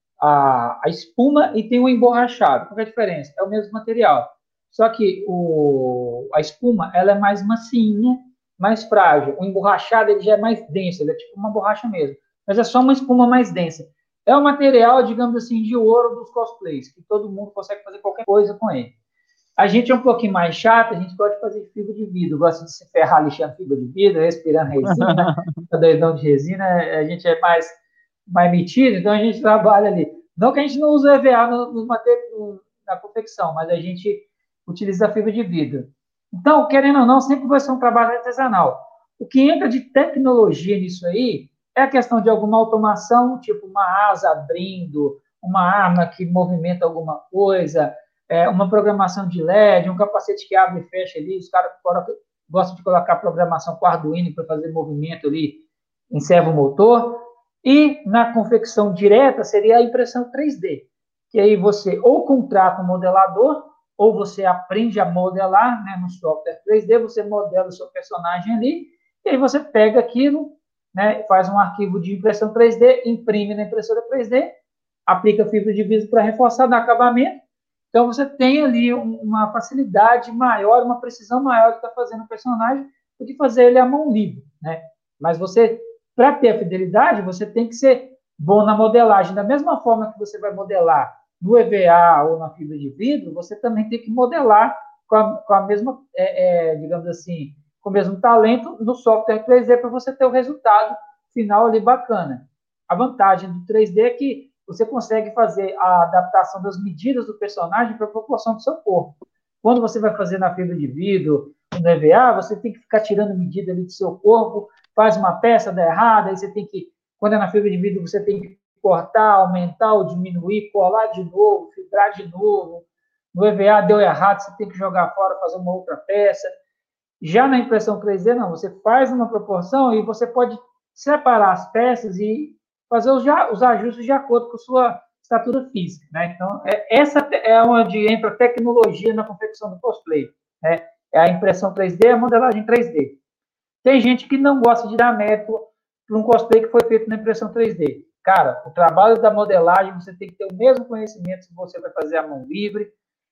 a, a espuma e tem o emborrachado. Qual é a diferença? É o mesmo material. Só que o, a espuma, ela é mais macinha, mais frágil. O emborrachado, ele já é mais denso, ele é tipo uma borracha mesmo. Mas é só uma espuma mais densa. É o material, digamos assim, de ouro dos cosplays, que todo mundo consegue fazer qualquer coisa com ele. A gente é um pouquinho mais chato, a gente gosta de fazer fibra de vidro, gosta de se ferrar lixando fibra de vidro, respirando resina, doidão de resina, a gente é mais, mais metido, então a gente trabalha ali. Não que a gente não use o E V A no, no, no, na confecção, mas a gente utiliza a fibra de vidro. Então, querendo ou não, sempre vai ser um trabalho artesanal. O que entra de tecnologia nisso aí é a questão de alguma automação, tipo uma asa abrindo, uma arma que movimenta alguma coisa, é, uma programação de L E D, um capacete que abre e fecha ali, os caras gostam de colocar programação com Arduino para fazer movimento ali em servomotor. E na confecção direta seria a impressão três D, que aí você ou contrata um modelador, ou você aprende a modelar, né, no software três D, você modela o seu personagem ali, e aí você pega aquilo, né, faz um arquivo de impressão três D, imprime na impressora três D, aplica fibra de vidro para reforçar no acabamento. Então, você tem ali uma facilidade maior, uma precisão maior de estar fazendo o personagem do que fazer ele à mão livre, né? Mas você, para ter a fidelidade, você tem que ser bom na modelagem. Da mesma forma que você vai modelar no E V A ou na fibra de vidro, você também tem que modelar com a, com a mesma, é, é, digamos assim, com o mesmo talento no software três D para você ter o resultado final ali bacana. A vantagem do três D é que você consegue fazer a adaptação das medidas do personagem para a proporção do seu corpo. Quando você vai fazer na fibra de vidro, no E V A, você tem que ficar tirando medida ali do seu corpo, faz uma peça, dá errado, aí você tem que, quando é na fibra de vidro, você tem que cortar, aumentar ou diminuir, colar de novo, fibrar de novo. No E V A deu errado, você tem que jogar fora, fazer uma outra peça. Já na impressão três D, não, você faz uma proporção e você pode separar as peças e fazer os, os ajustes de acordo com a sua estatura física, né? Então, é, essa é onde entra a tecnologia na confecção do cosplay, né? É a impressão três D, a modelagem três D. Tem gente que não gosta de dar mérito para um cosplay que foi feito na impressão três D. Cara, o trabalho da modelagem, você tem que ter o mesmo conhecimento se você vai fazer a mão livre.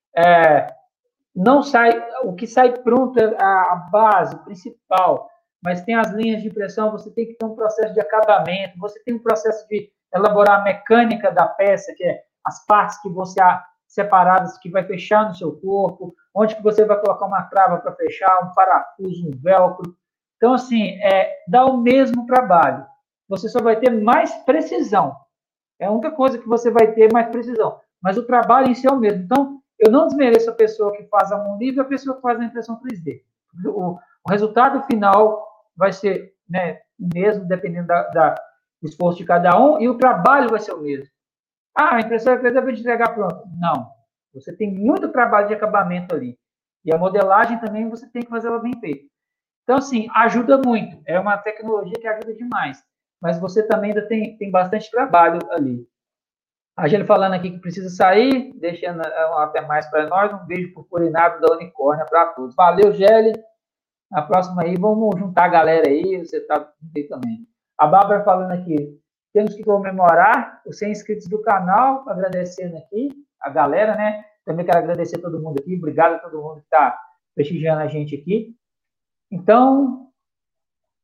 É, não sai, o que sai pronto é a base principal, mas tem as linhas de impressão, você tem que ter um processo de acabamento, você tem um processo de elaborar a mecânica da peça, que é as partes que vão ser separadas, que vai fechar no seu corpo, onde que você vai colocar uma trava para fechar, um parafuso, um velcro. Então, assim, é, dá o mesmo trabalho. Você só vai ter mais precisão. É a única coisa que você vai ter mais precisão. Mas o trabalho em si é o mesmo. Então, eu não desmereço a pessoa que faz a mão livre e a pessoa que faz a impressão três D. O, o resultado final vai ser, né, o mesmo, dependendo da, da, do esforço de cada um, e o trabalho vai ser o mesmo. Ah, a impressora três D vai te entregar pronto. Não. Você tem muito trabalho de acabamento ali. E a modelagem também você tem que fazer ela bem feita. Então, assim, ajuda muito. É uma tecnologia que ajuda demais. Mas você também ainda tem, tem bastante trabalho ali. A gente falando aqui que precisa sair, deixando até mais para nós. Um beijo para o Culinado da Unicórnia para todos. Valeu, Gelli. Na próxima aí, vamos juntar a galera aí. Você está aí também. A Bárbara falando aqui. Temos que comemorar os cem inscritos do canal, agradecendo aqui a galera, né? Também quero agradecer a todo mundo aqui. Obrigado a todo mundo que está prestigiando a gente aqui. Então,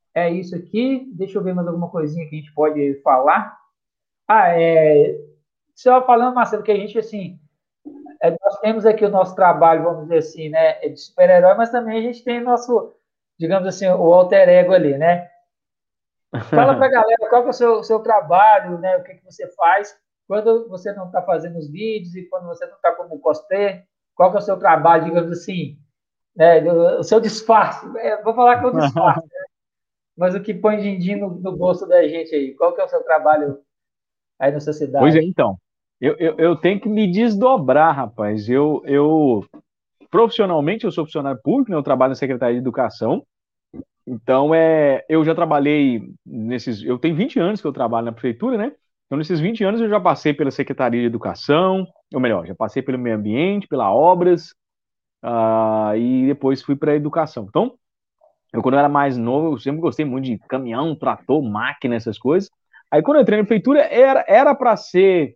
é isso aqui. Deixa eu ver mais alguma coisinha que a gente pode falar. Ah, é. Só falando, Marcelo, que a gente, assim, é, nós temos aqui o nosso trabalho, vamos dizer assim, né, é de super-herói, mas também a gente tem nosso, digamos assim, o alter ego ali, né? Fala pra galera qual que é o seu, seu trabalho, né? O que, que você faz quando você não está fazendo os vídeos e quando você não está como cosplayer. Qual que é o seu trabalho, digamos assim, né? O seu disfarce. É, vou falar que é o disfarce, mas o que põe din-din no, no bolso da gente aí. Qual que é o seu trabalho aí na sua Pois é, cidade? então. Eu, eu, eu tenho que me desdobrar, rapaz. Eu, eu profissionalmente eu sou funcionário público, né? Eu trabalho na Secretaria de Educação. Então, é, eu já trabalhei nesses. Eu tenho vinte anos que eu trabalho na prefeitura, né? Então, nesses vinte anos, eu já passei pela Secretaria de Educação, ou melhor, já passei pelo meio ambiente, pela obras, ah, e depois fui para a educação. Então, eu, quando eu era mais novo, eu sempre gostei muito de caminhão, trator, máquina, essas coisas. Aí, quando eu entrei na prefeitura, era era para ser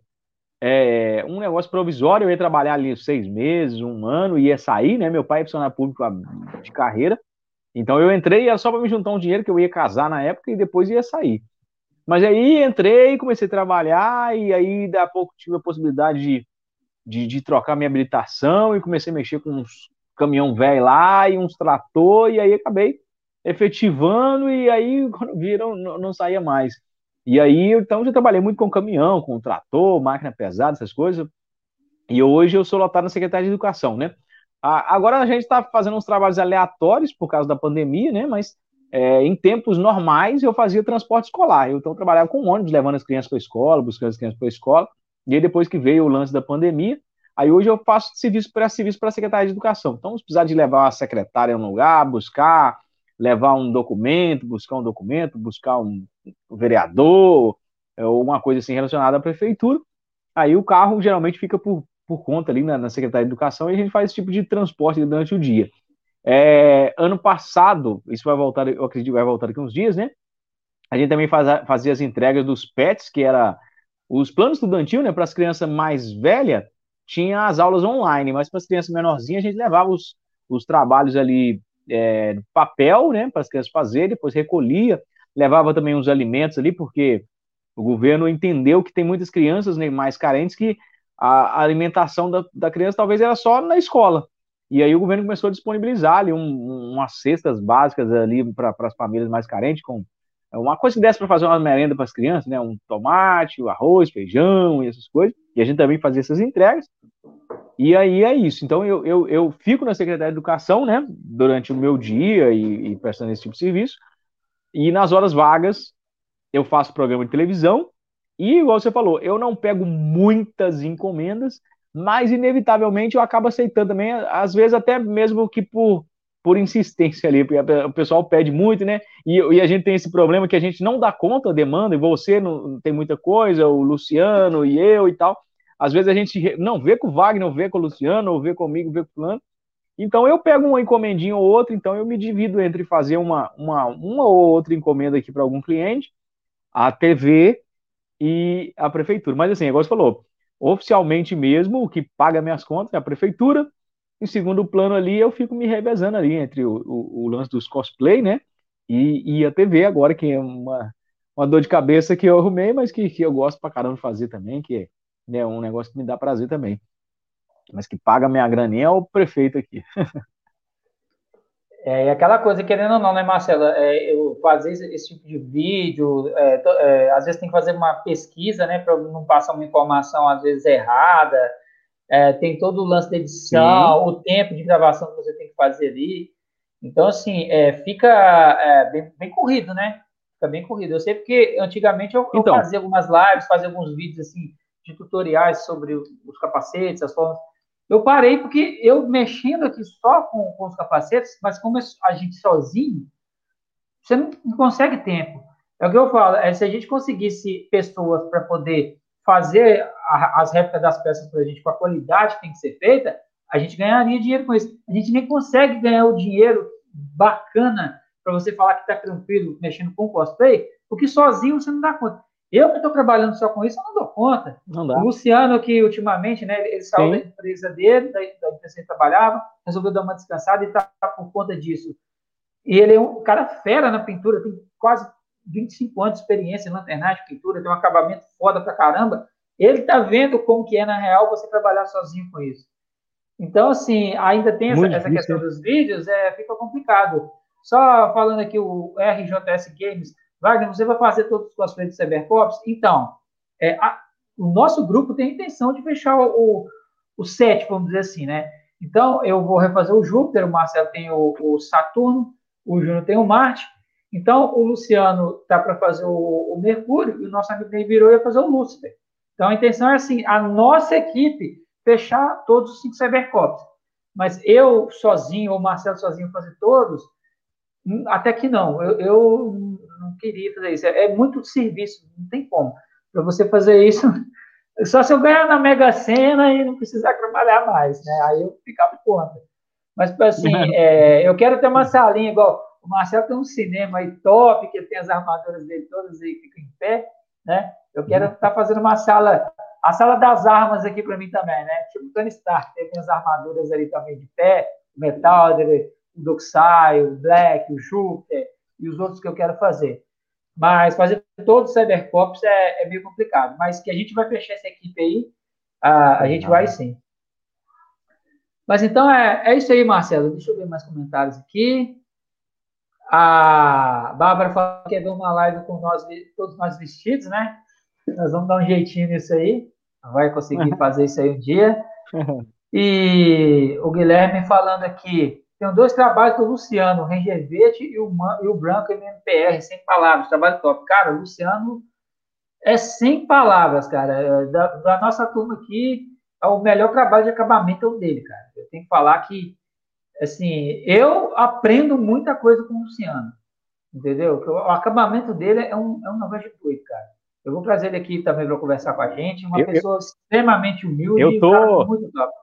é, um negócio provisório. Eu ia trabalhar ali seis meses, um ano, ia sair, né? Meu pai é funcionário público de carreira. Então eu entrei e era só para me juntar um dinheiro que eu ia casar na época e depois ia sair. Mas aí entrei, comecei a trabalhar e aí da pouco tive a possibilidade de, de, de trocar minha habilitação e comecei a mexer com uns caminhão velho lá e uns trator e aí acabei efetivando e aí quando viram não, não saía mais. E aí então já trabalhei muito com caminhão, com trator, máquina pesada, essas coisas. E hoje eu sou lotado na Secretaria de Educação, né? Agora a gente está fazendo uns trabalhos aleatórios por causa da pandemia, né? Mas é, em tempos normais eu fazia transporte escolar. Eu então trabalhava com ônibus, levando as crianças para a escola, buscando as crianças para a escola. E aí depois que veio o lance da pandemia, aí hoje eu faço serviço para serviço para a Secretaria de Educação. Então, se precisar de levar uma secretária em um lugar, buscar, levar um documento, buscar um documento, buscar um, um vereador, ou uma coisa assim relacionada à prefeitura, aí o carro geralmente fica por, por conta ali na, na Secretaria de Educação e a gente faz esse tipo de transporte durante o dia. É, ano passado, isso vai voltar, eu acredito que vai voltar daqui uns dias, né? A gente também faz, fazia as entregas dos pets, que era os planos estudantil, né? Para as crianças mais velhas, tinha as aulas online, mas para as crianças menorzinhas, a gente levava os, os trabalhos ali é, papel, né? Para as crianças fazerem, depois recolhia, levava também os alimentos ali, porque o governo entendeu que tem muitas crianças, né, mais carentes que a alimentação da, da criança talvez era só na escola. E aí o governo começou a disponibilizar ali um, umas cestas básicas ali para as famílias mais carentes, com uma coisa que desse para fazer uma merenda para as crianças, né? Um tomate, o arroz, feijão e essas coisas. E a gente também fazia essas entregas. E aí é isso. Então eu, eu, eu fico na Secretaria de Educação, né? Durante o meu dia e, e prestando esse tipo de serviço. E nas horas vagas eu faço programa de televisão e, igual você falou, eu não pego muitas encomendas, mas inevitavelmente eu acabo aceitando também, às vezes até mesmo que por, por insistência ali, porque o pessoal pede muito, né? E, e a gente tem esse problema que a gente não dá conta da demanda, e você não tem muita coisa, o Luciano e eu e tal. Às vezes a gente não vê com o Wagner, ou vê com o Luciano, ou vê comigo, vê com o fulano. Então eu pego uma encomendinha ou outra, então eu me divido entre fazer uma, uma, uma ou outra encomenda aqui para algum cliente, a T V e a prefeitura. Mas assim, igual você falou, oficialmente mesmo, o que paga minhas contas é a prefeitura. Em segundo plano ali, eu fico me revezando ali entre o, o, o lance dos cosplay, né? E, e a T V agora, que é uma, uma dor de cabeça que eu arrumei, mas que, que eu gosto pra caramba de fazer também, que é né, um negócio que me dá prazer também. Mas que paga minha graninha é o prefeito aqui. É, e aquela coisa, querendo ou não, né, Marcela? É, eu fazer esse, esse tipo de vídeo, é, to- é, às vezes tem que fazer uma pesquisa, né, para não passar uma informação, às vezes, errada. É, tem todo o lance da Sim. edição, o tempo de gravação que você tem que fazer ali. Então, assim, é, fica é, bem, bem corrido, né? Fica bem corrido. Eu sei porque antigamente eu, eu Então, fazia algumas lives, fazia alguns vídeos, assim, de tutoriais sobre os capacetes, as formas. Eu parei porque eu mexendo aqui só com, com os capacetes, mas como a gente sozinho, você não, não consegue tempo. É o que eu falo, é, se a gente conseguisse pessoas para poder fazer a, as réplicas das peças para a gente com a qualidade que tem que ser feita, a gente ganharia dinheiro com isso. A gente nem consegue ganhar o dinheiro bacana para você falar que está tranquilo mexendo com cosplay, porque sozinho você não dá conta. Eu que estou trabalhando só com isso, eu não dou conta. não O dá. Luciano, que ultimamente, né, ele saiu da Sim. empresa dele, da, da empresa que ele trabalhava, resolveu dar uma descansada e está por conta disso E ele é um cara fera na pintura, tem quase vinte e cinco anos de experiência em lanternagem, pintura, tem um acabamento foda pra caramba. Ele tá vendo como que é, na real, você trabalhar sozinho com isso. Então, assim, ainda tem essa, Muito essa difícil, questão né? dos vídeos, é, fica complicado. Só falando aqui o R J S Games, Wagner, você vai fazer todos os cosplays de Cybercops? Então, é, a, o nosso grupo tem a intenção de fechar o, o set, vamos dizer assim, né? Então, eu vou refazer o Júpiter, o Marcelo tem o, o Saturno, o Júnior tem o Marte. Então, o Luciano tá para fazer o, o Mercúrio e o nosso amigo Ney virou ia fazer o Lúcifer. Então, a intenção é assim, a nossa equipe fechar todos os cinco Cybercops. Mas eu sozinho, ou o Marcelo sozinho fazer todos, até que não. Eu, eu não queria fazer isso. É, é muito serviço, não tem como. Para você fazer isso, só se eu ganhar na Mega Sena e não precisar trabalhar mais, né? Aí eu ficava por conta. Mas, assim, é, eu quero ter uma salinha igual. O Marcelo tem um cinema aí top, que ele tem as armaduras dele todas aí, fica em pé, né? Eu quero estar tá fazendo uma sala, a sala das armas aqui para mim também, né? Tipo o Tony Stark, tem as armaduras ali também de pé, o Metal, o Doxai, o Black, o Júpiter e os outros que eu quero fazer. Mas fazer todos os Cybercops é, é meio complicado. Mas que a gente vai fechar essa equipe aí, a, a gente vai sim. Mas então é, é isso aí, Marcelo. Deixa eu ver mais comentários aqui. A Bárbara falou que quer ver uma live com nós, todos nós vestidos, né? Nós vamos dar um jeitinho nisso aí. Vai conseguir fazer isso aí um dia. E o Guilherme falando aqui. Tem dois trabalhos do Luciano, o Ranger Verde e o, e o Branco M M P R, sem palavras, trabalho top. Cara, o Luciano é sem palavras, cara. Da, da nossa turma aqui, é o melhor trabalho de acabamento é o dele, cara. Eu tenho que falar que assim, eu aprendo muita coisa com o Luciano, entendeu? O acabamento dele é um, é um negócio de doido, cara. Eu vou trazer ele aqui também para conversar com a gente, uma Eu, eu, pessoa extremamente humilde, eu um cara tô, muito top.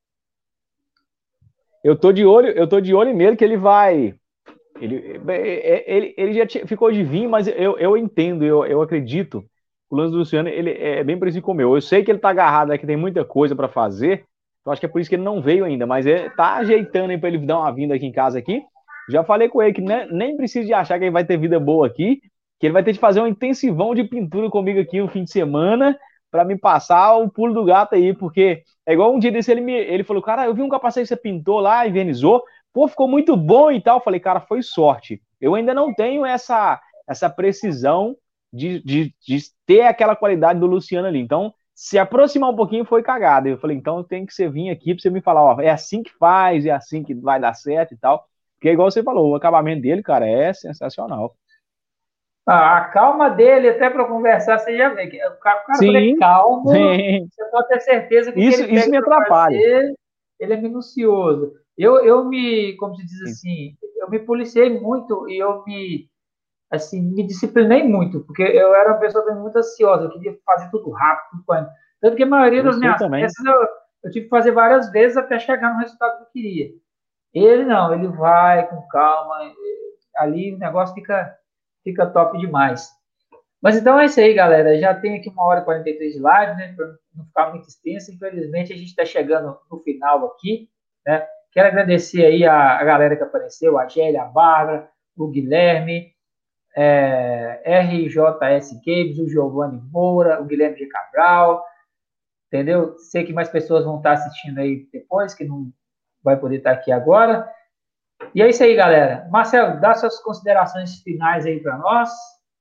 eu tô de olho, eu tô de olho nele que ele vai. Ele, ele, ele já tinha, ficou de vir, mas eu, eu entendo, eu, eu acredito. O lance do Luciano, ele é bem parecido com o meu. Eu sei que ele tá agarrado, é que tem muita coisa para fazer. Eu acho que é por isso que ele não veio ainda, mas ele tá ajeitando aí para ele dar uma vinda aqui em casa aqui. Já falei com ele que nem, nem precisa de achar que ele vai ter vida boa aqui, que ele vai ter de fazer um intensivão de pintura comigo aqui no fim de semana para me passar o pulo do gato aí, porque é igual um dia desse ele me ele falou: "Cara, eu vi um capacete que você pintou lá, invernizou, pô, ficou muito bom e tal". Eu falei: "Cara, foi sorte. Eu ainda não tenho essa essa precisão de, de, de ter aquela qualidade do Luciano ali. Então, se aproximar um pouquinho foi cagada". Eu falei: "Então tem que você vir aqui para você me falar, ó, é assim que faz, é assim que vai dar certo e tal". Porque, igual você falou, o acabamento dele, cara, é sensacional. Ah, a calma dele, até para conversar, você já vê. O cara, quando ele é Sim, calmo, sim. você pode ter certeza que o que Isso, ele isso pega me para atrapalha. fazer, ele é minucioso. Eu, eu me, como se diz assim, eu me policiei muito e eu me, assim, me disciplinei muito, porque eu era uma pessoa muito ansiosa, eu queria fazer tudo rápido, tudo correndo. Tanto que a maioria Eu das sou minhas também. peças eu, eu tive que fazer várias vezes até chegar no resultado que eu queria. Ele não, ele vai com calma, ali o negócio fica, fica top demais. Mas então é isso aí, galera. Já tem aqui uma hora e quarenta e três de live, né? Para não ficar muito extenso. Infelizmente, a gente está chegando no final aqui, né? Quero agradecer aí a, a galera que apareceu, a Gélia, a Bárbara, o Guilherme, é, R J S Games, o Giovanni Moura, o Guilherme de Cabral, entendeu? Sei que mais pessoas vão estar assistindo aí depois, que não vai poder estar aqui agora. E é isso aí, galera. Marcelo, dá suas considerações finais aí para nós.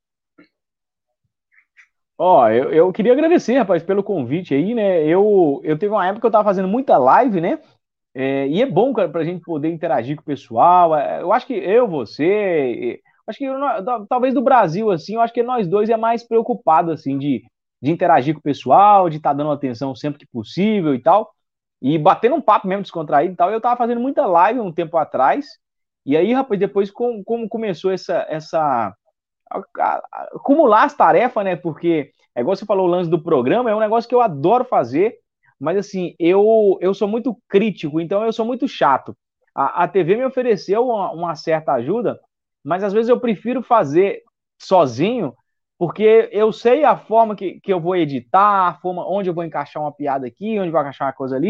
Ó, eu, eu queria agradecer, rapaz, pelo convite aí, né? Eu, eu teve uma época que eu tava fazendo muita live, né? É, e é bom, cara, pra gente poder interagir com o pessoal. É, eu acho que eu, você, acho que eu não- talvez do Brasil, assim, eu acho que nós dois é mais preocupado, assim, de, de interagir com o pessoal, de estar dando atenção sempre que possível e tal. E batendo um papo mesmo descontraído e tal. Eu tava fazendo muita live um tempo atrás. E aí, rapaz, depois como, como começou essa, essa acumular as tarefas, né? Porque, é igual você falou, o lance do programa é um negócio que eu adoro fazer, mas assim, eu, eu sou muito crítico, então eu sou muito chato. A, a T V me ofereceu uma, uma certa ajuda, mas às vezes eu prefiro fazer sozinho, porque eu sei a forma que, que eu vou editar, a forma onde eu vou encaixar uma piada aqui, onde eu vou encaixar uma coisa ali.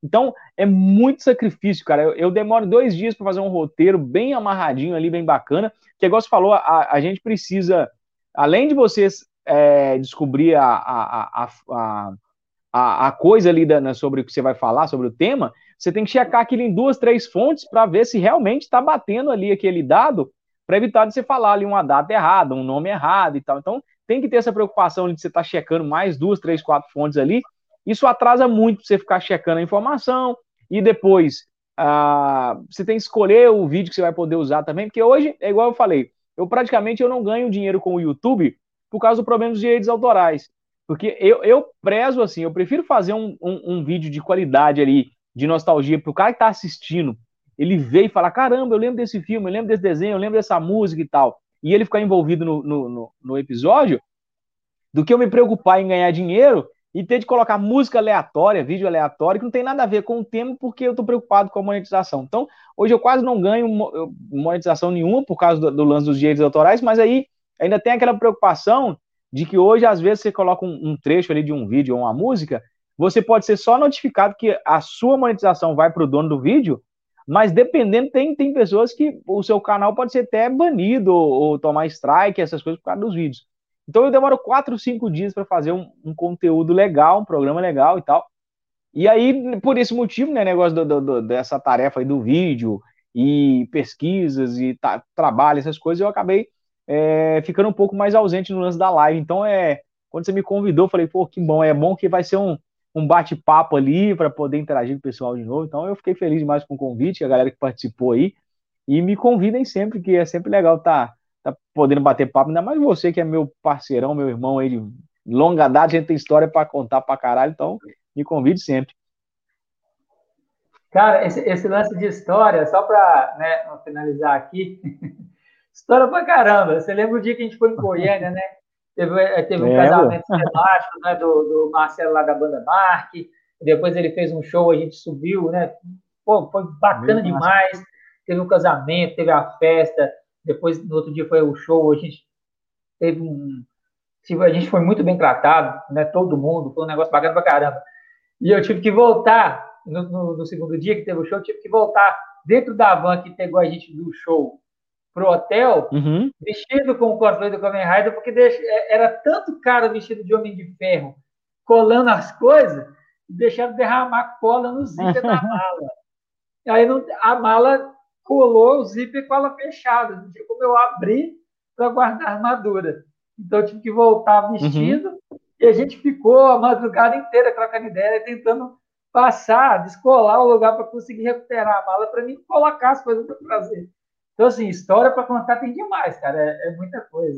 Então, é muito sacrifício, cara. Eu, eu demoro dois dias para fazer um roteiro bem amarradinho ali, bem bacana. Que, igual você falou, a, a gente precisa, além de vocês é, descobrir a, a, a, a, a, a coisa ali da, né, sobre o que você vai falar, sobre o tema, você tem que checar aquilo em duas, três fontes para ver se realmente está batendo ali aquele dado, para evitar de você falar ali uma data errada, um nome errado e tal. Então, tem que ter essa preocupação de você estar tá checando mais duas, três, quatro fontes ali. Isso atrasa muito você ficar checando a informação e depois ah, você tem que escolher o vídeo que você vai poder usar também, porque hoje, é igual eu falei, eu praticamente eu não ganho dinheiro com o YouTube por causa do problema dos direitos autorais. Porque eu, eu prezo assim, eu prefiro fazer um, um, um vídeo de qualidade ali, de nostalgia, para o cara que está assistindo, ele ver e falar, caramba, eu lembro desse filme, eu lembro desse desenho, eu lembro dessa música e tal, e ele ficar envolvido no, no, no, no episódio, do que eu me preocupar em ganhar dinheiro e ter de colocar música aleatória, vídeo aleatório, que não tem nada a ver com o tema, porque eu estou preocupado com a monetização. Então, hoje eu quase não ganho monetização nenhuma por causa do, do lance dos direitos autorais, mas aí ainda tem aquela preocupação de que hoje, às vezes, você coloca um, um trecho ali de um vídeo ou uma música, você pode ser só notificado que a sua monetização vai para o dono do vídeo, mas dependendo, tem, tem pessoas que o seu canal pode ser até banido ou, ou tomar strike, essas coisas por causa dos vídeos. Então eu demoro quatro, cinco dias para fazer um, um conteúdo legal, um programa legal e tal. E aí, por esse motivo, né, negócio do, do, do, dessa tarefa aí do vídeo e pesquisas e ta, trabalho, essas coisas, eu acabei é, ficando um pouco mais ausente no lance da live. Então, é, quando você me convidou, eu falei, pô, que bom, é bom que vai ser um, um bate-papo ali para poder interagir com o pessoal de novo. Então, eu fiquei feliz demais com o convite, a galera que participou aí. E me convidem sempre, que é sempre legal estar tá, tá podendo bater papo, ainda mais você que é meu parceirão, meu irmão aí de longa data, a gente tem história para contar para caralho, então me convide sempre. Cara, esse, esse lance de história, só para né, finalizar aqui, história pra caramba. Você lembra o dia que a gente foi em Goiânia, né? Teve, teve um casamento temático, né, do, do Marcelo lá da banda Mark, depois ele fez um show, a gente subiu, né? Pô, foi bacana Bem demais. Massa. Teve um casamento, teve a festa, depois no outro dia foi o show, a gente teve um. A gente foi muito bem tratado, né? Todo mundo, foi um negócio bacana pra caramba. E eu tive que voltar, no, no, no segundo dia que teve o show, eu tive que voltar dentro da van que pegou a gente do show pro hotel, uhum. vestido com o cosplay do Kamen Rider, porque deixa, era tanto cara vestido de Homem de Ferro, colando as coisas, deixaram derramar cola no zíper da mala. Aí não, a mala colou o zíper com ela fechada, não tinha como eu abrir para guardar a armadura. Então eu tive que voltar vestido, uhum. E a gente ficou a madrugada inteira trocando ideia, tentando passar, descolar o lugar para conseguir recuperar a mala, para mim colocar as coisas para trazer. Então, assim, história para contar tem demais, cara, é, é muita coisa.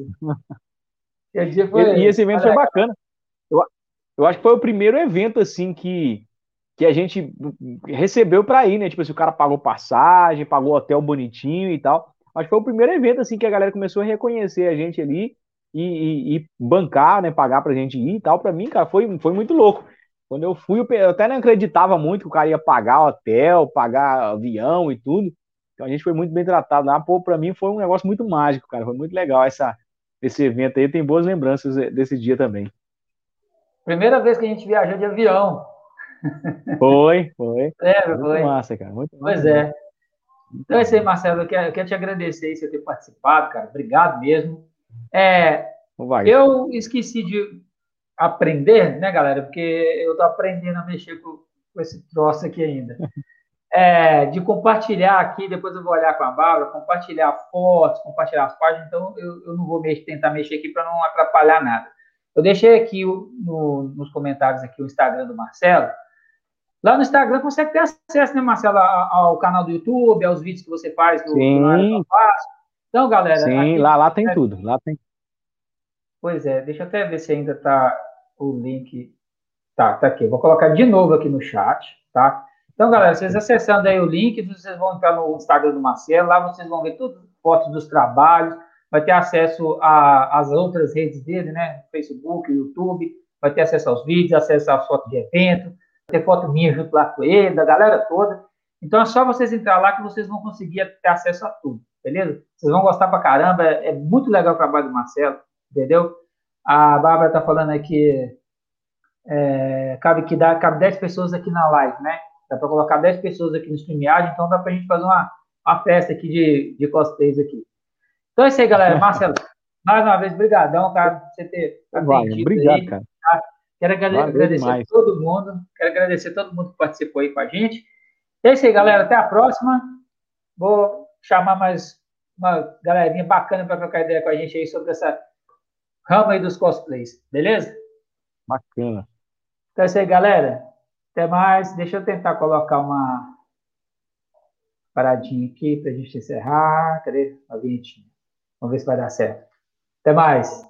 E, foi, e esse evento foi bacana. Eu, eu acho que foi o primeiro evento, assim, que, que a gente recebeu para ir, né? Tipo assim, o cara pagou passagem, pagou hotel bonitinho e tal. Acho que foi o primeiro evento, assim, que a galera começou a reconhecer a gente ali e, e, e bancar, né? Pagar pra gente ir e tal. Pra mim, cara, foi, foi muito louco. Quando eu fui, eu até não acreditava muito que o cara ia pagar hotel, pagar avião e tudo. Então a gente foi muito bem tratado lá. Pô, pra mim foi um negócio muito mágico, cara. Foi muito legal essa, esse evento aí. Tem boas lembranças desse dia também. Primeira vez que a gente viajou de avião. Foi, foi. É, muito foi. massa, cara. Muito massa. Pois é. Então é isso aí, Marcelo. Eu quero, eu quero te agradecer aí por você ter participado, cara. Obrigado mesmo. É, eu esqueci de aprender, né, galera? Porque eu tô aprendendo a mexer com, com esse troço aqui ainda. É, de compartilhar aqui, depois eu vou olhar com a Bárbara, compartilhar fotos, compartilhar as páginas, então eu, eu não vou mexer, tentar mexer aqui para não atrapalhar nada. Eu deixei aqui o, no, nos comentários aqui o Instagram do Marcelo. Lá no Instagram consegue ter acesso, né, Marcelo, ao canal do YouTube, aos vídeos que você faz do, Sim. do Área que eu faço. Então, galera... Sim, aqui, lá, lá tem é... tudo, lá tem. Pois é, deixa eu até ver se ainda tá o link. Tá, tá aqui. Eu vou colocar de novo aqui no chat, tá? Então, galera, vocês acessando aí o link, vocês vão entrar no Instagram do Marcelo, lá vocês vão ver tudo, fotos dos trabalhos, vai ter acesso às outras redes dele, né? Facebook, YouTube, vai ter acesso aos vídeos, acesso às fotos de evento, vai ter foto minha junto lá com ele, da galera toda. Então, é só vocês entrar lá que vocês vão conseguir ter acesso a tudo, beleza? Vocês vão gostar pra caramba, é, é muito legal o trabalho do Marcelo, entendeu? A Bárbara tá falando aqui, é, cabe que dá, cabe dez pessoas aqui na live, né? Dá para colocar dez pessoas aqui no StreamYard, então dá para a gente fazer uma, uma festa aqui de, de cosplays aqui. Então é isso aí, galera. Marcelo, mais uma vez, brigadão, cara, por você ter Vai, atendido obrigado, aí. cara. Tá? Quero agrade- Valeu agradecer a demais. todo mundo. Quero agradecer a todo mundo que participou aí com a gente. É isso aí, galera. Até a próxima. Vou chamar mais uma galerinha bacana para trocar ideia com a gente aí sobre essa rama aí dos cosplays. Beleza? Bacana. Então é isso aí, galera. Até mais. Deixa eu tentar colocar uma paradinha aqui para a gente encerrar. Cadê a vinhetinha? Vamos ver se vai dar certo. Até mais.